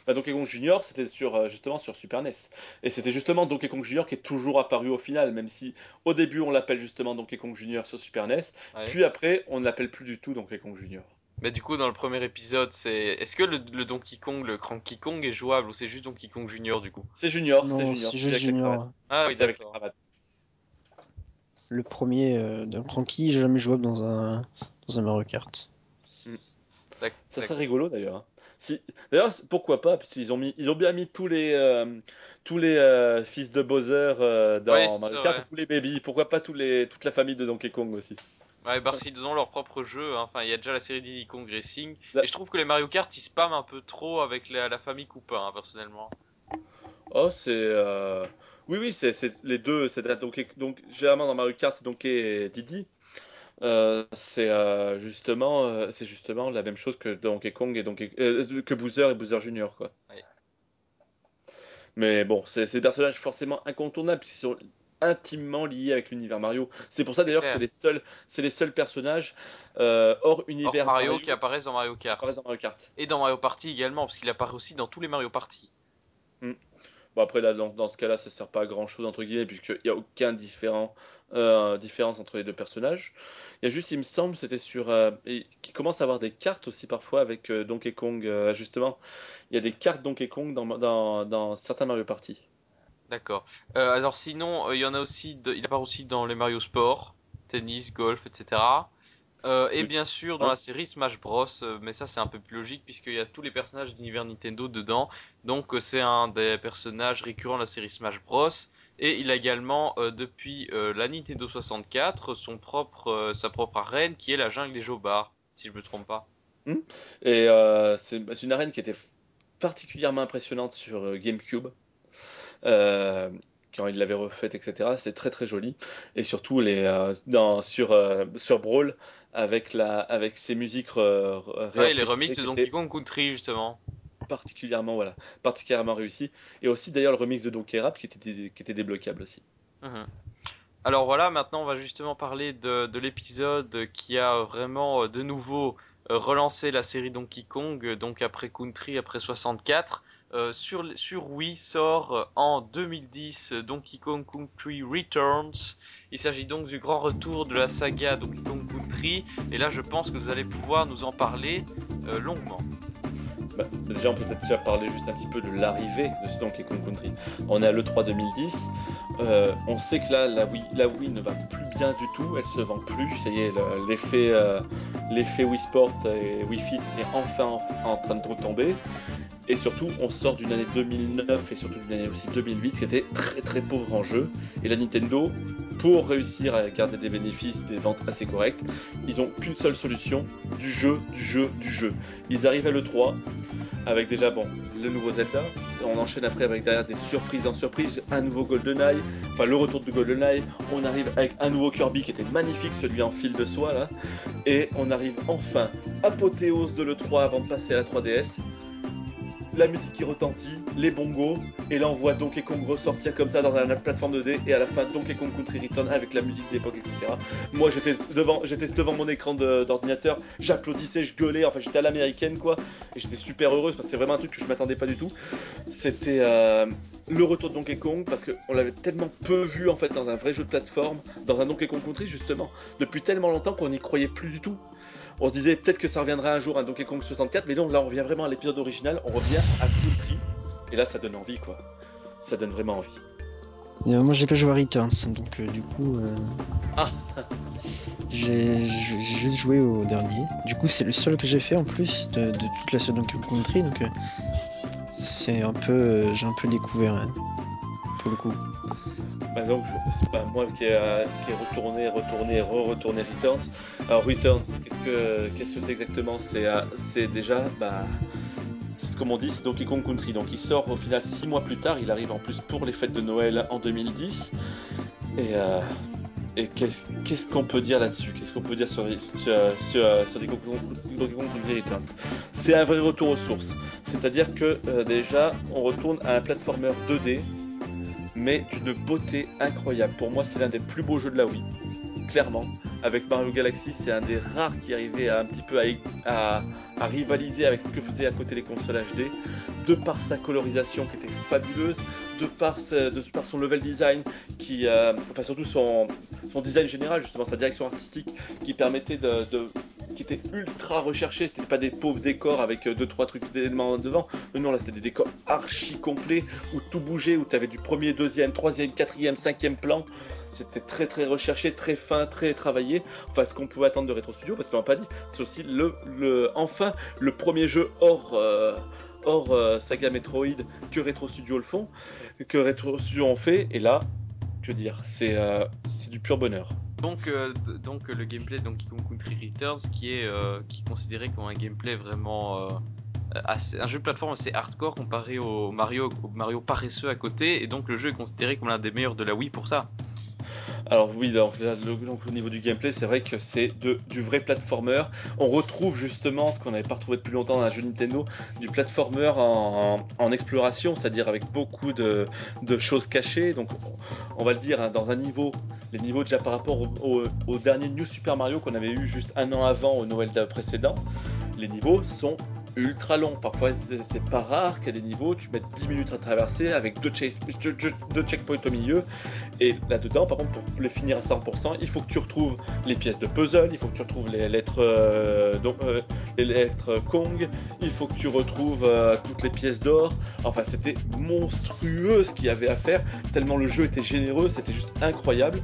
Speaker 3: Bah, Donkey Kong Junior, c'était justement sur Super NES. Et c'était justement Donkey Kong Junior qui est toujours apparu au final, même si au début on l'appelle justement Donkey Kong Junior sur Super NES,
Speaker 1: Ouais.
Speaker 3: puis après on ne l'appelle plus du tout Donkey Kong Junior.
Speaker 1: Mais du coup, dans le premier épisode, est-ce que le Donkey Kong, le Cranky Kong est jouable ou c'est juste Donkey Kong Junior du coup?
Speaker 3: C'est
Speaker 2: Non,
Speaker 3: Junior,
Speaker 2: c'est
Speaker 3: c'est celui
Speaker 2: juste
Speaker 3: avec la cravate.
Speaker 2: Junior.
Speaker 1: Ah oui,
Speaker 3: C'est avec la
Speaker 1: d'accord.
Speaker 3: cravate.
Speaker 2: Le premier d'un Cranky, jamais jouable dans un Mario Kart.
Speaker 3: Mm. Ça serait
Speaker 1: D'accord.
Speaker 3: rigolo d'ailleurs, hein. Si... D'ailleurs, pourquoi pas, ils ont bien mis tous les fils de Bowser
Speaker 1: Ouais,
Speaker 3: dans
Speaker 1: c'est
Speaker 3: Mario Kart et
Speaker 1: vrai.
Speaker 3: tous les baby. Pourquoi pas toute la famille de Donkey Kong aussi.
Speaker 1: Ouais, parce qu'ils ont leur propre jeu, hein. Enfin, il y a déjà la série Diddy Kong Racing. Et
Speaker 3: Là-
Speaker 1: je trouve que les Mario Kart, ils spamment un peu trop avec la famille Koopa, hein, personnellement.
Speaker 3: Oh, oui, oui, c'est les deux. Donc, généralement dans Mario Kart, c'est Donkey et Diddy. C'est justement la même chose que Donkey Kong et que Bowser et Bowser Junior, quoi.
Speaker 1: Ouais,
Speaker 3: Mais bon, c'est des personnages forcément incontournables puisqu'ils sont intimement liés avec l'univers Mario. C'est pour ça
Speaker 1: c'est
Speaker 3: d'ailleurs que
Speaker 1: clair.
Speaker 3: c'est les seuls personnages hors
Speaker 1: Hors
Speaker 3: univers
Speaker 1: Mario qui
Speaker 3: Mario
Speaker 1: apparaissent dans Mario
Speaker 3: qui apparaissent
Speaker 1: Kart.
Speaker 3: dans Mario Kart.
Speaker 1: Et dans Mario Party également, parce qu'il apparaît aussi dans tous les Mario Party.
Speaker 3: Hmm. Bon, après, là, dans ce cas-là, ça sert pas à grand-chose, entre guillemets, puisqu'il n'y a aucun différence entre les deux personnages. Il y a juste, il me semble, c'était qui commence à avoir des cartes aussi parfois avec Donkey Kong, justement. Il y a des cartes Donkey Kong dans certains Mario Party.
Speaker 1: D'accord. Alors sinon, il y en a aussi, il apparaît aussi dans les Mario Sport, tennis, golf, etc. Et
Speaker 3: Oui.
Speaker 1: bien sûr dans
Speaker 3: Hein.
Speaker 1: la série Smash Bros, mais ça c'est un peu plus logique puisqu'il y a tous les personnages d'univers Nintendo dedans, donc c'est un des personnages récurrents de la série Smash Bros. Et il a également depuis la Nintendo 64 sa propre arène qui est la jungle des Jobards, si je me trompe pas.
Speaker 3: Hmm. Et c'est une arène qui était particulièrement impressionnante sur GameCube. euh, Quand il l'avait refaite, etc. C'était très très joli. Et surtout sur Brawl, avec ses musiques
Speaker 1: Ouais, les
Speaker 3: réorchestrées
Speaker 1: remixes de
Speaker 3: qui
Speaker 1: Donkey
Speaker 3: étaient
Speaker 1: Kong Country justement.
Speaker 3: particulièrement réussies. Et aussi d'ailleurs le remix de Donkey Rap qui était débloquable aussi.
Speaker 1: Mhm. Alors voilà, maintenant on va justement parler de l'épisode qui a vraiment de nouveau relancé la série Donkey Kong, donc après Country, après 64. Sur Wii sort en 2010 Donkey Kong Country Returns. Il s'agit donc du grand retour de la saga Donkey Kong Country. Et là je pense que vous allez pouvoir nous en parler longuement.
Speaker 3: Bah, déjà, on peut peut-être déjà parler juste un petit peu de l'arrivée de ce Donkey Kong Country. On est à l'E3 2010. On sait que là, la Wii ne va plus bien du tout. Elle se vend plus. Ça y est, l'effet Wii Sport et Wii Fit est enfin en train de retomber. Et surtout, on sort d'une année 2009 et surtout d'une année aussi 2008 qui était très très pauvre en jeu. Et la Nintendo, pour réussir à garder des bénéfices, des ventes assez correctes, ils ont qu'une seule solution, du jeu, du jeu, du jeu. Ils arrivent à l'E3 avec déjà, bon, le nouveau Zelda. On enchaîne après avec derrière des surprises en surprise, un nouveau GoldenEye, enfin le retour de GoldenEye. On arrive avec un nouveau Kirby qui était magnifique, celui en fil de soie là. Et on arrive enfin, apothéose de l'E3 avant de passer à la 3DS, la musique qui retentit, les bongos, et là on voit Donkey Kong ressortir comme ça dans la plateforme 2D, et à la fin Donkey Kong Country Return avec la musique d'époque, etc. Moi j'étais devant mon écran d'ordinateur, j'applaudissais, je gueulais, enfin j'étais à l'américaine quoi, et j'étais super heureuse parce que c'est vraiment un truc que je m'attendais pas du tout. C'était le retour de Donkey Kong parce qu'on l'avait tellement peu vu en fait dans un vrai jeu de plateforme, dans un Donkey Kong Country justement, depuis tellement longtemps qu'on n'y croyait plus du tout. On se disait peut-être que ça reviendra un jour à Donkey Kong 64, mais non, là on revient vraiment à l'épisode original, on revient à Country, et là ça donne envie quoi. Ça donne vraiment envie.
Speaker 2: Moi, j'ai pas joué à Returns, donc du coup,
Speaker 3: Ah,
Speaker 2: j'ai juste joué au dernier. Du coup, c'est le seul que j'ai fait en plus de toute la série Donkey Kong Country, donc c'est un peu, j'ai un peu découvert hein, pour le coup.
Speaker 3: bah donc c'est pas moi qui est retourné, re-retourné Returns. Alors Returns, qu'est-ce que c'est exactement? C'est déjà, bah, c'est comme on dit, c'est Donkey Kong Country. Donc il sort au final 6 mois plus tard, il arrive en plus pour les fêtes de Noël en 2010. Et, euh, Et qu'est-ce qu'on peut dire là-dessus? Qu'est-ce qu'on peut dire sur Donkey Kong Country Returns? C'est un vrai retour aux sources. C'est-à-dire que déjà, on retourne à un platformer 2D, mais d'une beauté incroyable. Pour moi, c'est l'un des plus beaux jeux de la Wii, clairement. Avec Mario Galaxy, c'est un des rares qui arrivait à un petit peu à rivaliser avec ce que faisaient à côté les consoles HD. de par sa colorisation qui était fabuleuse, de par son level design, surtout son design général, justement, sa direction artistique, qui permettait qui était ultra recherché. C'était pas des pauvres décors avec 2-3 trucs d'éléments devant. Non, là, c'était des décors archi complets où tout bougeait, où tu avais du premier, deuxième, troisième, quatrième, cinquième plan. C'était très très recherché, très fin, très travaillé. Enfin, ce qu'on pouvait attendre de Retro Studio, parce qu'on l'a pas dit, c'est aussi enfin le premier jeu hors saga Metroid que Retro Studio que Retro Studio ont fait. Et là, que dire, c'est du pur bonheur.
Speaker 1: Donc le gameplay de Donkey Kong Country Returns qui est considéré comme un gameplay vraiment un jeu de plateforme assez hardcore comparé au Mario paresseux à côté, et donc le jeu est considéré comme l'un des meilleurs de la Wii pour ça.
Speaker 3: Alors oui, donc au niveau du gameplay, c'est vrai que c'est du vrai platformer. On retrouve justement ce qu'on n'avait pas retrouvé depuis longtemps dans un jeu Nintendo, du platformer en exploration, c'est-à-dire avec beaucoup de choses cachées. Donc on va le dire, hein, dans un niveau, les niveaux déjà par rapport au dernier New Super Mario qu'on avait eu juste un an avant au Noël précédent, les niveaux sont ultra long. Parfois, c'est pas rare qu'il y ait des niveaux, tu mets 10 minutes à traverser avec deux checkpoints au milieu. Et là-dedans, par contre, pour les finir à 100%, il faut que tu retrouves les pièces de puzzle, il faut que tu retrouves les lettres Kong, il faut que tu retrouves toutes les pièces d'or. Enfin, c'était monstrueux ce qu'il y avait à faire, tellement le jeu était généreux, c'était juste incroyable.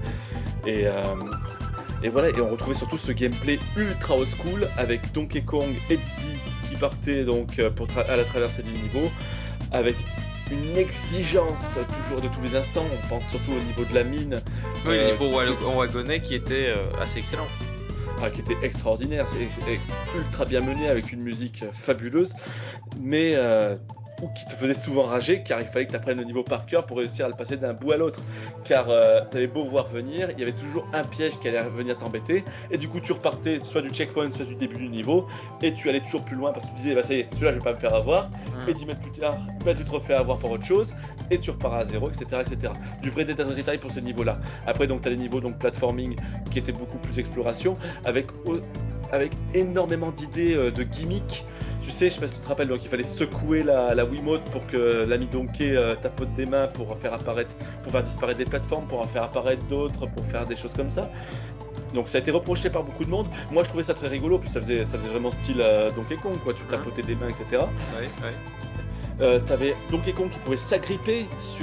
Speaker 3: Et voilà, et on retrouvait surtout ce gameplay ultra old school avec Donkey Kong et Diddy qui partaient donc à la traversée du niveau, avec une exigence toujours de tous les instants. On pense surtout au niveau de la mine.
Speaker 1: Oui, le niveau en wagonnet qui était assez excellent.
Speaker 3: Qui était extraordinaire, c'est ultra bien mené avec une musique fabuleuse, mais qui te faisait souvent rager car il fallait que tu apprennes le niveau par cœur pour réussir à le passer d'un bout à l'autre. Car tu avais beau voir venir, il y avait toujours un piège qui allait venir t'embêter, et du coup tu repartais soit du checkpoint, soit du début du niveau, et tu allais toujours plus loin parce que tu disais, bah ça y est, celui-là je vais pas me faire avoir, et 10 mètres plus tard, bah, tu te refais avoir par autre chose, et tu repars à zéro, etc. etc. Du vrai détail pour ces niveaux-là. Après, donc tu as les niveaux donc, platforming qui étaient beaucoup plus exploration, avec énormément d'idées de gimmicks. Tu sais, je sais pas si tu te rappelles, donc il fallait secouer la Wiimote pour que l'ami Donkey tapote des mains pour faire disparaître des plateformes, pour en faire apparaître d'autres, pour faire des choses comme ça. Donc ça a été reproché par beaucoup de monde. Moi je trouvais ça très rigolo, puis ça faisait vraiment style Donkey Kong, quoi. Tu tapotais des mains, etc.
Speaker 1: Ouais.
Speaker 3: T'avais Donkey Kong qui pouvait s'agripper sur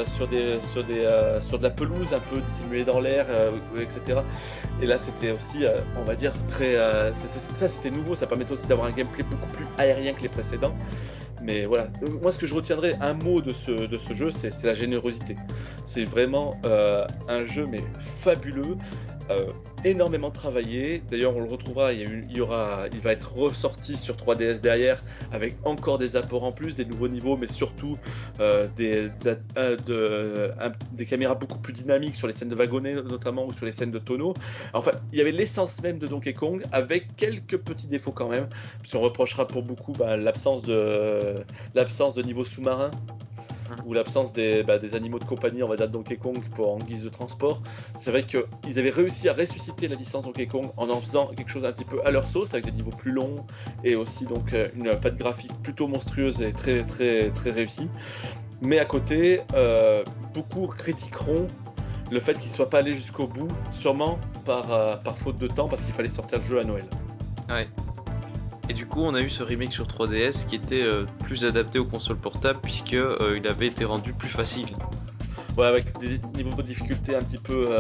Speaker 3: de la pelouse un peu dissimulée dans l'air, etc. Et là c'était aussi, on va dire, très... ça c'était nouveau, ça permettait aussi d'avoir un gameplay beaucoup plus aérien que les précédents. Mais voilà, moi ce que je retiendrai, un mot de ce jeu, c'est la générosité. C'est vraiment un jeu mais fabuleux, énormément travaillé. D'ailleurs on le retrouvera, il va être ressorti sur 3DS derrière avec encore des apports en plus, des nouveaux niveaux, mais surtout des caméras beaucoup plus dynamiques sur les scènes de wagonnet notamment, ou sur les scènes de tonneau. Enfin, il y avait l'essence même de Donkey Kong avec quelques petits défauts quand même. Puis on reprochera pour beaucoup l'absence de niveau sous-marin, ou l'absence des animaux de compagnie, on va dire, de Donkey Kong en guise de transport. C'est vrai qu'ils avaient réussi à ressusciter la licence Donkey Kong en faisant quelque chose un petit peu à leur sauce, avec des niveaux plus longs, et aussi donc une patte graphique plutôt monstrueuse et très très très réussie. Mais à côté, beaucoup critiqueront le fait qu'il ne soit pas allé jusqu'au bout, sûrement par faute de temps, parce qu'il fallait sortir le jeu à Noël.
Speaker 1: Ouais. Et du coup, on a eu ce remake sur 3DS qui était plus adapté aux consoles portables, puisque il avait été rendu plus facile.
Speaker 3: Ouais, avec des niveaux de difficulté un petit peu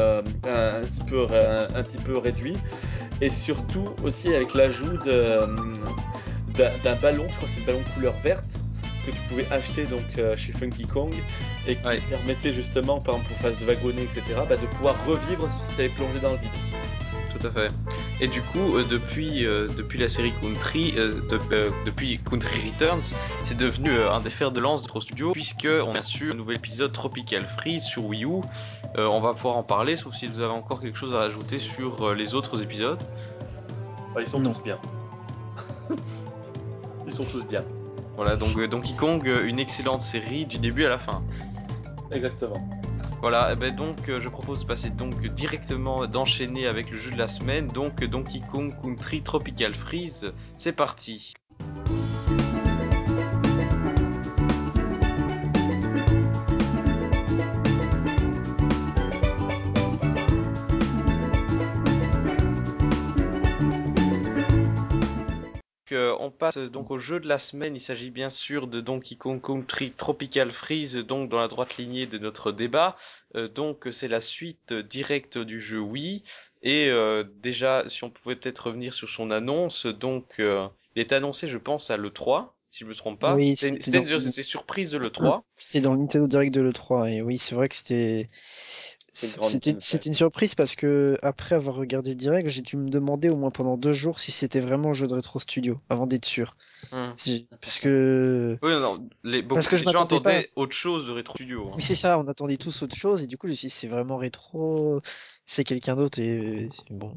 Speaker 3: réduits, et surtout aussi avec l'ajout d'un ballon, je crois que c'est le ballon couleur verte, que tu pouvais acheter donc chez Funky Kong, et qui permettait justement, par exemple pour phase de wagonnet, etc., de pouvoir revivre si tu avais plongé dans le vide.
Speaker 1: Tout à fait. Et du coup, depuis la série Country, depuis Country Returns, c'est devenu un des fers de lance de Retro Studio, puisque on a su un nouvel épisode Tropical Freeze sur Wii U. On va pouvoir en parler, sauf si vous avez encore quelque chose à ajouter sur les autres épisodes.
Speaker 3: Ils sont tous bien. Ils sont tous bien.
Speaker 1: Voilà, donc Donkey Kong, une excellente série du début à la fin.
Speaker 3: Exactement.
Speaker 1: Voilà, donc je propose de passer donc directement d'enchaîner avec le jeu de la semaine, donc Donkey Kong Country Tropical Freeze. C'est parti. On passe donc au jeu de la semaine. Il s'agit bien sûr de Donkey Kong Country Tropical Freeze, donc dans la droite lignée de notre débat. Donc c'est la suite directe du jeu Wii. Et déjà, si on pouvait peut-être revenir sur son annonce, donc il est annoncé, je pense, à l'E3, si je me trompe pas.
Speaker 2: Oui,
Speaker 1: C'était une surprise de l'E3.
Speaker 2: c'était dans le Nintendo Direct de l'E3 et oui, c'est vrai que
Speaker 3: C'est le grand Nintendo Direct.
Speaker 2: c'était une surprise parce que après avoir regardé le direct, j'ai dû me demander au moins pendant 2 jours si c'était vraiment un jeu de Retro Studio avant d'être sûr.
Speaker 1: Hmm.
Speaker 2: Parce
Speaker 1: Non,
Speaker 2: que je
Speaker 1: les gens
Speaker 2: m'attendais pas.
Speaker 1: attendaient autre chose de Retro Studio, hein.
Speaker 2: Oui, c'est ça, on attendait tous autre chose et du coup, je me suis dit, c'est vraiment rétro, c'est quelqu'un d'autre et bon,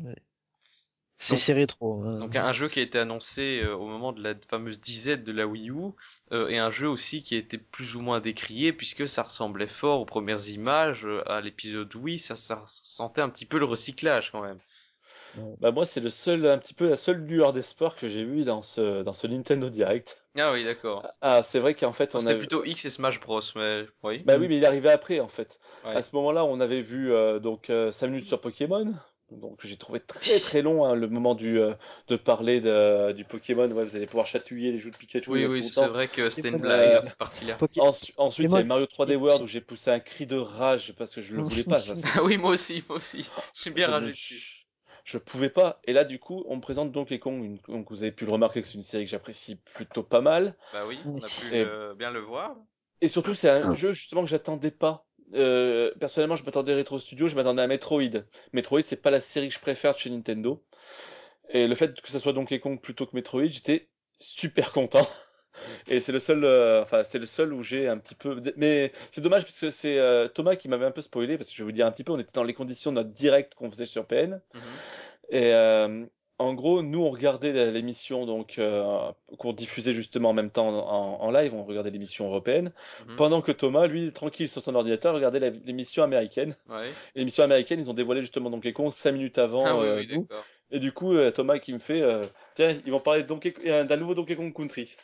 Speaker 1: Donc,
Speaker 2: c'est rétro,
Speaker 1: Donc
Speaker 2: hein.
Speaker 1: un jeu qui a été annoncé au moment de la fameuse disette de la Wii U, et un jeu aussi qui a été plus ou moins décrié puisque ça ressemblait fort aux premières images à l'épisode Wii, ça sentait un petit peu le recyclage quand même.
Speaker 3: Bah moi, c'est un petit peu la seule lueur d'espoir que j'ai vue dans ce Nintendo Direct.
Speaker 1: Ah oui, d'accord.
Speaker 3: Ah, c'est vrai qu'en fait,
Speaker 1: Moi, c'était plutôt X et Smash Bros, mais oui.
Speaker 3: bah oui, mais il est arrivé après, en fait. À
Speaker 1: Ouais.
Speaker 3: ce moment-là, on avait vu 5 minutes sur Pokémon. Donc j'ai trouvé très très long hein, le moment de parler du Pokémon. Ouais, vous allez pouvoir chatouiller les joues de Pikachu, vous
Speaker 1: Oui,
Speaker 3: êtes
Speaker 1: oui, c'est
Speaker 3: content.
Speaker 1: vrai que c'était une
Speaker 2: Pokémon,
Speaker 1: blague,
Speaker 3: Euh,
Speaker 1: hein, cette partie-là.
Speaker 3: Ensuite, il y
Speaker 2: Pokémon,
Speaker 3: avait Mario 3D
Speaker 2: et-
Speaker 3: World où j'ai poussé un cri de rage parce que je le voulais pas.
Speaker 1: Ah oui, moi aussi, moi aussi. J'ai bien
Speaker 3: Je ne
Speaker 1: ragé dessus.
Speaker 3: je pouvais pas. Et là, du coup, on me présente Donkey Kong. Donc, vous avez pu le remarquer que c'est une série que j'apprécie plutôt pas mal.
Speaker 1: Bah oui, on a pu
Speaker 3: Et,
Speaker 1: bien le voir.
Speaker 3: et surtout, c'est un jeu justement que j'attendais pas. Personnellement, je m'attendais à Retro Studio, je m'attendais à Metroid. Metroid, c'est pas la série que je préfère de chez Nintendo. Et le fait que ça soit Donkey Kong plutôt que Metroid, j'étais super content. Et c'est le seul, enfin, c'est le seul où j'ai un petit peu. Mais c'est dommage parce que c'est Thomas qui m'avait un peu spoilé parce que je vais vous dire un petit peu, on était dans les conditions de notre direct qu'on faisait sur PN.
Speaker 1: Mhm,
Speaker 3: Et en gros, nous, on regardait l'émission donc qu'on diffusait justement en même temps en live, on regardait l'émission européenne,
Speaker 1: mhm.
Speaker 3: pendant que Thomas, lui, tranquille sur son ordinateur, regardait l'émission américaine.
Speaker 1: Ouais.
Speaker 3: Et l'émission américaine, ils ont dévoilé justement Donkey Kong 5 minutes
Speaker 1: Ah
Speaker 3: avant
Speaker 1: oui, oui,
Speaker 3: nous.
Speaker 1: d'accord.
Speaker 3: Et du coup, Thomas qui me fait, tiens, ils vont parler de d'un nouveau Donkey Kong Country.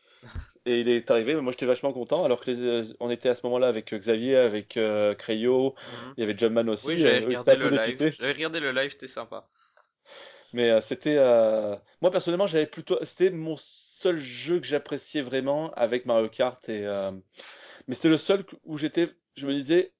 Speaker 3: Et il est arrivé, mais moi j'étais vachement content, alors que on était à ce moment-là avec Xavier, avec Crayo,
Speaker 1: Mhm.
Speaker 3: il y avait Jumpman
Speaker 1: Oui,
Speaker 3: aussi,
Speaker 1: j'avais
Speaker 3: eux, ils étaient
Speaker 1: regardé
Speaker 3: un
Speaker 1: le
Speaker 3: peu
Speaker 1: live.
Speaker 3: dépité.
Speaker 1: J'avais regardé le live, c'était sympa.
Speaker 3: Mais c'était. Moi personnellement, j'avais plutôt. C'était mon seul jeu que j'appréciais vraiment avec Mario Kart. Mais c'était le seul où j'étais. Je me disais,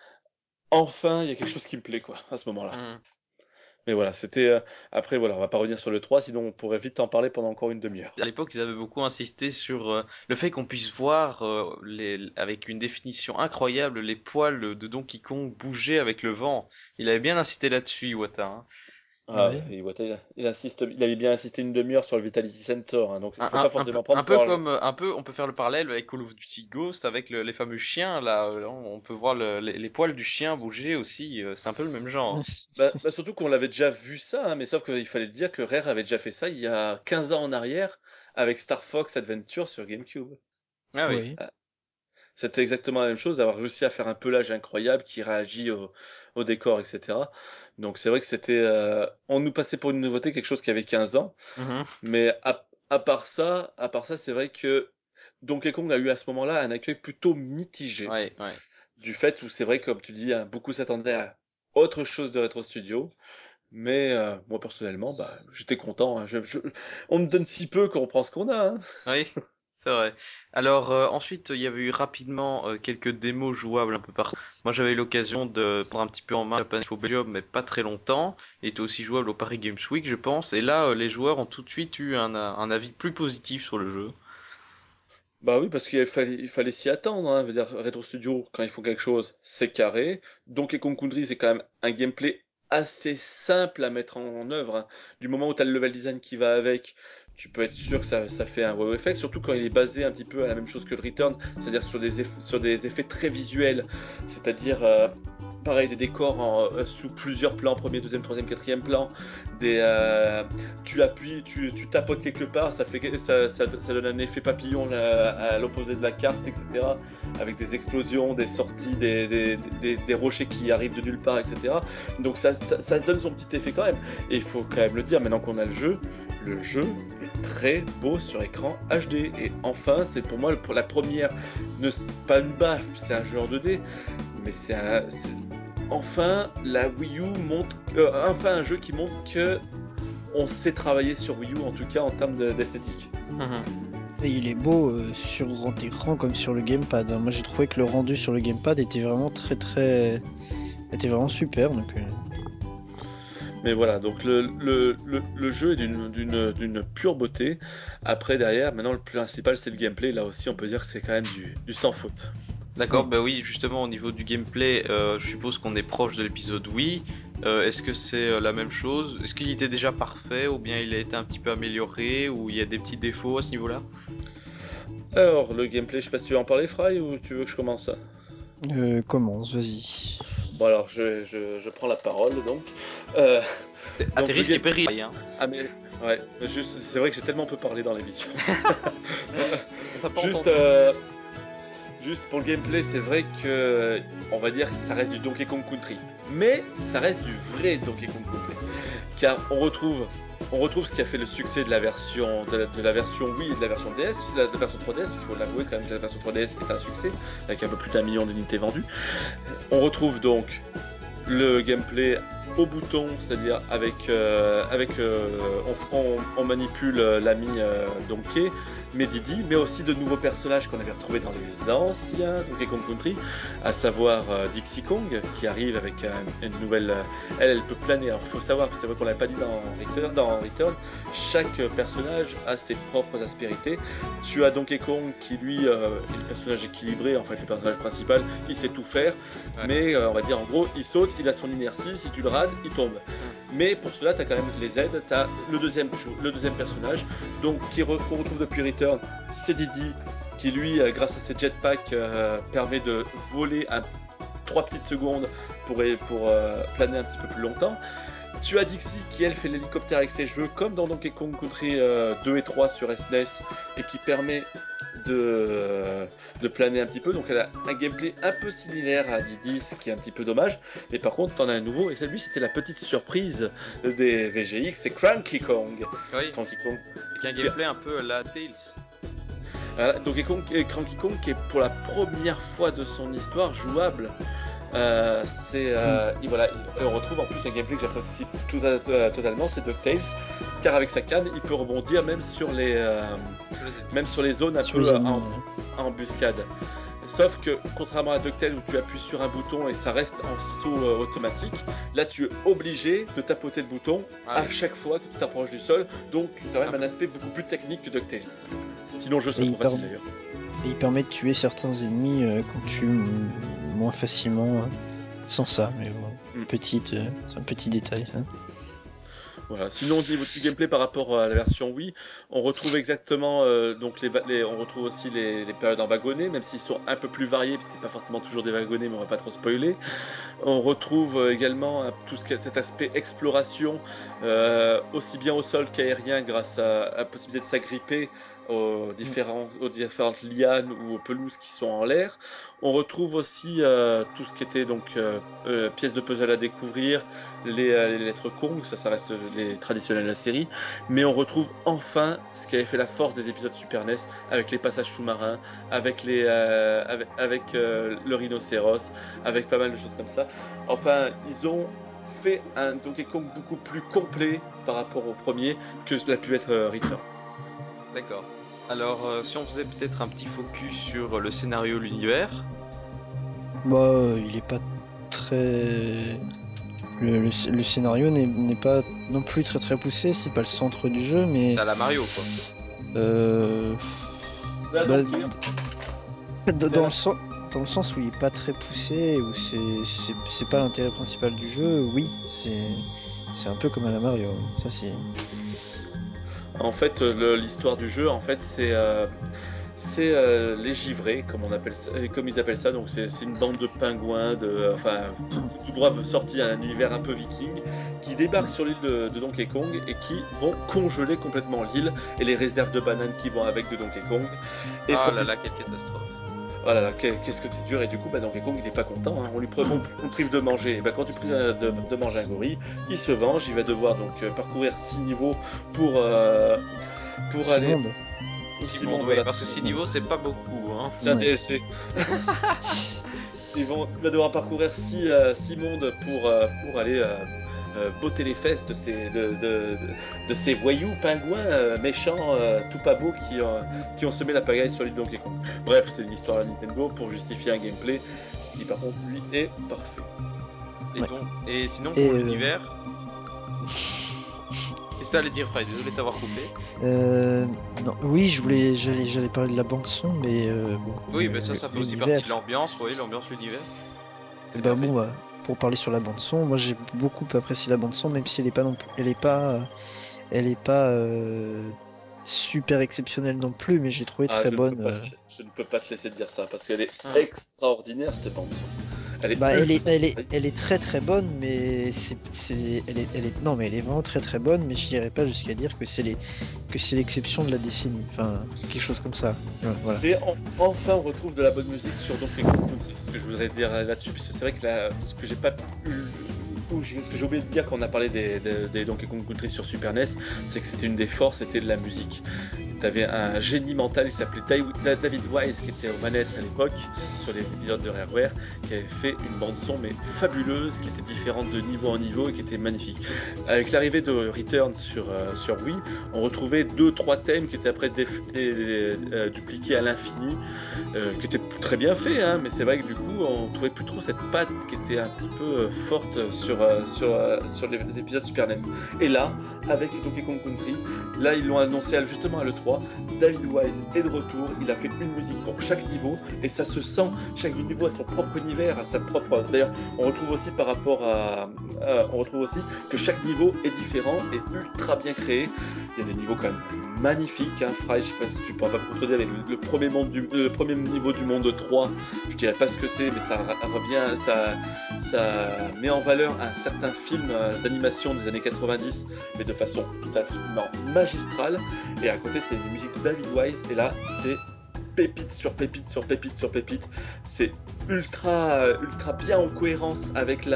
Speaker 3: enfin, il y a quelque chose qui me plaît, quoi, à ce moment-là.
Speaker 1: Mhm.
Speaker 3: Mais voilà, c'était. Après, voilà, on va pas revenir sur le 3, sinon on pourrait vite en parler pendant encore une demi-heure.
Speaker 1: À l'époque, ils avaient beaucoup insisté sur le fait qu'on puisse voir avec une définition incroyable les poils de Donkey Kong bouger avec le vent. Il avait bien insisté là-dessus, Iwata, hein.
Speaker 3: Ah,
Speaker 2: Ouais.
Speaker 3: ouais, il insiste, il avait bien insisté une demi-heure sur le Vitality Center, hein, donc il faut pas forcément prendre
Speaker 1: Un peu
Speaker 3: pour.
Speaker 1: comme un peu, on peut faire le parallèle avec Call of Duty Ghost avec les fameux chiens là. On peut voir les poils du chien bouger aussi. C'est un peu le même genre, hein.
Speaker 3: Bah, surtout qu'on l'avait déjà vu ça, hein, mais sauf qu'il fallait dire que Rare avait déjà fait ça il y a 15 ans en arrière avec Star Fox Adventure sur GameCube.
Speaker 1: Ah oui.
Speaker 2: Oui.
Speaker 3: C'était exactement la même chose, d'avoir réussi à faire un pelage incroyable qui réagit au décor, etc. Donc c'est vrai que c'était... on nous passait pour une nouveauté quelque chose qui avait 15 ans,
Speaker 1: Mhm.
Speaker 3: mais à part ça, c'est vrai que Donkey Kong a eu à ce moment-là un accueil plutôt mitigé.
Speaker 1: Ouais, ouais.
Speaker 3: Du fait où c'est vrai, comme tu dis, hein, beaucoup s'attendaient à autre chose de Retro Studio. Mais moi personnellement, bah, j'étais content, hein. On me donne si peu qu'on prend ce qu'on a, hein.
Speaker 1: Oui, c'est vrai. Alors ensuite, il y avait eu rapidement quelques démos jouables un peu partout. Moi, j'avais eu l'occasion de prendre un petit peu en main Japan Expo Belgium, mais pas très longtemps. Il était aussi jouable au Paris Games Week, je pense. Et là, les joueurs ont tout de suite eu un avis plus positif sur le jeu.
Speaker 3: Bah oui, parce il fallait s'y attendre, hein. Je veux dire, Retro Studio, quand ils font quelque chose, c'est carré. Donkey Kong Country, c'est quand même un gameplay assez simple à mettre en œuvre, hein. Du moment où tu as le level design qui va avec, tu peux être sûr que ça fait un wow effect, surtout quand il est basé un petit peu à la même chose que le Return, c'est-à-dire sur des effets très visuels, c'est-à-dire pareil des décors sous plusieurs plans, premier, deuxième, troisième, quatrième plan, des tu appuies, tu tapotes quelque part, ça donne un effet papillon à l'opposé de la carte, etc. Avec des explosions, des sorties, des rochers qui arrivent de nulle part, etc. Donc ça donne son petit effet quand même. Et il faut quand même le dire, maintenant qu'on a le jeu est très beau sur écran HD. Et enfin, c'est pour moi pour la première, pas une baffe, c'est un jeu en 2D, mais enfin la Wii U montre, enfin un jeu qui montre que on sait travailler sur Wii U, en tout cas en termes d'esthétique.
Speaker 2: Et il est beau sur grand écran comme sur le gamepad. Moi j'ai trouvé que le rendu sur le gamepad était vraiment était vraiment super. Donc,
Speaker 3: Mais voilà, donc le jeu est d'une pure beauté. Après, derrière, maintenant, le principal, c'est le gameplay. Là aussi, on peut dire que c'est quand même du sans faute.
Speaker 1: D'accord,
Speaker 2: Oui.
Speaker 1: bah oui, justement au niveau du gameplay, je suppose qu'on est proche de l'épisode Wii. Est-ce que c'est la même chose? Est-ce qu'il était déjà parfait ou bien il a été un petit peu amélioré ou il y a des petits défauts à ce niveau-là?
Speaker 3: Alors, le gameplay, je sais pas si tu veux en parler, Fry, ou tu veux que je commence?
Speaker 2: Commence, vas-y.
Speaker 3: Bon, alors, je prends la parole, donc. Euh,
Speaker 1: À tes
Speaker 3: donc, le
Speaker 1: risques et
Speaker 3: game...
Speaker 1: périls, hein.
Speaker 3: Ah, mais... Ouais, juste, c'est vrai que j'ai tellement peu parlé dans l'émission.
Speaker 1: On t'a pas
Speaker 3: Juste,
Speaker 1: entendu.
Speaker 3: juste pour le gameplay, c'est vrai que on va dire que ça reste du Donkey Kong Country, mais ça reste du vrai Donkey Kong Country, car on retrouve ce qui a fait le succès de la version de la version Wii et de la version DS, de la version 3DS, parce qu'il faut l'avouer quand même que la version 3DS est un succès, avec un peu plus d'1 million d'unités vendues. On retrouve donc le gameplay au bouton, c'est-à-dire on manipule l'ami Donkey, mais Didi, mais aussi de nouveaux personnages qu'on avait retrouvés dans les anciens Donkey Kong Country, à savoir Dixie Kong, qui arrive avec une nouvelle... elle peut planer. Alors il faut savoir, c'est vrai qu'on l'avait pas dit dans Return, chaque personnage a ses propres aspérités. Tu as Donkey Kong qui lui est le personnage équilibré, en fait le personnage principal, il sait tout faire,
Speaker 1: Ouais.
Speaker 3: mais on va dire en gros, il saute, il a son inertie, si tu le rates, il tombe. Mais pour cela, tu as quand même les aides, tu as le deuxième personnage, donc qu'on retrouve depuis Return, c'est Didi, qui lui, grâce à ses jetpacks, permet de voler 3 petites secondes pour planer un petit peu plus longtemps. Tu as Dixie qui elle fait l'hélicoptère avec ses cheveux comme dans Donkey Kong Country 2 et 3 sur SNES et qui permet de planer un petit peu. Donc elle a un gameplay un peu similaire à Didi, ce qui est un petit peu dommage. Mais par contre, t'en as un nouveau et celui c'était la petite surprise des VGX, c'est Cranky Kong.
Speaker 1: Oui,
Speaker 3: Cranky Kong.
Speaker 1: avec un gameplay un peu à la Tails.
Speaker 3: Voilà, Donkey Kong et Cranky Kong qui est pour la première fois de son histoire jouable. Et voilà, on retrouve en plus un gameplay que j'apprécie totalement, c'est DuckTales, car avec sa canne, il peut rebondir même sur les zones un
Speaker 2: Sur les
Speaker 3: peu
Speaker 2: ennemis,
Speaker 3: en embuscade. Sauf que, contrairement à DuckTales où tu appuies sur un bouton et ça reste en saut automatique, là tu es obligé de tapoter le bouton à chaque fois que tu t'approches du sol, donc quand même un aspect beaucoup plus technique que DuckTales. Sinon le jeu serait trop facile d'ailleurs.
Speaker 2: Et il permet de tuer certains ennemis qu'on tue moins facilement sans ça. Mais bon, c'est un petit détail. Hein.
Speaker 3: Voilà. Sinon, au niveau du gameplay par rapport à la version Wii, on retrouve exactement donc on retrouve aussi les périodes en wagonnet, même s'ils sont un peu plus variés, puis c'est pas forcément toujours des wagonnets, mais on va pas trop spoiler. On retrouve également cet aspect exploration, aussi bien au sol qu'aérien, grâce à la possibilité de s'agripper aux différentes lianes ou aux pelouses qui sont en l'air. On retrouve aussi tout ce qui était donc pièces de puzzle à découvrir, les lettres Kong, ça reste les traditionnels de la série, mais on retrouve enfin ce qui avait fait la force des épisodes Super NES, avec les passages sous-marins, avec le rhinocéros, avec pas mal de choses comme ça. Enfin, ils ont fait un Donkey Kong beaucoup plus complet par rapport au premier que cela a pu être Return.
Speaker 1: D'accord. Alors, si on faisait peut-être un petit focus sur le scénario, l'univers.
Speaker 2: Bah, il est pas très. Le scénario n'est pas non plus très poussé, c'est pas le centre du jeu,
Speaker 1: C'est
Speaker 2: mais
Speaker 1: à la Mario, quoi.
Speaker 2: euh,
Speaker 3: Zelda
Speaker 2: bah,
Speaker 3: Empire.
Speaker 2: dans dans le sens où il est pas très poussé, où c'est pas l'intérêt principal du jeu, oui, c'est un peu comme à la Mario, oui. Ça c'est.
Speaker 3: En fait, l'histoire du jeu, en fait, c'est les givrés, comme on appelle ça, comme ils appellent ça. Donc c'est une bande de pingouins, enfin tout droit sortis d'un univers un peu viking, qui débarquent sur l'île de Donkey Kong et qui vont congeler complètement l'île et les réserves de bananes qui vont avec de Donkey Kong. Et
Speaker 1: Ah
Speaker 3: pour
Speaker 1: là
Speaker 3: plus
Speaker 1: là, quelle catastrophe.
Speaker 3: Oh là là, qu'est-ce que c'est dur, et du coup, bah, Donkey Kong, il est pas content, hein. On le prive de manger, et bah, quand tu prives de manger un gorille, il se venge, il va devoir donc parcourir 6 niveaux pour aller...
Speaker 2: Simonde.
Speaker 3: 6
Speaker 1: Simon,
Speaker 3: mondes,
Speaker 1: oui,
Speaker 3: voilà,
Speaker 1: parce que 6 niveaux, c'est pas beaucoup, hein.
Speaker 3: c'est un
Speaker 2: Ouais.
Speaker 3: DLC. Il va devoir parcourir 6 mondes pour aller botter les fesses de ces voyous pingouins méchants, tout pas beaux qui ont semé la pagaille sur l'île Donkey Kong. Bref, c'est une histoire à Nintendo pour justifier un gameplay qui par contre lui est parfait.
Speaker 1: Et,
Speaker 2: Ouais.
Speaker 1: donc, et sinon,
Speaker 2: Et,
Speaker 1: pour l'univers. Qu'est-ce que t'allais dire, Fry? Désolé de t'avoir coupé.
Speaker 2: Non, oui, j'allais parler de la bande son, mais bon.
Speaker 1: Oui, mais ça fait aussi
Speaker 2: l'univers.
Speaker 1: partie de l'ambiance, oui, l'ambiance l'univers.
Speaker 3: C'est
Speaker 2: Bah
Speaker 3: bien
Speaker 2: bon,
Speaker 3: fait.
Speaker 2: bah, pour parler sur la bande son, moi j'ai beaucoup apprécié la bande son, même si elle est pas non plus, elle est pas super exceptionnelle non plus, mais j'ai trouvé
Speaker 3: Ah,
Speaker 2: très bonne.
Speaker 3: je ne peux pas te laisser dire ça parce qu'elle est
Speaker 1: Hum.
Speaker 3: extraordinaire cette bande son. Elle est
Speaker 2: Bah,
Speaker 3: ultra.
Speaker 2: elle est très très bonne, mais non, mais elle est vraiment très très bonne, mais je dirais pas jusqu'à dire que c'est l'exception de la décennie, enfin, quelque chose comme ça. Ouais, voilà.
Speaker 3: Enfin on retrouve de la bonne musique sur Donkey Kong Country, c'est ce que je voudrais dire là-dessus, parce que c'est vrai que ce que j'ai pas pu, ce que j'ai oublié de dire quand on a parlé des Donkey Kong Country sur Super NES, c'est que c'était une des forces, c'était de la musique. T'avais un génie mental, il s'appelait David Wise, qui était aux manettes à l'époque, sur les épisodes de Rareware, qui avait fait une bande-son mais fabuleuse, qui était différente de niveau en niveau et qui était magnifique. Avec l'arrivée de Return sur Wii, on retrouvait 2-3 thèmes qui étaient après dupliqués à l'infini, qui étaient très bien faits, hein, mais c'est vrai que du coup, on trouvait plus trop cette patte qui était un petit peu forte sur les épisodes Super NES. Et là, avec Donkey Kong Country, là ils l'ont annoncé justement à l'E3, David Wise est de retour, il a fait une musique pour chaque niveau et ça se sent, chaque niveau a son propre univers, a sa propre. D'ailleurs, on retrouve aussi on retrouve aussi que chaque niveau est différent et ultra bien créé. Il y a des niveaux quand même magnifiques, hein. Fry, je sais pas si tu pourras pas me contredire avec le premier niveau du monde 3, je dirais pas ce que c'est, mais ça met en valeur un certain film d'animation des années 90, mais de façon tout absolument magistrale. Et à côté, c'est une musique de David Wise, et là, c'est pépite sur pépite sur pépite sur pépite. C'est ultra bien en cohérence avec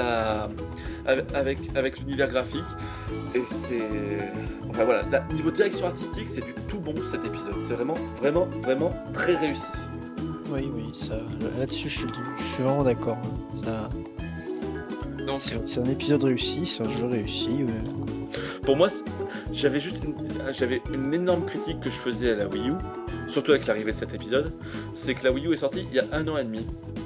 Speaker 3: avec l'univers graphique. Et c'est. Enfin voilà, niveau direction artistique, c'est du tout bon cet épisode. C'est vraiment très réussi.
Speaker 2: Oui, oui, ça, là-dessus, je suis vraiment d'accord. Ça,
Speaker 1: Donc,
Speaker 2: c'est un épisode réussi, c'est un jeu réussi.
Speaker 3: Pour moi, j'avais une énorme critique que je faisais à la Wii U, surtout avec l'arrivée de cet épisode, c'est que la Wii U est sortie il y a 1 an et demi.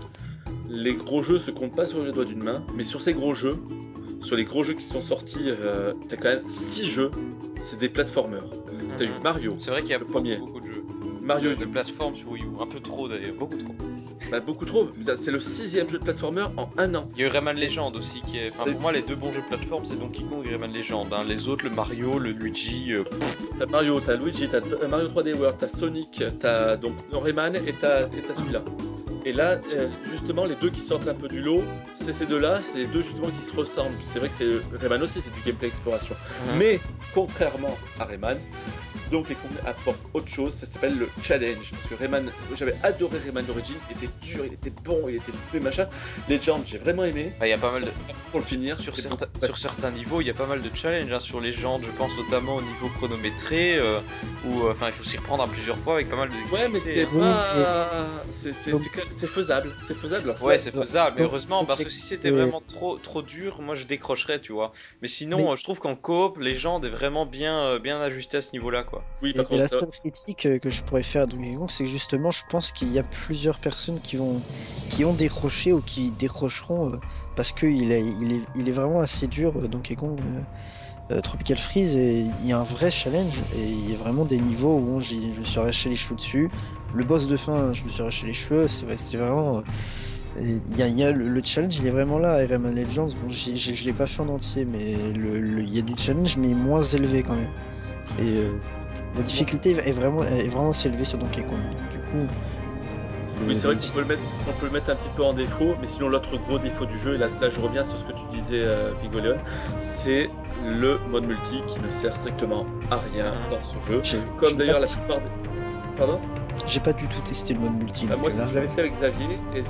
Speaker 3: Les gros jeux se comptent pas sur les doigts d'une main, mais sur ces gros jeux, sur les gros jeux qui sont sortis, t'as quand même 6 jeux, c'est des platformers. T'as eu Mario,
Speaker 1: c'est vrai qu'il y a
Speaker 3: le premier.
Speaker 1: beaucoup de jeux.
Speaker 3: Mario
Speaker 1: De
Speaker 3: U.
Speaker 1: plateformes sur Wii U. Un peu trop d'ailleurs, beaucoup trop.
Speaker 3: Bah, beaucoup trop, c'est le 6e jeu de platformer en 1 an.
Speaker 1: Il y a eu Rayman Legend aussi qui est. Enfin, pour moi, les deux bons jeux de plateforme, c'est Donkey Kong et Rayman Legend. Hein. Les autres, le Mario, le Luigi.
Speaker 3: T'as Mario, t'as Luigi, t'as Mario 3D World, t'as Sonic, t'as donc Rayman et t'as celui-là. Et là, justement, les deux qui sortent un peu du lot, c'est ces deux-là, c'est les deux justement qui se ressemblent. C'est vrai que Rayman aussi, c'est du gameplay exploration. Mais, contrairement à Rayman, Donkey Kong apporte autre chose, ça s'appelle le challenge. Parce que Rayman, j'avais adoré Rayman d'origine, il était dur, il était bon, il était tout machin. Legend, j'ai vraiment aimé.
Speaker 1: Bah, il y a pas mal de.
Speaker 3: Pour le finir,
Speaker 1: Sur
Speaker 3: c'est
Speaker 1: certains niveaux, il y a pas mal de challenges hein, sur Legend. Je pense notamment au niveau chronométré, où enfin, il faut s'y reprendre à plusieurs fois avec pas mal de
Speaker 3: Ouais, mais
Speaker 1: difficultés.
Speaker 3: c'est
Speaker 1: Hein.
Speaker 2: Oui,
Speaker 3: pas.
Speaker 2: donc-
Speaker 3: C'est faisable. C'est faisable. Alors,
Speaker 1: Ouais,
Speaker 3: cela-
Speaker 1: c'est faisable, mais
Speaker 2: donc-
Speaker 1: heureusement, parce que si c'était
Speaker 2: c'est-
Speaker 1: vraiment trop dur, moi je décrocherais, tu vois. Mais
Speaker 2: Mais,
Speaker 1: sinon, je trouve qu'en coop, Legend est vraiment bien ajusté à ce niveau-là, quoi.
Speaker 3: Oui, par
Speaker 2: mais
Speaker 3: contre,
Speaker 2: la
Speaker 3: ça.
Speaker 2: seule critique que je pourrais faire à Donkey Kong, c'est que justement, je pense qu'il y a plusieurs personnes qui ont décroché ou qui décrocheront parce que il est vraiment assez dur, Donkey Kong Tropical Freeze, et il y a un vrai challenge et il y a vraiment des niveaux où je me suis arraché les cheveux dessus. Le boss de fin, je me suis arraché les cheveux, c'est vraiment. Il y a le challenge, il est vraiment là. Rayman Legends, bon, je l'ai pas fait en entier, mais il y a du challenge, mais moins élevé quand même. Et la difficulté est vraiment assez élevée sur Donkey Kong. Donc, du coup,
Speaker 3: Oui, c'est vrai qu'on
Speaker 2: c'est-
Speaker 3: peut le mettre un petit peu en défaut, mais sinon l'autre gros défaut du jeu, et là je reviens sur ce que tu disais, Pigoleon, c'est le mode multi qui ne sert strictement à rien dans ce jeu.
Speaker 2: je
Speaker 3: Comme
Speaker 2: l'ai pas
Speaker 3: d'ailleurs la
Speaker 2: testé.
Speaker 3: plupart des. Pardon?
Speaker 2: J'ai pas du tout testé le mode multi,
Speaker 3: Moi,
Speaker 2: donc
Speaker 3: c'est
Speaker 2: là.
Speaker 3: ce que j'avais fait avec Xavier, et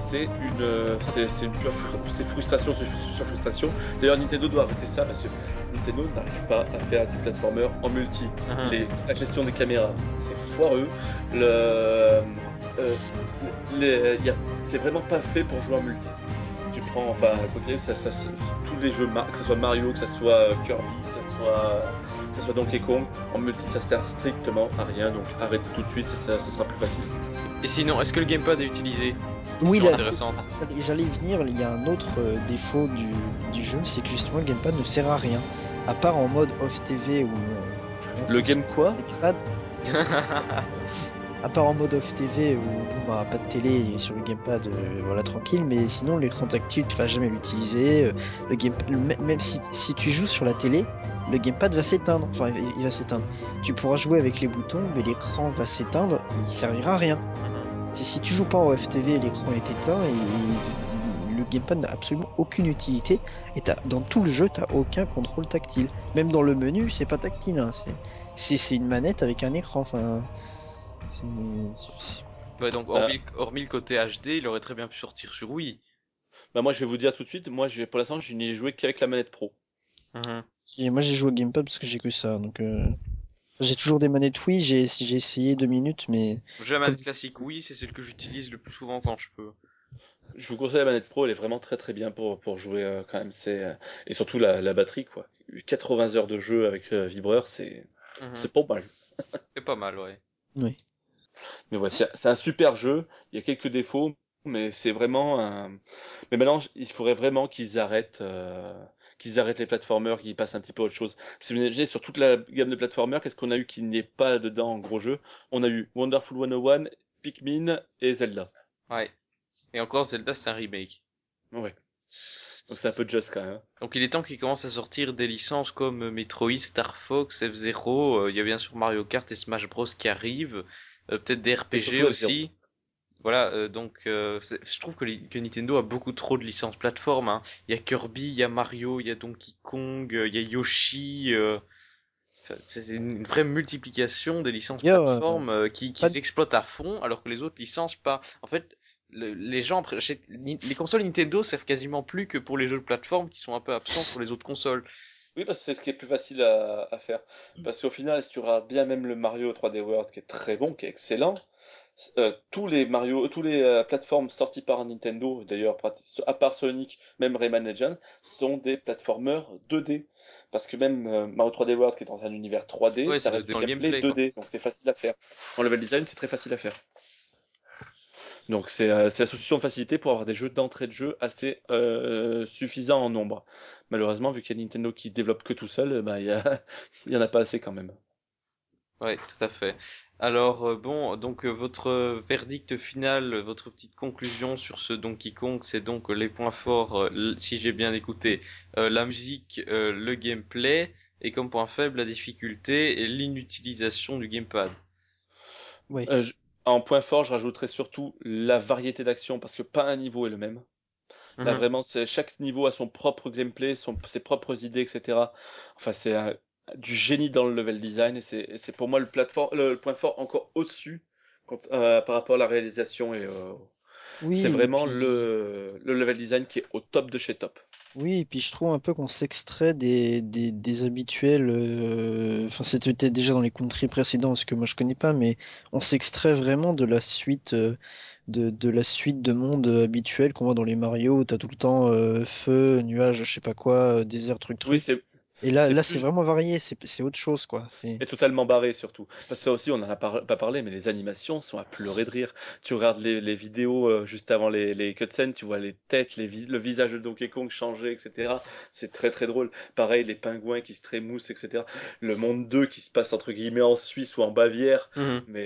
Speaker 3: c'est frustration sur frustration. D'ailleurs, Nintendo doit arrêter ça parce que Nintendo n'arrive pas à faire du platformer en multi. La gestion des caméras, c'est foireux. Euh, c'est vraiment pas fait pour jouer en multi. Tu prends, enfin, quoi qu'il arrive, tous les jeux, que ce soit Mario, que ce soit Kirby, que ce soit Donkey Kong, en multi, ça sert strictement à rien. Donc arrête tout de suite, ça sera plus facile.
Speaker 1: Et sinon, est-ce que le gamepad est utilisé?
Speaker 2: Oui,
Speaker 1: Question intéressante.
Speaker 2: j'allais y venir. Il y a un autre défaut du jeu, c'est que justement le gamepad ne sert à rien. À part en mode off TV où on
Speaker 3: Le
Speaker 2: joue
Speaker 3: game quoi?
Speaker 2: sur le gamepad. À part en mode off TV où bon, bah, pas de télé et sur le gamepad, voilà tranquille, mais sinon l'écran tactile tu vas jamais l'utiliser. Même si tu joues sur la télé, le gamepad va s'éteindre. Enfin, il va s'éteindre. Tu pourras jouer avec les boutons, mais l'écran va s'éteindre, il servira à rien. Si tu joues pas en FTV, l'écran est éteint et le gamepad n'a absolument aucune utilité. Et dans tout le jeu, t'as aucun contrôle tactile. Même dans le menu, c'est pas tactile, hein. C'est une manette avec un écran. Enfin, c'est, c'est-
Speaker 1: Ouais, donc
Speaker 3: Bah,
Speaker 1: hormis le côté HD, il aurait très bien pu sortir sur Wii.
Speaker 3: bah moi je vais vous dire tout de suite, pour l'instant je n'y ai joué qu'avec la manette pro.
Speaker 1: Mhm.
Speaker 2: et moi j'ai joué au gamepad parce que j'ai que ça. Donc j'ai toujours des manettes Wii. J'ai essayé 2 minutes, mais
Speaker 1: J'ai la
Speaker 2: comme
Speaker 1: manette classique Wii, c'est celle que j'utilise le plus souvent quand je peux.
Speaker 3: Je vous conseille la manette pro, elle est vraiment très très bien pour jouer quand même. Et surtout la batterie quoi. 80 heures de jeu avec vibreur,
Speaker 1: Mhm.
Speaker 3: c'est pas mal.
Speaker 1: C'est pas mal, ouais.
Speaker 2: oui.
Speaker 3: Mais ouais, c'est un super jeu. Il y a quelques défauts, mais c'est vraiment un. Mais maintenant, il faudrait vraiment qu'ils arrêtent les platformers, qu'ils passent un petit peu à autre chose. Si vous imaginez sur toute la gamme de platformers, qu'est-ce qu'on a eu qui n'est pas dedans en gros jeu? On a eu Wonderful 101, Pikmin et Zelda.
Speaker 1: Ouais. Et encore, Zelda, c'est un remake.
Speaker 3: Ouais. Donc c'est un peu juste quand même, hein.
Speaker 1: Donc il est temps qu'ils commencent à sortir des licences comme Metroid, Star Fox, F-Zero. Il y a bien sûr Mario Kart et Smash Bros qui arrivent. Peut-être des
Speaker 3: Et
Speaker 1: RPG
Speaker 3: surtout F-Zero.
Speaker 1: aussi. Voilà, je trouve que Nintendo a beaucoup trop de licences plateformes, hein. Il y a Kirby, il y a Mario, il y a Donkey Kong, il y a Yoshi. Enfin, c'est une vraie multiplication des licences
Speaker 2: D'ailleurs,
Speaker 1: plateformes qui
Speaker 2: pas de-
Speaker 1: s'exploitent à fond, alors que les autres licences pas. En fait, les gens les consoles Nintendo servent quasiment plus que pour les jeux de plateforme qui sont un peu absents sur les autres consoles.
Speaker 3: Oui, parce que c'est ce qui est plus facile à faire. Parce qu'au final, si tu regardes bien même le Mario 3D World, qui est très bon, qui est excellent, tous les Mario, tous les plateformes sorties par Nintendo, d'ailleurs, à part Sonic, même Rayman Legends, sont des platformers 2D. Parce que même Mario 3D World, qui est dans un univers 3D,
Speaker 1: Ouais,
Speaker 3: ça
Speaker 1: c'est
Speaker 3: reste du
Speaker 1: dans le
Speaker 3: gameplay
Speaker 1: gameplay, quoi.
Speaker 3: 2D, donc c'est facile à faire. En level design, c'est très facile à faire. Donc c'est la solution de facilité pour avoir des jeux d'entrée de jeu assez suffisants en nombre. Malheureusement, vu qu'il y a Nintendo qui développe que tout seul, bah, il y en a pas assez quand même.
Speaker 1: Ouais, tout à fait. Alors bon, donc votre verdict final, votre petite conclusion sur ce Donkey Kong, c'est donc les points forts, si j'ai bien écouté, la musique, le gameplay, et comme point faible la difficulté et l'inutilisation du gamepad.
Speaker 2: Oui.
Speaker 3: Euh, je- En point fort, je rajouterais surtout la variété d'actions parce que pas un niveau est le même. Là
Speaker 1: Mhm.
Speaker 3: vraiment, chaque niveau a son propre gameplay, ses propres idées, etc. Enfin, du génie dans le level design et c'est pour moi le point fort encore au-dessus par rapport à la réalisation c'est
Speaker 2: Oui, et
Speaker 3: vraiment
Speaker 2: puis
Speaker 3: le level design qui est au top de chez top.
Speaker 2: Oui, et puis je trouve un peu qu'on s'extrait des habituels. Enfin, c'était déjà dans les country précédents, ce que moi je connais pas, mais on s'extrait vraiment de la suite, de la suite de monde habituel qu'on voit dans les Mario, où t'as tout le temps feu, nuage, je sais pas quoi, désert, truc,
Speaker 3: Oui,
Speaker 2: truc.
Speaker 3: c'est
Speaker 2: Et
Speaker 3: c'est
Speaker 2: là, c'est
Speaker 3: plus
Speaker 2: vraiment varié, c'est autre chose, quoi.
Speaker 3: et totalement barré surtout. Parce que ça aussi, on n'en a pas parlé, mais les animations sont à pleurer de rire. Tu regardes les vidéos juste avant les cutscenes, tu vois les têtes, le visage de Donkey Kong changer, etc. C'est très très drôle. Pareil, les pingouins qui se trémoussent, etc. Le monde 2 qui se passe entre guillemets en Suisse ou en Bavière.
Speaker 1: Mhm.
Speaker 3: Mais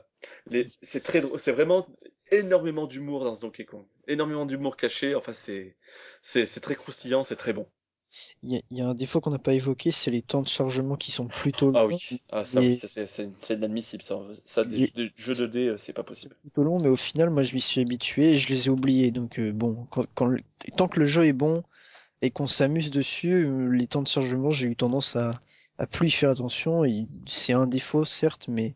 Speaker 3: c'est très drôle. C'est vraiment énormément d'humour dans ce Donkey Kong. Énormément d'humour caché. Enfin, c'est très croustillant, c'est très bon.
Speaker 2: il y a un défaut qu'on n'a pas évoqué, c'est les temps de chargement qui sont plutôt
Speaker 3: Ah
Speaker 2: longs.
Speaker 3: oui, ah ça oui,
Speaker 2: Mais
Speaker 3: c'est inadmissible ça. Ça des jeux 2D, c'est pas possible.
Speaker 2: plutôt long, mais au final, moi, je m'y suis habitué et je les ai oubliés. Donc, bon, tant que le jeu est bon et qu'on s'amuse dessus, les temps de chargement, j'ai eu tendance à plus y faire attention. Et c'est un défaut, certes, mais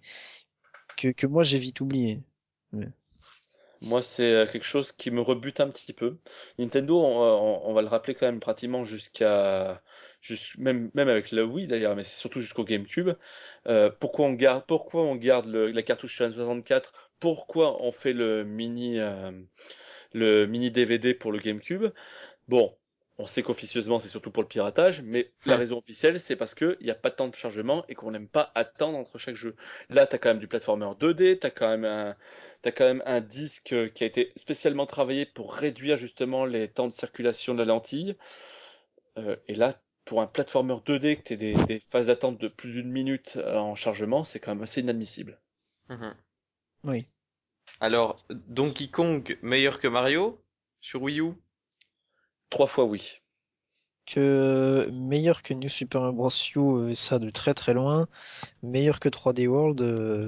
Speaker 2: que moi, j'ai vite oublié. Ouais.
Speaker 3: Moi, c'est quelque chose qui me rebute un petit peu. Nintendo, on va le rappeler quand même pratiquement même avec le Wii d'ailleurs, mais c'est surtout jusqu'au GameCube. Pourquoi on garde la cartouche 64? Pourquoi on fait le mini DVD pour le GameCube. Bon, on sait qu'officieusement c'est surtout pour le piratage, mais la raison officielle c'est parce qu'il n'y a pas de temps de chargement et qu'on n'aime pas attendre entre chaque jeu. Là, t'as quand même du platformer 2D, t'as quand même un disque qui a été spécialement travaillé pour réduire justement les temps de circulation de la lentille. Et là, pour un platformer 2D, que t'aies des phases d'attente de plus d'une minute en chargement, c'est quand même assez inadmissible.
Speaker 1: Mhm.
Speaker 2: Oui.
Speaker 1: Alors, Donkey Kong meilleur que Mario sur Wii U?
Speaker 3: 3 fois oui.
Speaker 2: Que meilleur que New Super Mario Bros. U, ça de très très loin. Meilleur que 3D World,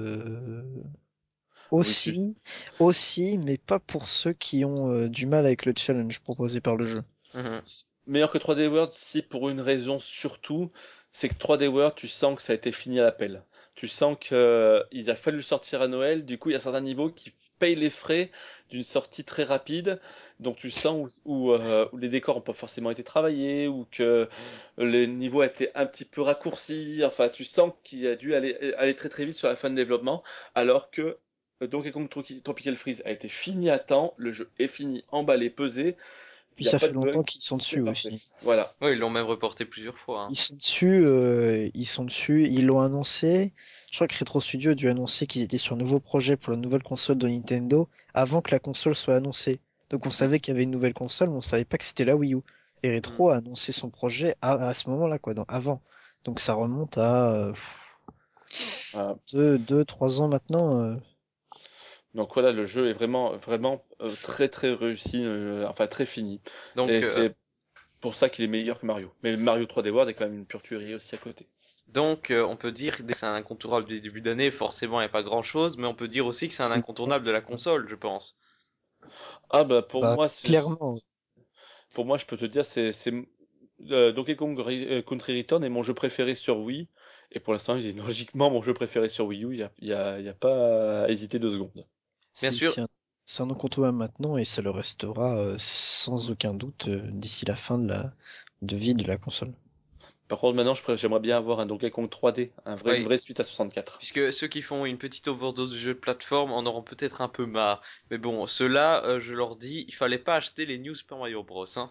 Speaker 3: Oui,
Speaker 2: aussi, mais pas pour ceux qui ont du mal avec le challenge proposé par le jeu.
Speaker 1: Mhm.
Speaker 3: meilleur que 3D World, si pour une raison surtout, c'est que 3D World, tu sens que ça a été fini à l'appel. Tu sens que il a fallu le sortir à Noël, du coup il y a certains niveaux qui payent les frais d'une sortie très rapide, donc tu sens où les décors n'ont pas forcément été travaillés, ou que les niveaux étaient un petit peu raccourcis, enfin tu sens qu'il a dû aller très très vite sur la fin de développement, alors que Donkey Kong Tropical Freeze a été fini à temps, le jeu est fini, emballé, pesé, il
Speaker 2: Puis
Speaker 3: n'y a
Speaker 2: ça
Speaker 3: pas
Speaker 2: fait
Speaker 3: de
Speaker 2: longtemps
Speaker 3: bug,
Speaker 2: qu'ils sont
Speaker 3: c'est
Speaker 2: dessus
Speaker 3: parfait.
Speaker 2: aussi.
Speaker 3: Voilà.
Speaker 1: Ouais, ils l'ont même reporté plusieurs fois, hein.
Speaker 2: Ils sont dessus, ils l'ont annoncé. Je crois que Retro Studio a dû annoncer qu'ils étaient sur un nouveau projet pour la nouvelle console de Nintendo avant que la console soit annoncée. Donc on
Speaker 3: Mm.
Speaker 2: savait qu'il y avait une nouvelle console, mais on savait pas que c'était la Wii U. Et
Speaker 1: Mhm.
Speaker 2: Retro a annoncé son projet à ce moment-là, quoi, avant. Donc ça remonte à
Speaker 3: Voilà.
Speaker 2: 3 ans maintenant.
Speaker 3: Donc voilà, le jeu est vraiment, vraiment très très réussi, enfin très fini.
Speaker 1: Donc,
Speaker 3: Et c'est pour ça qu'il est meilleur que Mario. Mais Mario 3D World est quand même une pure tuerie aussi à côté.
Speaker 1: on peut dire que c'est un incontournable du début d'année. Forcément, il n'y a pas grand-chose, mais on peut dire aussi que c'est un incontournable de la console, je pense.
Speaker 3: Ah bah
Speaker 2: Bah clairement.
Speaker 3: pour moi je peux te dire Donkey Kong Country Return est mon jeu préféré sur Wii. Et pour l'instant il est logiquement mon jeu préféré sur Wii U. Il y a pas à hésiter 2 secondes.
Speaker 1: Bien
Speaker 2: Si,
Speaker 1: sûr,
Speaker 2: c'est un incontournable maintenant et ça le restera sans aucun doute d'ici la fin de vie de la console.
Speaker 3: Par contre maintenant j'aimerais bien avoir un Donkey Kong 3D, une
Speaker 1: oui.
Speaker 3: vraie suite à 64.
Speaker 1: Puisque ceux qui font une petite overdose de jeux de plateforme en auront peut-être un peu marre. Mais bon, ceux-là, je leur dis, il fallait pas acheter les New Super Mario Bros. Hein.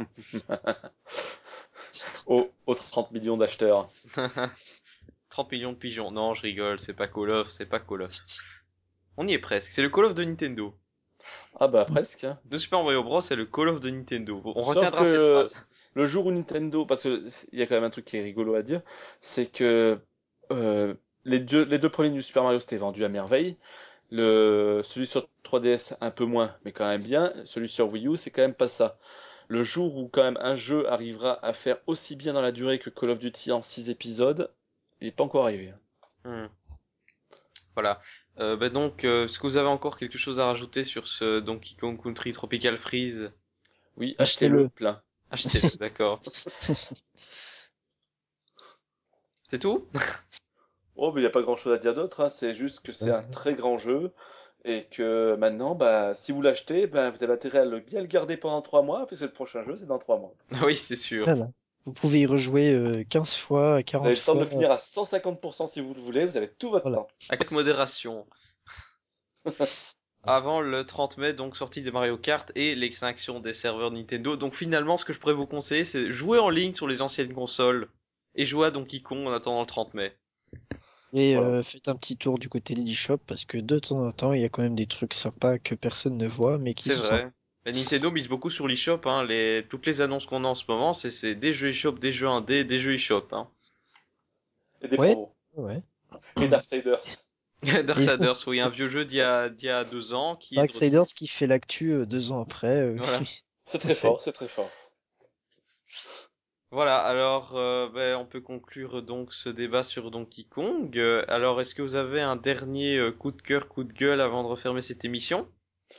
Speaker 3: Aux 30 millions d'acheteurs.
Speaker 1: 30 millions de pigeons. Non, je rigole, c'est pas Call of, c'est pas Call of. On y est presque, c'est le Call of de Nintendo.
Speaker 3: Ah bah presque, hein.
Speaker 1: New Super Mario Bros. C'est le Call of de Nintendo. On
Speaker 3: Sauf
Speaker 1: retiendra cette
Speaker 3: que
Speaker 1: phrase.
Speaker 3: le jour où Nintendo, parce que il y a quand même un truc qui est rigolo à dire, c'est que euh, les deux premiers du Super Mario s'étaient vendus à merveille. Celui sur 3DS un peu moins, mais quand même bien. Celui sur Wii U, c'est quand même pas ça. Le jour où quand même un jeu arrivera à faire aussi bien dans la durée que Call of Duty en 6 épisodes, il est pas encore arrivé.
Speaker 1: Hmm. Voilà. Est-ce que vous avez encore quelque chose à rajouter sur ce Donkey Kong Country Tropical Freeze?
Speaker 3: Oui, achetez-le
Speaker 2: Achetez-le.
Speaker 3: plein.
Speaker 1: Achetez-le, d'accord. C'est tout?
Speaker 3: Oh, mais il n'y a pas grand-chose à dire d'autre, hein. C'est juste que c'est un très grand jeu et que maintenant, bah, si vous l'achetez, bah, vous avez intérêt à bien le garder pendant 3 mois, puisque le prochain jeu, c'est dans 3 mois.
Speaker 1: Oui, c'est sûr.
Speaker 2: Voilà. Vous pouvez y rejouer 15 fois,
Speaker 3: Vous avez
Speaker 2: 40
Speaker 3: le temps de
Speaker 2: fois.
Speaker 3: le finir à 150% si vous le voulez, vous avez tout votre
Speaker 2: Voilà.
Speaker 3: temps.
Speaker 1: Avec modération. Avant le 30 mai, donc sortie des Mario Kart et l'extinction des serveurs Nintendo. Donc finalement, ce que je pourrais vous conseiller, c'est jouer en ligne sur les anciennes consoles et jouer à Donkey Kong en attendant le 30 mai.
Speaker 2: Et
Speaker 3: Voilà.
Speaker 2: faites un petit tour du côté de l'eShop parce que de temps en temps, il y a quand même des trucs sympas que personne ne voit mais qui
Speaker 1: C'est
Speaker 2: sont sympas.
Speaker 1: vrai. La Nintendo mise beaucoup sur l'eShop, hein. Toutes les annonces qu'on a en ce moment, c'est des jeux eShop, des jeux indés, des jeux eShop, hein.
Speaker 3: Et des
Speaker 2: Ouais,
Speaker 3: promos.
Speaker 2: ouais.
Speaker 3: Et Darksiders.
Speaker 2: Et
Speaker 1: Darksiders, oui, un vieux jeu d'il y a 2 ans qui est de retour.
Speaker 2: Darksiders qui fait l'actu 2 ans après.
Speaker 1: Voilà.
Speaker 3: C'est
Speaker 2: C'est
Speaker 3: très
Speaker 2: fait.
Speaker 3: fort, c'est très fort.
Speaker 1: Voilà, alors on peut conclure donc ce débat sur Donkey Kong. Alors, est-ce que vous avez un dernier coup de cœur, coup de gueule avant de refermer cette émission?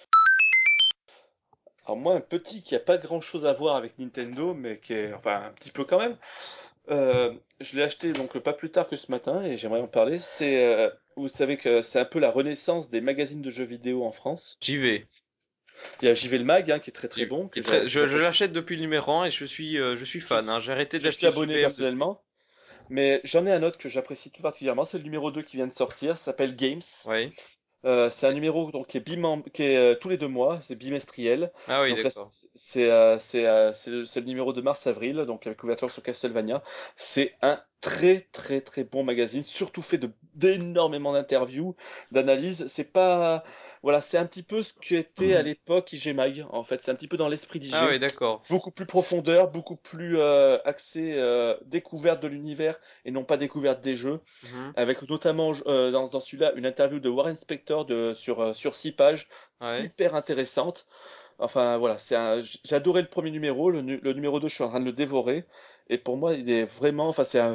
Speaker 3: Alors moi, un petit qui a pas grand-chose à voir avec Nintendo, mais qui est, enfin, un petit peu quand même. Je l'ai acheté donc pas plus tard que ce matin et j'aimerais en parler. Vous savez que c'est un peu la renaissance des magazines de jeux vidéo en France.
Speaker 1: J'y vais.
Speaker 3: Il y a JV le Mag, hein, qui est très très bon,
Speaker 1: Je l'achète depuis le numéro 1 et je suis
Speaker 3: je
Speaker 1: fan,
Speaker 3: suis,
Speaker 1: hein. J'ai arrêté
Speaker 3: je suis
Speaker 1: d'acheter
Speaker 3: abonné
Speaker 1: JVM depuis.
Speaker 3: personnellement, mais j'en ai un autre que j'apprécie tout particulièrement. C'est le numéro 2 qui vient de sortir, ça s'appelle Games.
Speaker 1: Oui.
Speaker 3: C'est un numéro donc, qui est tous les 2 mois, c'est bimestriel.
Speaker 1: Ah oui,
Speaker 3: Donc là,
Speaker 1: d'accord.
Speaker 3: c'est le numéro de mars-avril, donc avec couverture sur Castlevania. C'est un très très très bon magazine, surtout fait d'énormément d'interviews, d'analyses. C'est pas, voilà, c'est un petit peu ce qu'était à l'époque IG Mag. En fait, c'est un petit peu dans l'esprit
Speaker 1: Ah
Speaker 3: d'IG.
Speaker 1: oui, d'accord.
Speaker 3: Beaucoup plus profondeur, beaucoup plus axé découverte de l'univers et non pas découverte des jeux,
Speaker 1: Mhm.
Speaker 3: avec notamment dans celui-là une interview de Warren Spector sur 6 pages,
Speaker 1: Ouais.
Speaker 3: hyper intéressante. Enfin voilà, j'ai adoré le premier numéro, le numéro 2 je suis en train de le dévorer, et pour moi il est vraiment, enfin c'est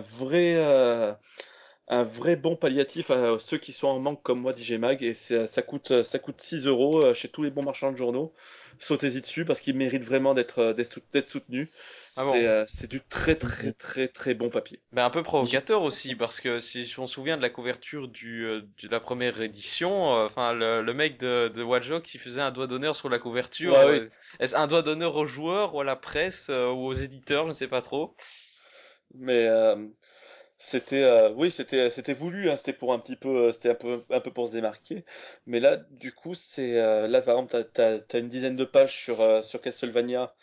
Speaker 3: un vrai bon palliatif à ceux qui sont en manque comme moi d'IG Mag, et ça coûte 6 euros chez tous les bons marchands de journaux. Sautez-y dessus parce qu'il mérite vraiment d'être soutenu.
Speaker 1: Ah
Speaker 3: C'est
Speaker 1: bon.
Speaker 3: euh, c'est du très très
Speaker 2: Et-
Speaker 3: très très bon papier.
Speaker 1: Ben, un peu
Speaker 2: et j'ai-
Speaker 1: provocateur aussi, parce que si je me souviens de la couverture de la première édition, enfin le mec de Watch Dogs, il faisait un doigt d'honneur sur la couverture.
Speaker 3: Ouais, oui,
Speaker 1: Est-ce un doigt d'honneur aux joueurs ou à la presse ou aux éditeurs, je ne sais pas trop.
Speaker 3: mais oui, c'était voulu, hein, c'était pour un petit peu, c'était un peu pour se démarquer. Mais là, du coup, là, par exemple, t'as une dizaine de pages sur Castlevania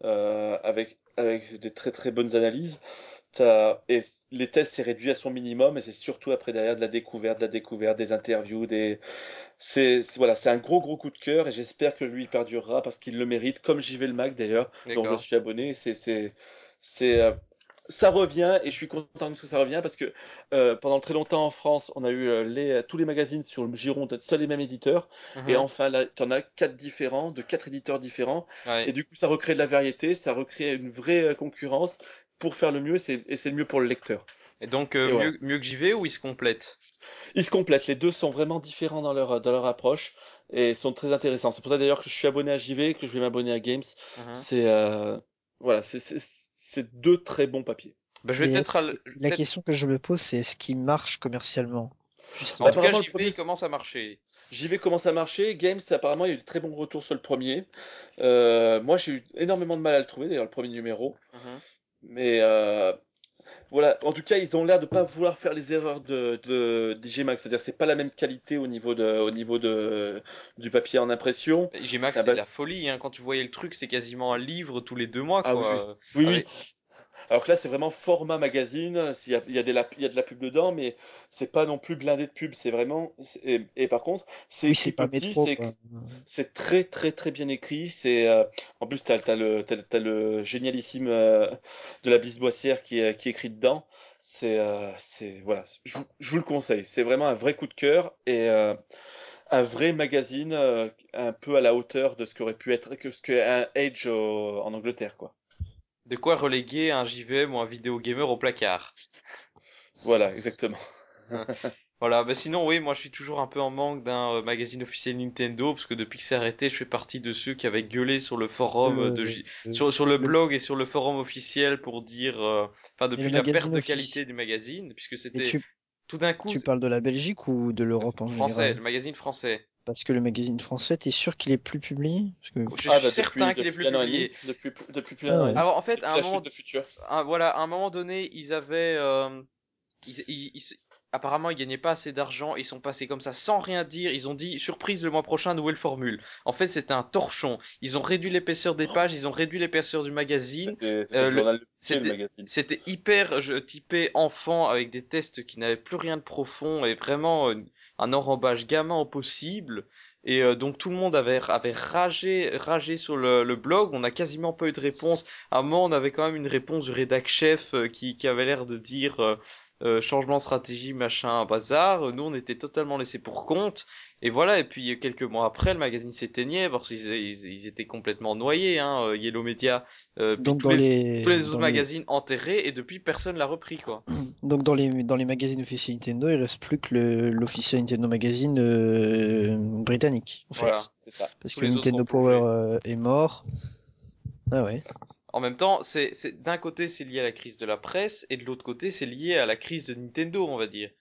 Speaker 3: avec des très très bonnes analyses. Et les tests, c'est réduit à son minimum, et c'est surtout après derrière de la découverte, des interviews, voilà, c'est un gros gros coup de cœur, et j'espère que lui perdurera parce qu'il le mérite, comme j'y vais le Mac d'ailleurs, dont je
Speaker 1: D'accord.
Speaker 3: suis abonné. C'est, ça revient, et je suis content que ça revient parce que pendant très longtemps en France, on a eu tous les magazines sur le giron d'un seul et même éditeur, et
Speaker 1: Mhm.
Speaker 3: enfin là, t'en as 4 différents, de 4 éditeurs différents, et
Speaker 1: Ouais.
Speaker 3: du coup, ça recrée de la variété, ça recrée une vraie concurrence pour faire le mieux, et c'est le mieux pour le lecteur.
Speaker 1: Et donc
Speaker 3: Et voilà.
Speaker 1: mieux que j'y vais ou ils se complètent?
Speaker 3: Ils se complètent, les deux sont vraiment différents dans leur approche et sont très intéressants. C'est pour ça d'ailleurs que je suis abonné à JV, que je vais m'abonner à Games.
Speaker 1: Mhm.
Speaker 3: C'est voilà, c'est deux très bons papiers.
Speaker 1: Ben, je vais
Speaker 2: Mais
Speaker 1: peut-être
Speaker 2: la
Speaker 1: peut-être.
Speaker 2: question que je me pose, c'est est-ce qu'il marche commercialement,
Speaker 1: En
Speaker 3: Bah,
Speaker 1: tout
Speaker 2: justement?
Speaker 1: cas,
Speaker 3: apparemment le
Speaker 1: j'y vais,
Speaker 3: premier,
Speaker 1: il commence à marcher.
Speaker 3: JV commence à marcher. Games, apparemment il y a eu de très bons retours sur le premier. Moi j'ai eu énormément de mal à le trouver, d'ailleurs le premier numéro.
Speaker 1: Mhm.
Speaker 3: Mais voilà, en tout cas, ils ont l'air de pas vouloir faire les erreurs d'IG Max, c'est-à-dire que c'est pas la même qualité du papier en impression.
Speaker 1: IGMax,
Speaker 3: C'est un
Speaker 1: c'est de
Speaker 3: ba-
Speaker 1: la folie, hein. Quand tu voyais le truc, c'est quasiment un livre tous les 2 mois,
Speaker 3: Ah oui, oui.
Speaker 1: quoi.
Speaker 3: Oui, oui.
Speaker 1: Avec.
Speaker 3: Alors que là, c'est vraiment format magazine. Il y a de la pub dedans, mais c'est pas non plus blindé de pub. C'est vraiment. Et par contre, c'est
Speaker 2: Oui, c'est
Speaker 3: écrit
Speaker 2: pas
Speaker 3: petit,
Speaker 2: métro, quoi.
Speaker 3: c'est très, très, très bien écrit. En plus, t'as le génialissime de la Bisboissière qui est écrit dedans. Voilà. Je vous le conseille. C'est vraiment un vrai coup de cœur et un vrai magazine un peu à la hauteur de ce qu'aurait pu être que ce qu'est un Age en Angleterre, quoi.
Speaker 1: De quoi reléguer un JVM ou un vidéo gamer au placard.
Speaker 3: Voilà, exactement.
Speaker 1: Hein. Voilà, bah sinon oui, moi je suis toujours un peu en manque d'un magazine officiel Nintendo parce que depuis que c'est arrêté, je fais partie de ceux qui avaient gueulé sur le forum
Speaker 2: Le,
Speaker 1: sur le
Speaker 2: le,
Speaker 1: blog et sur le forum officiel pour dire enfin
Speaker 2: et le
Speaker 1: depuis la perte
Speaker 2: magazine
Speaker 1: de qualité
Speaker 2: officiel.
Speaker 1: du magazine puisque
Speaker 2: Mais
Speaker 1: c'était tout d'un coup
Speaker 2: tu parles de la Belgique ou de l'Europe en
Speaker 1: français,
Speaker 2: général?
Speaker 1: le magazine français.
Speaker 2: Parce que le magazine français, t'es sûr qu'il est plus publié? Parce que,
Speaker 1: Je
Speaker 3: Ah
Speaker 1: suis
Speaker 3: bah
Speaker 1: certain
Speaker 3: depuis
Speaker 1: qu'il est
Speaker 3: depuis
Speaker 1: plus
Speaker 3: un an et demi,
Speaker 1: publié.
Speaker 3: depuis plus
Speaker 2: ah
Speaker 3: d'un an et
Speaker 2: ouais.
Speaker 3: demi,
Speaker 1: Alors en fait,
Speaker 3: depuis la chute de Future.
Speaker 1: voilà, à un moment donné, ils avaient apparemment, ils gagnaient pas assez d'argent. Ils sont passés comme ça sans rien dire. Ils ont dit surprise le mois prochain, nouvelle formule. En fait, c'était un torchon. Ils ont réduit l'épaisseur des pages, ils ont réduit l'épaisseur du magazine.
Speaker 3: C'était
Speaker 1: Euh,
Speaker 3: le
Speaker 1: le-
Speaker 3: journal de métier, le
Speaker 1: c'était
Speaker 3: magazine.
Speaker 1: c'était hyper typé enfant avec des tests qui n'avaient plus rien de profond et vraiment un enrobage gamin au possible. Et donc tout le monde avait ragé sur le blog. On n'a quasiment pas eu de réponse. À un moment, on avait quand même une réponse du rédac chef qui avait l'air de dire changement de stratégie, machin, bazar. Nous, on était totalement laissés pour compte. Et voilà. Et puis quelques mois après, le magazine s'éteignait parce qu'ils étaient complètement noyés, hein, Yellow Media, puis
Speaker 2: Donc
Speaker 1: tous les autres magazines enterrés. Et depuis, personne l'a repris, quoi.
Speaker 2: donc dans les magazines officiels Nintendo, il reste plus que l'officiel Nintendo Magazine britannique, en
Speaker 1: Voilà.
Speaker 2: fait. Parce
Speaker 1: Tous
Speaker 2: que
Speaker 1: les autres ont
Speaker 2: Nintendo Power
Speaker 1: plongé.
Speaker 2: est mort. Ah ouais.
Speaker 1: En même temps, d'un côté, c'est lié à la crise de la presse, et de l'autre côté, c'est lié à la crise de Nintendo, on va dire.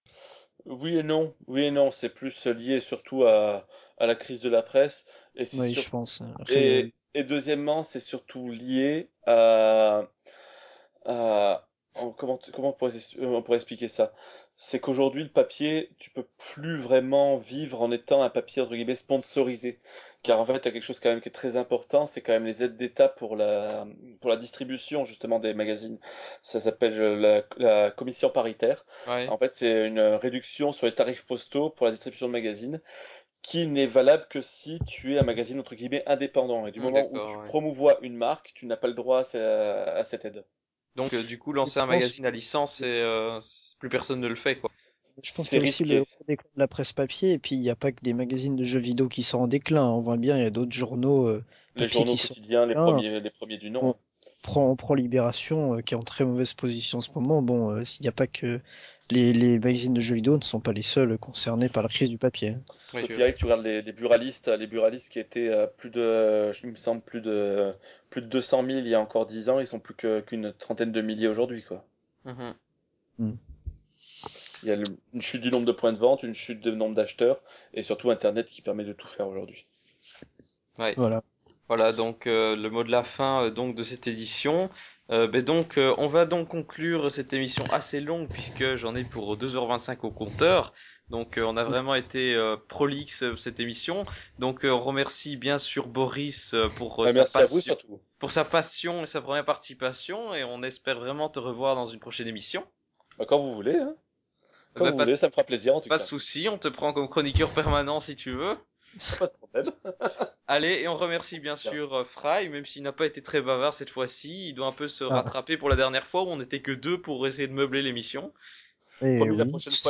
Speaker 3: Oui et non, c'est plus lié surtout à la crise de la presse, et c'est
Speaker 2: Oui,
Speaker 3: sûr,
Speaker 2: je pense. Après,
Speaker 3: et deuxièmement, c'est surtout lié comment on pourrait expliquer ça? C'est qu'aujourd'hui, le papier, tu peux plus vraiment vivre en étant un papier entre guillemets sponsorisé. Car en fait, il y a quelque chose quand même qui est très important, c'est quand même les aides d'État pour la distribution justement des magazines. Ça s'appelle la commission paritaire.
Speaker 1: Ouais.
Speaker 3: En fait, c'est une réduction sur les tarifs postaux pour la distribution de magazines qui n'est valable que si tu es un magazine entre guillemets indépendant. Et du moment où tu
Speaker 1: D'accord, ouais.
Speaker 3: promouvois une marque, tu n'as pas le droit à cette aide.
Speaker 1: Donc, du coup,
Speaker 2: Et
Speaker 1: lancer
Speaker 2: je
Speaker 1: un
Speaker 2: pense,
Speaker 1: magazine à licence, plus personne ne le fait, quoi.
Speaker 2: je pense
Speaker 3: C'est
Speaker 2: qu'il y a aussi le
Speaker 3: risqué.
Speaker 2: déclin de la presse papier, et puis il n'y a pas que des magazines de jeux vidéo qui sont en déclin. On voit bien, il y a d'autres journaux
Speaker 3: Les
Speaker 2: papier
Speaker 3: journaux
Speaker 2: qui sont
Speaker 3: quotidiens,
Speaker 2: en déclin.
Speaker 3: les premiers du nom,
Speaker 2: On
Speaker 3: hein.
Speaker 2: on prend Libération qui est en très mauvaise position en ce moment. Bon, s'il n'y a pas que les magazines de jeux vidéo ne sont pas les seuls concernés par la crise du papier.
Speaker 1: Oui,
Speaker 3: Le
Speaker 1: sûr.
Speaker 3: pire, c'est que tu regardes les buralistes qui étaient plus de, il me semble, plus de 200 000 il y a encore 10 ans, ils sont plus qu'une trentaine de milliers aujourd'hui, quoi.
Speaker 1: Mhm.
Speaker 2: Mm.
Speaker 3: Il y a une chute du nombre de points de vente, une chute du nombre d'acheteurs, et surtout Internet qui permet de tout faire aujourd'hui.
Speaker 1: Ouais.
Speaker 2: Voilà.
Speaker 1: Voilà, donc le mot de la fin donc de cette édition. On va donc conclure cette émission assez longue puisque j'en ai pour 2h25 au compteur. Donc on a vraiment été prolixe cette émission. Donc on remercie bien sûr Boris
Speaker 3: Bah, merci à vous surtout.
Speaker 1: pour sa passion et sa première participation et on espère vraiment te revoir dans une prochaine émission.
Speaker 3: Bah, quand vous voulez, hein.
Speaker 1: Euh,
Speaker 3: Quand
Speaker 1: bah,
Speaker 3: vous
Speaker 1: pas,
Speaker 3: voulez, ça me fera plaisir en tout
Speaker 1: pas de
Speaker 3: cas.
Speaker 1: souci, on te prend comme chroniqueur permanent si tu veux.
Speaker 3: Pas de problème.
Speaker 1: Allez, et on remercie bien sûr Fry, même s'il n'a pas été très bavard cette fois-ci, il doit un peu se
Speaker 2: Ah,
Speaker 1: rattraper pour la dernière fois où on n'était que deux pour essayer de meubler l'émission.
Speaker 2: et
Speaker 3: Promis, la
Speaker 2: oui.
Speaker 3: prochaine fois,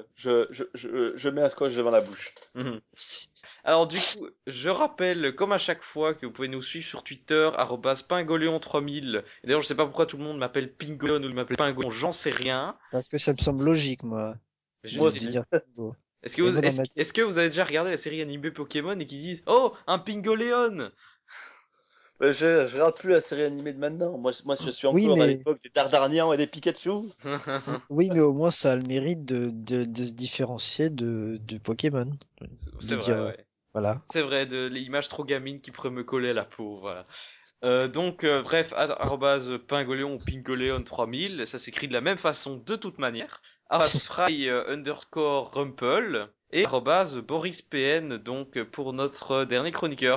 Speaker 3: je mets un scotch devant la bouche.
Speaker 1: Mhm. Alors du coup, je rappelle, comme à chaque fois, que vous pouvez nous suivre sur Twitter, @pingoléon3000. Et d'ailleurs, je sais pas pourquoi tout le monde m'appelle Pingoléon ou m'appelle Pingoléon, j'en sais rien.
Speaker 2: Parce que ça me semble logique, moi,
Speaker 1: Mais je ne
Speaker 3: Moi
Speaker 1: sais.
Speaker 2: de
Speaker 3: aussi.
Speaker 2: dire Pingo.
Speaker 1: Est-ce que
Speaker 2: Et
Speaker 1: vous,
Speaker 2: moi, dans ma tête,
Speaker 1: est-ce que vous avez déjà regardé la série animée Pokémon et qui disent «Oh, un Pingoléon!»
Speaker 3: Je regarde plus la série animée de maintenant. Moi, je suis
Speaker 2: oui,
Speaker 3: encore à
Speaker 2: mais
Speaker 3: l'époque des Dardarnians et des Pikachu.
Speaker 2: oui, mais au moins ça a le mérite de se différencier de Pokémon.
Speaker 1: C'est
Speaker 2: De
Speaker 1: vrai,
Speaker 2: dire,
Speaker 1: ouais.
Speaker 2: voilà.
Speaker 1: C'est vrai, de l'image trop gamine qui pourrait me coller à la peau, voilà. Bref, arrobase pingoléon ou pingoléon 3000, ça s'écrit de la même façon de toute manière. Arrobase fry underscore rumple et arrobase borispn, donc pour notre dernier chroniqueur.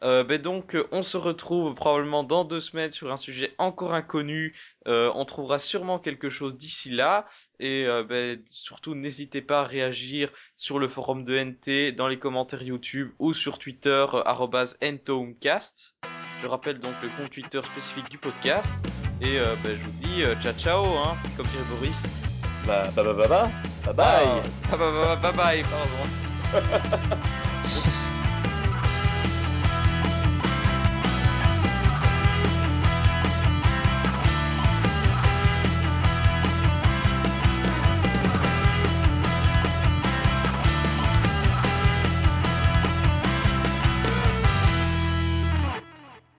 Speaker 1: On se retrouve probablement dans 2 semaines sur un sujet encore inconnu. On trouvera sûrement quelque chose d'ici là. Et surtout, n'hésitez pas à réagir sur le forum de NT, dans les commentaires YouTube ou sur Twitter, @ntomecast. Je rappelle donc le compte Twitter spécifique du podcast. Et je vous dis ciao ciao, hein, comme dirait Boris.
Speaker 3: Bye
Speaker 1: Ah,
Speaker 3: bye.
Speaker 1: bye bye, pardon.